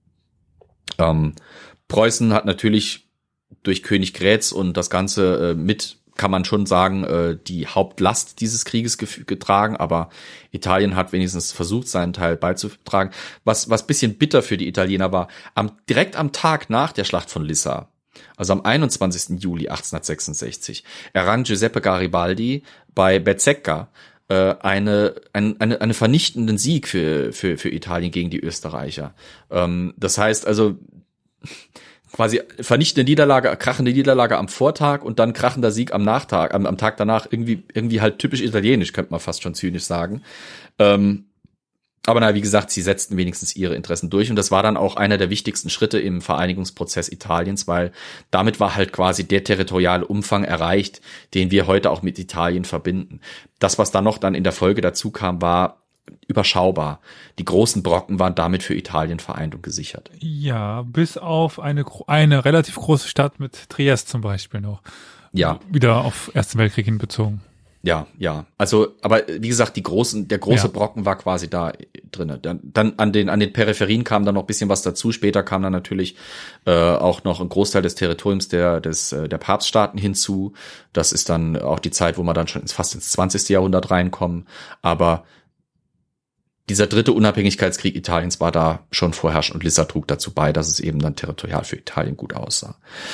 Preußen hat natürlich durch König Grätz und das Ganze kann man schon sagen, die Hauptlast dieses Krieges getragen, aber Italien hat wenigstens versucht, seinen Teil beizutragen. Was bisschen bitter für die Italiener war, direkt am Tag nach der Schlacht von Lissa, also am 21. Juli 1866, errang Giuseppe Garibaldi bei Bezzecca einen vernichtenden Sieg für Italien gegen die Österreicher. Das heißt also, quasi vernichtende Niederlage, krachende Niederlage am Vortag und dann krachender Sieg am Nachtag, am Tag danach, irgendwie halt typisch italienisch, könnte man fast schon zynisch sagen. Aber wie gesagt, sie setzten wenigstens ihre Interessen durch und das war dann auch einer der wichtigsten Schritte im Vereinigungsprozess Italiens, weil damit war halt quasi der territoriale Umfang erreicht, den wir heute auch mit Italien verbinden. Das, was dann in der Folge dazu kam, war überschaubar. Die großen Brocken waren damit für Italien vereint und gesichert. Ja, bis auf eine relativ große Stadt mit Triest zum Beispiel noch. Ja. Wieder auf Ersten Weltkrieg hin bezogen. Ja. Also, aber wie gesagt, der große Brocken war quasi da drinne. Dann an den Peripherien kam dann noch ein bisschen was dazu. Später kam dann natürlich auch noch ein Großteil des Territoriums der Papststaaten hinzu. Das ist dann auch die Zeit, wo wir dann schon fast ins 20. Jahrhundert reinkommen. Aber dieser dritte Unabhängigkeitskrieg Italiens war da schon vorherrschend und Lissa trug dazu bei, dass es eben dann territorial für Italien gut aussah.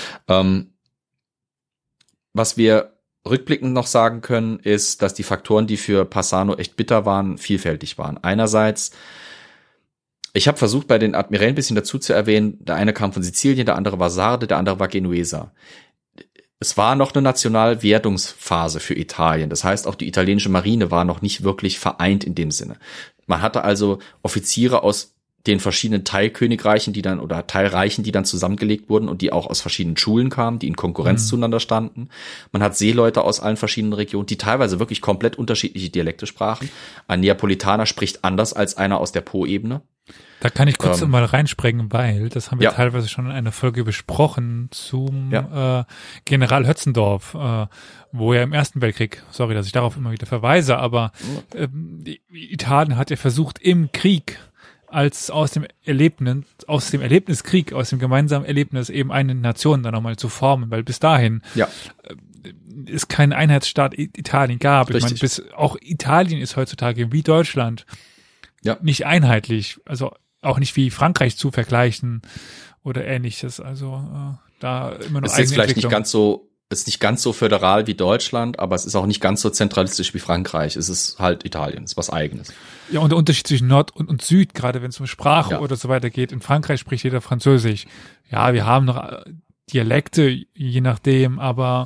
Was wir rückblickend noch sagen können, ist, dass die Faktoren, die für Persano echt bitter waren, vielfältig waren. Einerseits, ich habe versucht, bei den Admirälen ein bisschen dazu zu erwähnen, der eine kam von Sizilien, der andere war Sarde, der andere war Genueser. Es war noch eine Nationalwertungsphase für Italien. Das heißt, auch die italienische Marine war noch nicht wirklich vereint in dem Sinne. Man hatte also Offiziere aus den verschiedenen Teilkönigreichen, oder Teilreichen, die dann zusammengelegt wurden und die auch aus verschiedenen Schulen kamen, die in Konkurrenz zueinander standen. Man hat Seeleute aus allen verschiedenen Regionen, die teilweise wirklich komplett unterschiedliche Dialekte sprachen. Ein Neapolitaner spricht anders als einer aus der Po-Ebene. Da kann ich kurz mal reinspringen, weil das haben wir teilweise schon in einer Folge besprochen zum General Hötzendorf, wo er im Ersten Weltkrieg, sorry, dass ich darauf immer wieder verweise, aber Italien hat ja versucht im Krieg aus dem Erlebniskrieg, aus dem gemeinsamen Erlebnis eben eine Nation dann nochmal zu formen, weil bis dahin es keinen Einheitsstaat Italien gab. Richtig. Ich meine, auch Italien ist heutzutage wie Deutschland nicht einheitlich, also auch nicht wie Frankreich zu vergleichen oder ähnliches. Also da immer noch eigene Entwicklung. Ist nicht ganz so föderal wie Deutschland, aber es ist auch nicht ganz so zentralistisch wie Frankreich. Es ist halt Italien, es ist was Eigenes. Ja, und der Unterschied zwischen Nord und Süd, gerade wenn es um Sprache oder so weiter geht. In Frankreich spricht jeder Französisch. Ja, wir haben noch Dialekte, je nachdem, aber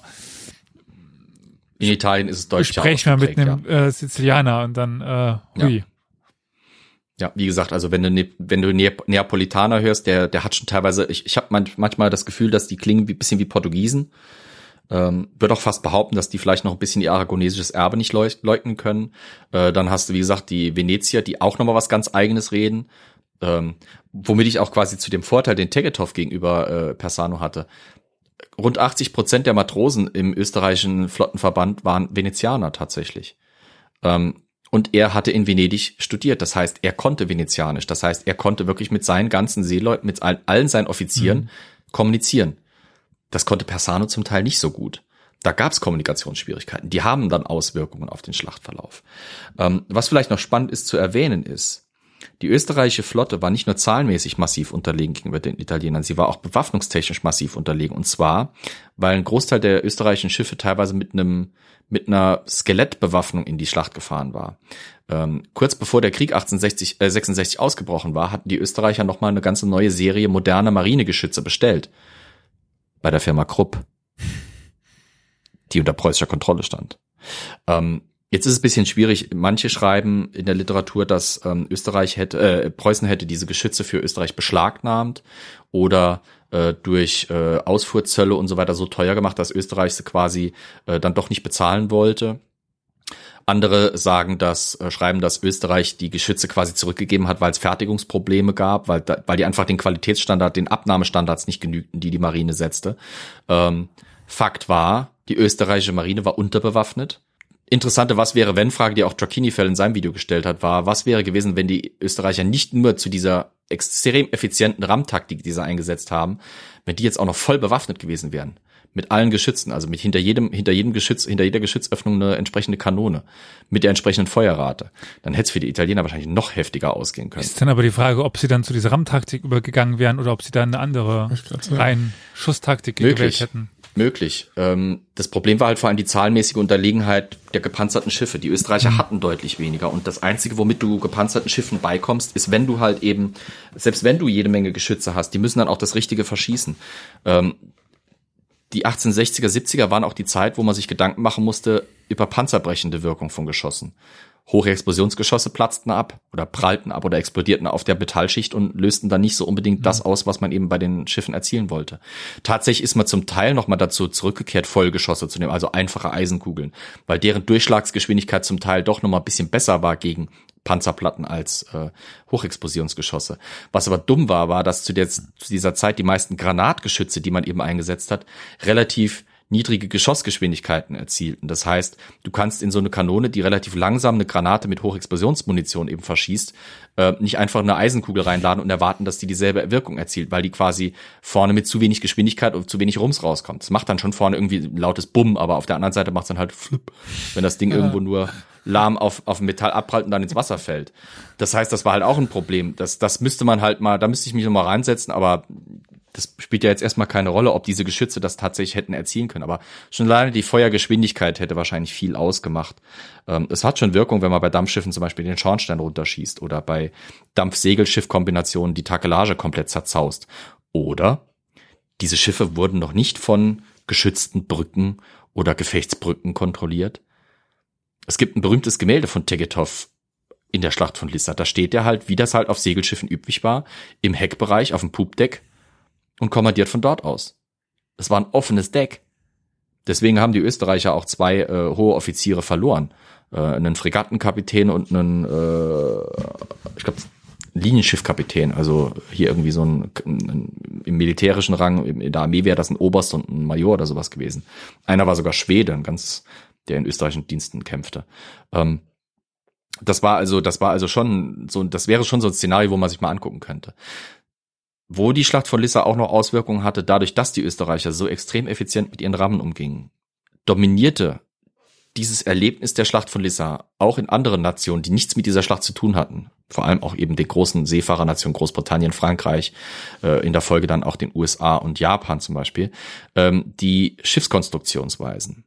in Italien ist es Deutsch. Sprechen wir mit einem Sizilianer und dann hui. Ja, wie gesagt, also wenn du Neapolitaner hörst, der hat schon teilweise, ich habe manchmal das Gefühl, dass die klingen ein bisschen wie Portugiesen. Würde auch fast behaupten, dass die vielleicht noch ein bisschen ihr aragonesisches Erbe nicht leugnen können. Dann hast du, wie gesagt, die Venezier, die auch nochmal was ganz Eigenes reden. Womit ich auch quasi zu dem Vorteil, den Tegetthoff gegenüber Persano hatte. Rund 80% der Matrosen im österreichischen Flottenverband waren Venezianer tatsächlich. Und er hatte in Venedig studiert. Das heißt, er konnte Venezianisch. Das heißt, er konnte wirklich mit seinen ganzen Seeleuten, mit allen seinen Offizieren kommunizieren. Das konnte Persano zum Teil nicht so gut. Da gab es Kommunikationsschwierigkeiten. Die haben dann Auswirkungen auf den Schlachtverlauf. Was vielleicht noch spannend ist zu erwähnen ist, die österreichische Flotte war nicht nur zahlenmäßig massiv unterlegen gegenüber den Italienern, sie war auch bewaffnungstechnisch massiv unterlegen. Und zwar, weil ein Großteil der österreichischen Schiffe teilweise mit einer Skelettbewaffnung in die Schlacht gefahren war. Kurz bevor der Krieg 1866 ausgebrochen war, hatten die Österreicher nochmal eine ganze neue Serie moderner Marinegeschütze bestellt. Bei der Firma Krupp, die unter preußischer Kontrolle stand. Jetzt ist es ein bisschen schwierig. Manche schreiben in der Literatur, dass Preußen hätte diese Geschütze für Österreich beschlagnahmt oder durch Ausfuhrzölle und so weiter so teuer gemacht, dass Österreich sie quasi dann doch nicht bezahlen wollte. Andere schreiben, dass Österreich die Geschütze quasi zurückgegeben hat, weil es Fertigungsprobleme gab, weil die einfach den Qualitätsstandard, den Abnahmestandards nicht genügten, die Marine setzte. Fakt war, die österreichische Marine war unterbewaffnet. Interessante Was-wäre-wenn-Frage, die auch Giacchini-Fell in seinem Video gestellt hat, war, was wäre gewesen, wenn die Österreicher nicht nur zu dieser extrem effizienten RAM-Taktik, die sie eingesetzt haben, wenn die jetzt auch noch voll bewaffnet gewesen wären. Mit allen Geschützen, also mit hinter jedem Geschütz, hinter jeder Geschützöffnung eine entsprechende Kanone mit der entsprechenden Feuerrate. Dann hätte es für die Italiener wahrscheinlich noch heftiger ausgehen können. Ist dann aber die Frage, ob sie dann zu dieser RAM-Taktik übergegangen wären oder ob sie dann eine andere rein Schusstaktik gewählt hätten. Möglich. Das Problem war halt vor allem die zahlenmäßige Unterlegenheit der gepanzerten Schiffe. Die Österreicher hatten deutlich weniger. Und das Einzige, womit du gepanzerten Schiffen beikommst, ist, wenn du halt eben, selbst wenn du jede Menge Geschütze hast, die müssen dann auch das Richtige verschießen. Die 1860er, 70er waren auch die Zeit, wo man sich Gedanken machen musste über panzerbrechende Wirkung von Geschossen. Hohe Explosionsgeschosse platzten ab oder prallten ab oder explodierten auf der Metallschicht und lösten dann nicht so unbedingt das aus, was man eben bei den Schiffen erzielen wollte. Tatsächlich ist man zum Teil nochmal dazu zurückgekehrt, Vollgeschosse zu nehmen, also einfache Eisenkugeln, weil deren Durchschlagsgeschwindigkeit zum Teil doch nochmal ein bisschen besser war gegen Panzerplatten als Hochexplosionsgeschosse. Was aber dumm war, dass zu dieser Zeit die meisten Granatgeschütze, die man eben eingesetzt hat, relativ niedrige Geschossgeschwindigkeiten erzielten. Das heißt, du kannst in so eine Kanone, die relativ langsam eine Granate mit Hochexplosionsmunition eben verschießt, nicht einfach eine Eisenkugel reinladen und erwarten, dass die dieselbe Wirkung erzielt, weil die quasi vorne mit zu wenig Geschwindigkeit und zu wenig Rums rauskommt. Das macht dann schon vorne irgendwie ein lautes Bumm, aber auf der anderen Seite macht es dann halt flupp, wenn das Ding irgendwo nur lahm auf Metall abprallt und dann ins Wasser fällt. Das heißt, das war halt auch ein Problem. Das müsste man halt mal, da müsste ich mich noch mal reinsetzen, aber das spielt ja jetzt erstmal keine Rolle, ob diese Geschütze das tatsächlich hätten erzielen können. Aber schon alleine die Feuergeschwindigkeit hätte wahrscheinlich viel ausgemacht. Es hat schon Wirkung, wenn man bei Dampfschiffen zum Beispiel den Schornstein runterschießt oder bei Dampf-Segelschiff-Kombinationen die Takelage komplett zerzaust. Oder diese Schiffe wurden noch nicht von geschützten Brücken oder Gefechtsbrücken kontrolliert. Es gibt ein berühmtes Gemälde von Tegetthoff, in der Schlacht von Lissa. Da steht er halt, wie das halt auf Segelschiffen üblich war, im Heckbereich auf dem Poopdeck und kommandiert von dort aus. Das war ein offenes Deck. Deswegen haben die Österreicher auch 2 hohe Offiziere verloren. Einen Fregattenkapitän und einen, ich glaube, Linienschiffkapitän. Also hier irgendwie so ein im militärischen Rang, in der Armee wäre das ein Oberst und ein Major oder sowas gewesen. Einer war sogar Schwede, der in österreichischen Diensten kämpfte. Das wäre schon so ein Szenario, wo man sich mal angucken könnte. Wo die Schlacht von Lissa auch noch Auswirkungen hatte, dadurch, dass die Österreicher so extrem effizient mit ihren Rammen umgingen, dominierte dieses Erlebnis der Schlacht von Lissa auch in anderen Nationen, die nichts mit dieser Schlacht zu tun hatten. Vor allem auch eben den großen Seefahrernationen Großbritannien, Frankreich, in der Folge dann auch den USA und Japan zum Beispiel, die Schiffskonstruktionsweisen.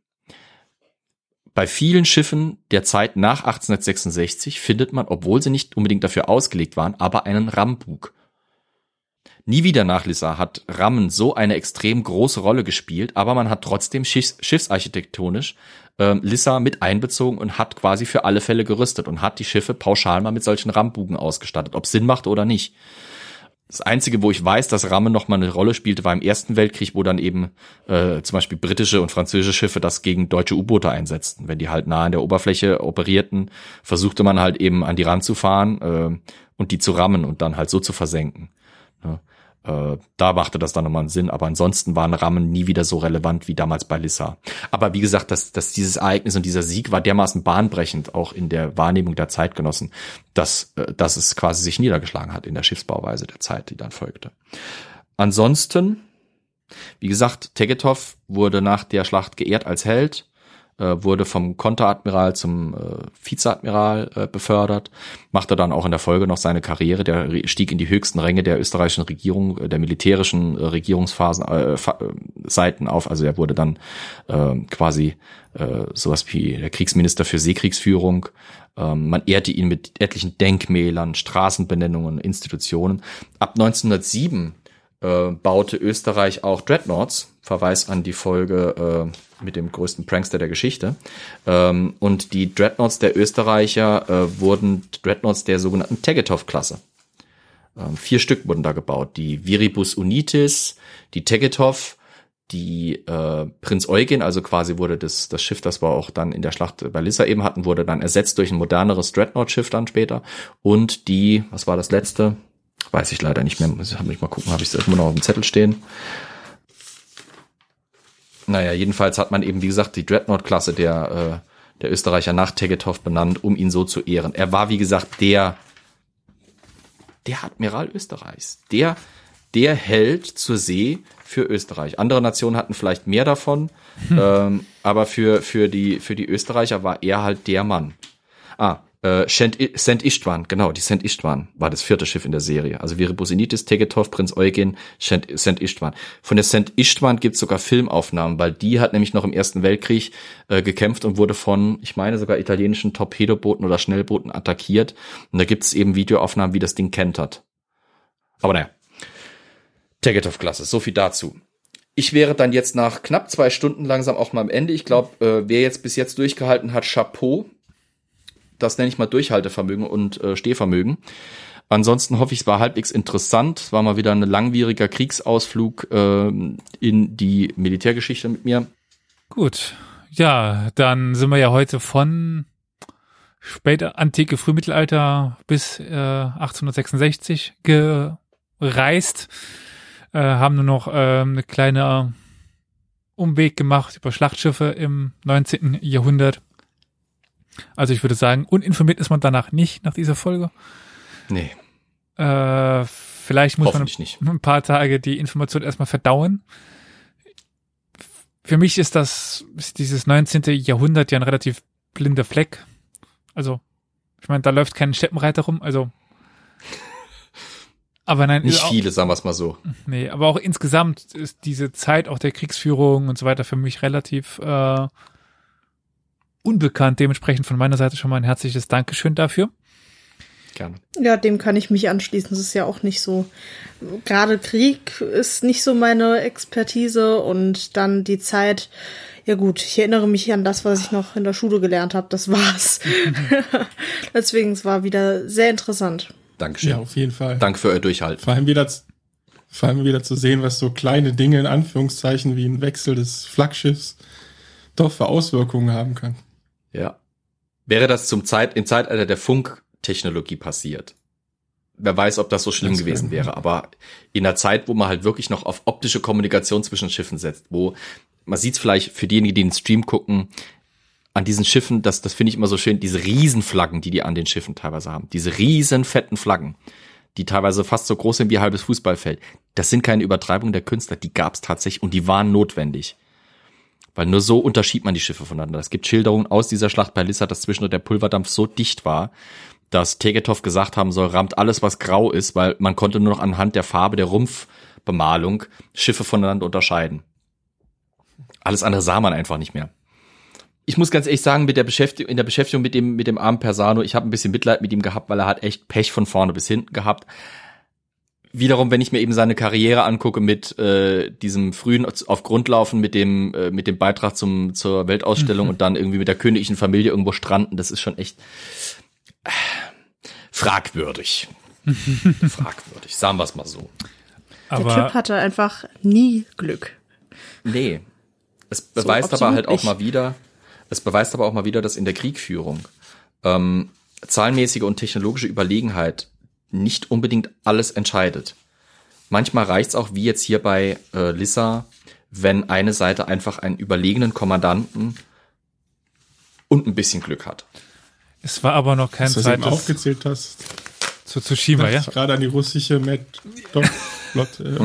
Bei vielen Schiffen der Zeit nach 1866 findet man, obwohl sie nicht unbedingt dafür ausgelegt waren, aber einen Rammbug. Nie wieder nach Lissa hat Rammen so eine extrem große Rolle gespielt, aber man hat trotzdem schiffsarchitektonisch Lissa mit einbezogen und hat quasi für alle Fälle gerüstet und hat die Schiffe pauschal mal mit solchen Rammbugen ausgestattet, ob es Sinn macht oder nicht. Das Einzige, wo ich weiß, dass Ramme noch mal eine Rolle spielte, war im Ersten Weltkrieg, wo dann eben zum Beispiel britische und französische Schiffe das gegen deutsche U-Boote einsetzten. Wenn die halt nah an der Oberfläche operierten, versuchte man halt eben an die ranzufahren und die zu rammen und dann halt so zu versenken. Ja. Da machte das dann nochmal einen Sinn, aber ansonsten waren Rammen nie wieder so relevant wie damals bei Lissa. Aber wie gesagt, dass dieses Ereignis und dieser Sieg war dermaßen bahnbrechend, auch in der Wahrnehmung der Zeitgenossen, dass es quasi sich niedergeschlagen hat in der Schiffsbauweise der Zeit, die dann folgte. Ansonsten, wie gesagt, Tegetthoff wurde nach der Schlacht geehrt als Held, wurde vom Konteradmiral zum Vizeadmiral befördert, machte dann auch in der Folge noch seine Karriere, der stieg in die höchsten Ränge der österreichischen Regierung, der militärischen Regierungsphasen Seiten auf, also er wurde dann quasi sowas wie der Kriegsminister für Seekriegsführung, man ehrte ihn mit etlichen Denkmälern, Straßenbenennungen, Institutionen. Ab 1907 baute Österreich auch Dreadnoughts, Verweis an die Folge mit dem größten Prankster der Geschichte. Und die Dreadnoughts der Österreicher wurden Dreadnoughts der sogenannten Tegetthoff-Klasse. 4 Stück wurden da gebaut. Die Viribus Unitis, die Tegetthoff, die Prinz Eugen, also quasi wurde das Schiff, das wir auch dann in der Schlacht bei Lissa eben hatten, wurde dann ersetzt durch ein moderneres Dreadnought-Schiff dann später. Und die, was war das letzte? Weiß ich leider nicht mehr. Muss ich mal gucken, habe ich es irgendwo noch auf dem Zettel stehen. Naja, jedenfalls hat man eben, wie gesagt, die Dreadnought-Klasse der Österreicher nach Tegetthoff benannt, um ihn so zu ehren. Er war, wie gesagt, der Admiral Österreichs. Der Held zur See für Österreich. Andere Nationen hatten vielleicht mehr davon, aber für die Österreicher war er halt der Mann. St. Istvan, genau, die St. Istvan war das 4. Schiff in der Serie. Also Viribus Unitis, Tegetthoff, Prinz Eugen, St. Istvan. Von der St. Istvan gibt's sogar Filmaufnahmen, weil die hat nämlich noch im Ersten Weltkrieg gekämpft und wurde von, ich meine, sogar italienischen Torpedobooten oder Schnellbooten attackiert. Und da gibt's eben Videoaufnahmen, wie das Ding kentert. Aber naja, Tegetthoff-Klasse, so viel dazu. Ich wäre dann jetzt nach knapp 2 Stunden langsam auch mal am Ende. Ich glaube, wer jetzt bis jetzt durchgehalten hat, Chapeau. Das nenne ich mal Durchhaltevermögen und Stehvermögen. Ansonsten hoffe ich, es war halbwegs interessant. Es war mal wieder ein langwieriger Kriegsausflug in die Militärgeschichte mit mir. Gut, ja, dann sind wir ja heute von später Antike, Frühmittelalter bis 1866 gereist. Haben nur noch eine kleine Umweg gemacht über Schlachtschiffe im 19. Jahrhundert. Also ich würde sagen, uninformiert ist man danach nicht nach dieser Folge. Nee. Vielleicht muss man ein paar Tage die Information erstmal verdauen. Für mich ist dieses 19. Jahrhundert ja ein relativ blinder Fleck. Also, ich meine, da läuft kein Steppenreiter rum, also. Aber nein. Nicht viele, sagen wir es mal so. Nee, aber auch insgesamt ist diese Zeit auch der Kriegsführung und so weiter für mich relativ unbekannt. Dementsprechend von meiner Seite schon mal ein herzliches Dankeschön dafür. Gerne. Ja, dem kann ich mich anschließen. Das ist ja auch nicht so, gerade Krieg ist nicht so meine Expertise und dann die Zeit, Ja gut, ich erinnere mich an das, was ich noch in der Schule gelernt habe. Das war's. Deswegen, es war wieder sehr interessant. Dankeschön. Ja, auf jeden Fall. Danke für euer Durchhalten. Vor allem wieder zu sehen, was so kleine Dinge in Anführungszeichen wie ein Wechsel des Flaggschiffs doch für Auswirkungen haben kann. Ja. Wäre das im Zeitalter der Funktechnologie passiert, wer weiß, ob das so schlimm gewesen wäre. Aber in einer Zeit, wo man halt wirklich noch auf optische Kommunikation zwischen Schiffen setzt, wo man sieht es vielleicht für diejenigen, die den Stream gucken, an diesen Schiffen, das finde ich immer so schön, diese Riesenflaggen, die an den Schiffen teilweise haben. Diese riesen fetten Flaggen, die teilweise fast so groß sind wie ein halbes Fußballfeld. Das sind keine Übertreibungen der Künstler, die gab es tatsächlich und die waren notwendig. Weil nur so unterschied man die Schiffe voneinander. Es gibt Schilderungen aus dieser Schlacht bei Lissa, dass zwischendurch der Pulverdampf so dicht war, dass Tegetthoff gesagt haben soll, rammt alles, was grau ist, weil man konnte nur noch anhand der Farbe der Rumpfbemalung Schiffe voneinander unterscheiden. Alles andere sah man einfach nicht mehr. Ich muss ganz ehrlich sagen, in der Beschäftigung mit dem armen Persano, ich habe ein bisschen Mitleid mit ihm gehabt, weil er hat echt Pech von vorne bis hinten gehabt. Wiederum, wenn ich mir eben seine Karriere angucke mit diesem frühen auf Grundlaufen, mit dem Beitrag zur Weltausstellung und dann irgendwie mit der königlichen Familie irgendwo stranden, das ist schon echt fragwürdig. Fragwürdig, sagen wir es mal so. Aber der Typ hatte einfach nie Glück. Nee. Es beweist aber halt auch mal wieder, dass in der Kriegführung zahlenmäßige und technologische Überlegenheit nicht unbedingt alles entscheidet. Manchmal reicht's auch, wie jetzt hier bei Lissa, wenn eine Seite einfach einen überlegenen Kommandanten und ein bisschen Glück hat. Es war aber noch kein zweites... Was du eben aufgezählt hast. Zu Tsushima, ja? Gerade an die russische Flotte.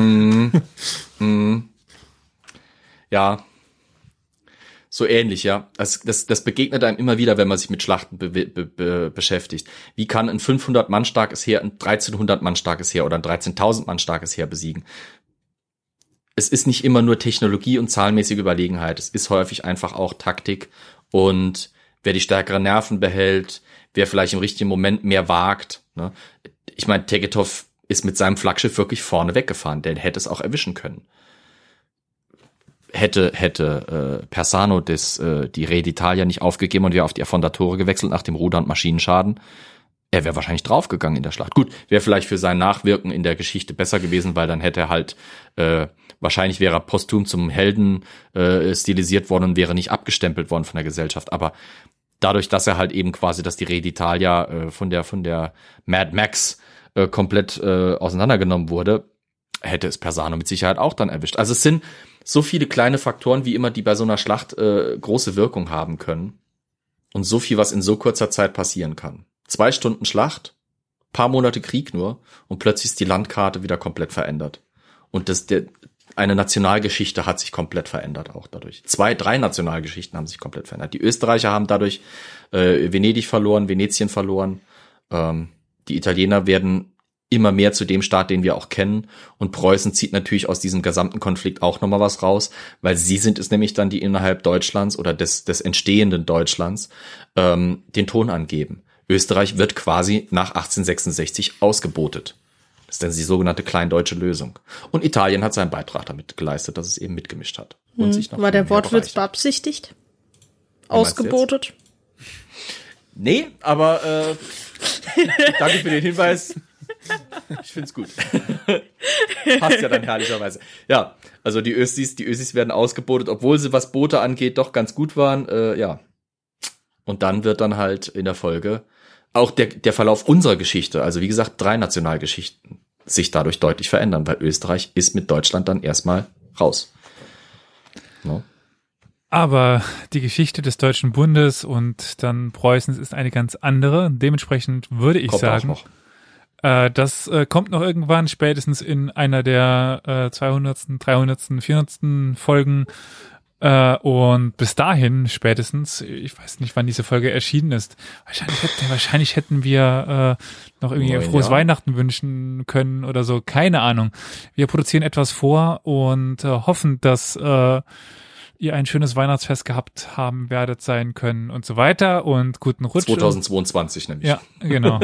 Ja, so ähnlich, ja. Das begegnet einem immer wieder, wenn man sich mit Schlachten beschäftigt. Wie kann ein 500 Mann starkes Heer ein 1300 Mann starkes Heer oder ein 13.000 Mann starkes Heer besiegen? Es ist nicht immer nur Technologie und zahlenmäßige Überlegenheit. Es ist häufig einfach auch Taktik und wer die stärkeren Nerven behält, wer vielleicht im richtigen Moment mehr wagt. Ne? Ich meine, Tegetthoff ist mit seinem Flaggschiff wirklich vorne weggefahren. Der hätte es auch erwischen können. Hätte Persano die Re d'Italia nicht aufgegeben und wäre auf die Affondatore gewechselt nach dem Ruder- und Maschinenschaden, er wäre wahrscheinlich draufgegangen in der Schlacht. Gut, wäre vielleicht für sein Nachwirken in der Geschichte besser gewesen, weil dann hätte er halt wahrscheinlich wäre er posthum zum Helden stilisiert worden und wäre nicht abgestempelt worden von der Gesellschaft. Aber dadurch, dass er halt eben quasi, dass die Re d'Italia von der Mad Max komplett auseinandergenommen wurde, hätte es Persano mit Sicherheit auch dann erwischt. Also es sind so viele kleine Faktoren, wie immer, die bei so einer Schlacht große Wirkung haben können. Und so viel, was in so kurzer Zeit passieren kann. 2 Stunden Schlacht, paar Monate Krieg nur und plötzlich ist die Landkarte wieder komplett verändert. Und eine Nationalgeschichte hat sich komplett verändert auch dadurch. 2, 3 Nationalgeschichten haben sich komplett verändert. Die Österreicher haben dadurch Venedig verloren, Venetien verloren. Die Italiener werden immer mehr zu dem Staat, den wir auch kennen. Und Preußen zieht natürlich aus diesem gesamten Konflikt auch nochmal was raus, weil sie sind es nämlich dann, die innerhalb Deutschlands oder des entstehenden Deutschlands den Ton angeben. Österreich wird quasi nach 1866 ausgebotet. Das ist dann die sogenannte kleindeutsche Lösung. Und Italien hat seinen Beitrag damit geleistet, dass es eben mitgemischt hat. Und sich noch war der Wortwitz beabsichtigt? Ausgebotet? Nee, aber danke für den Hinweis. Ich find's gut. Passt ja dann herrlicherweise. Ja, also die Ösis werden ausgebotet, obwohl sie, was Boote angeht, doch ganz gut waren. Ja. Und dann wird dann halt in der Folge auch der Verlauf unserer Geschichte, also wie gesagt, 3 Nationalgeschichten, sich dadurch deutlich verändern, weil Österreich ist mit Deutschland dann erstmal raus. No? Aber die Geschichte des Deutschen Bundes und dann Preußens ist eine ganz andere. Dementsprechend würde ich sagen, das kommt noch irgendwann, spätestens in einer der 200., 300., 400. Folgen. Und bis dahin spätestens, ich weiß nicht, wann diese Folge erschienen ist, wahrscheinlich hätten wir noch irgendwie frohes Weihnachten wünschen können oder so, keine Ahnung. Wir produzieren etwas vor und hoffen, dass ihr ein schönes Weihnachtsfest gehabt haben werdet, sein können und so weiter und guten Rutsch. 2022 nämlich. Ja, genau.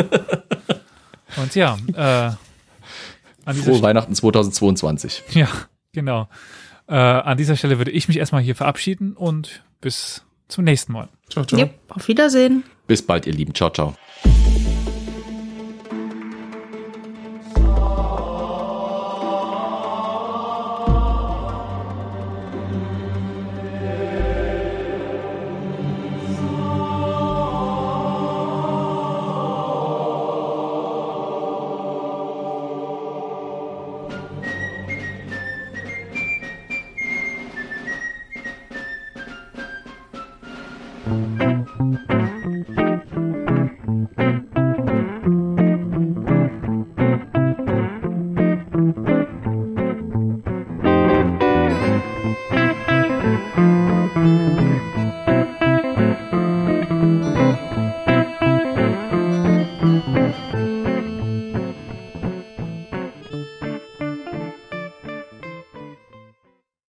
Und ja, frohe Weihnachten 2022. Ja, genau. An dieser Stelle würde ich mich erstmal hier verabschieden und bis zum nächsten Mal. Ciao, ciao. Yep, auf Wiedersehen. Bis bald, ihr Lieben. Ciao, ciao. Thank you.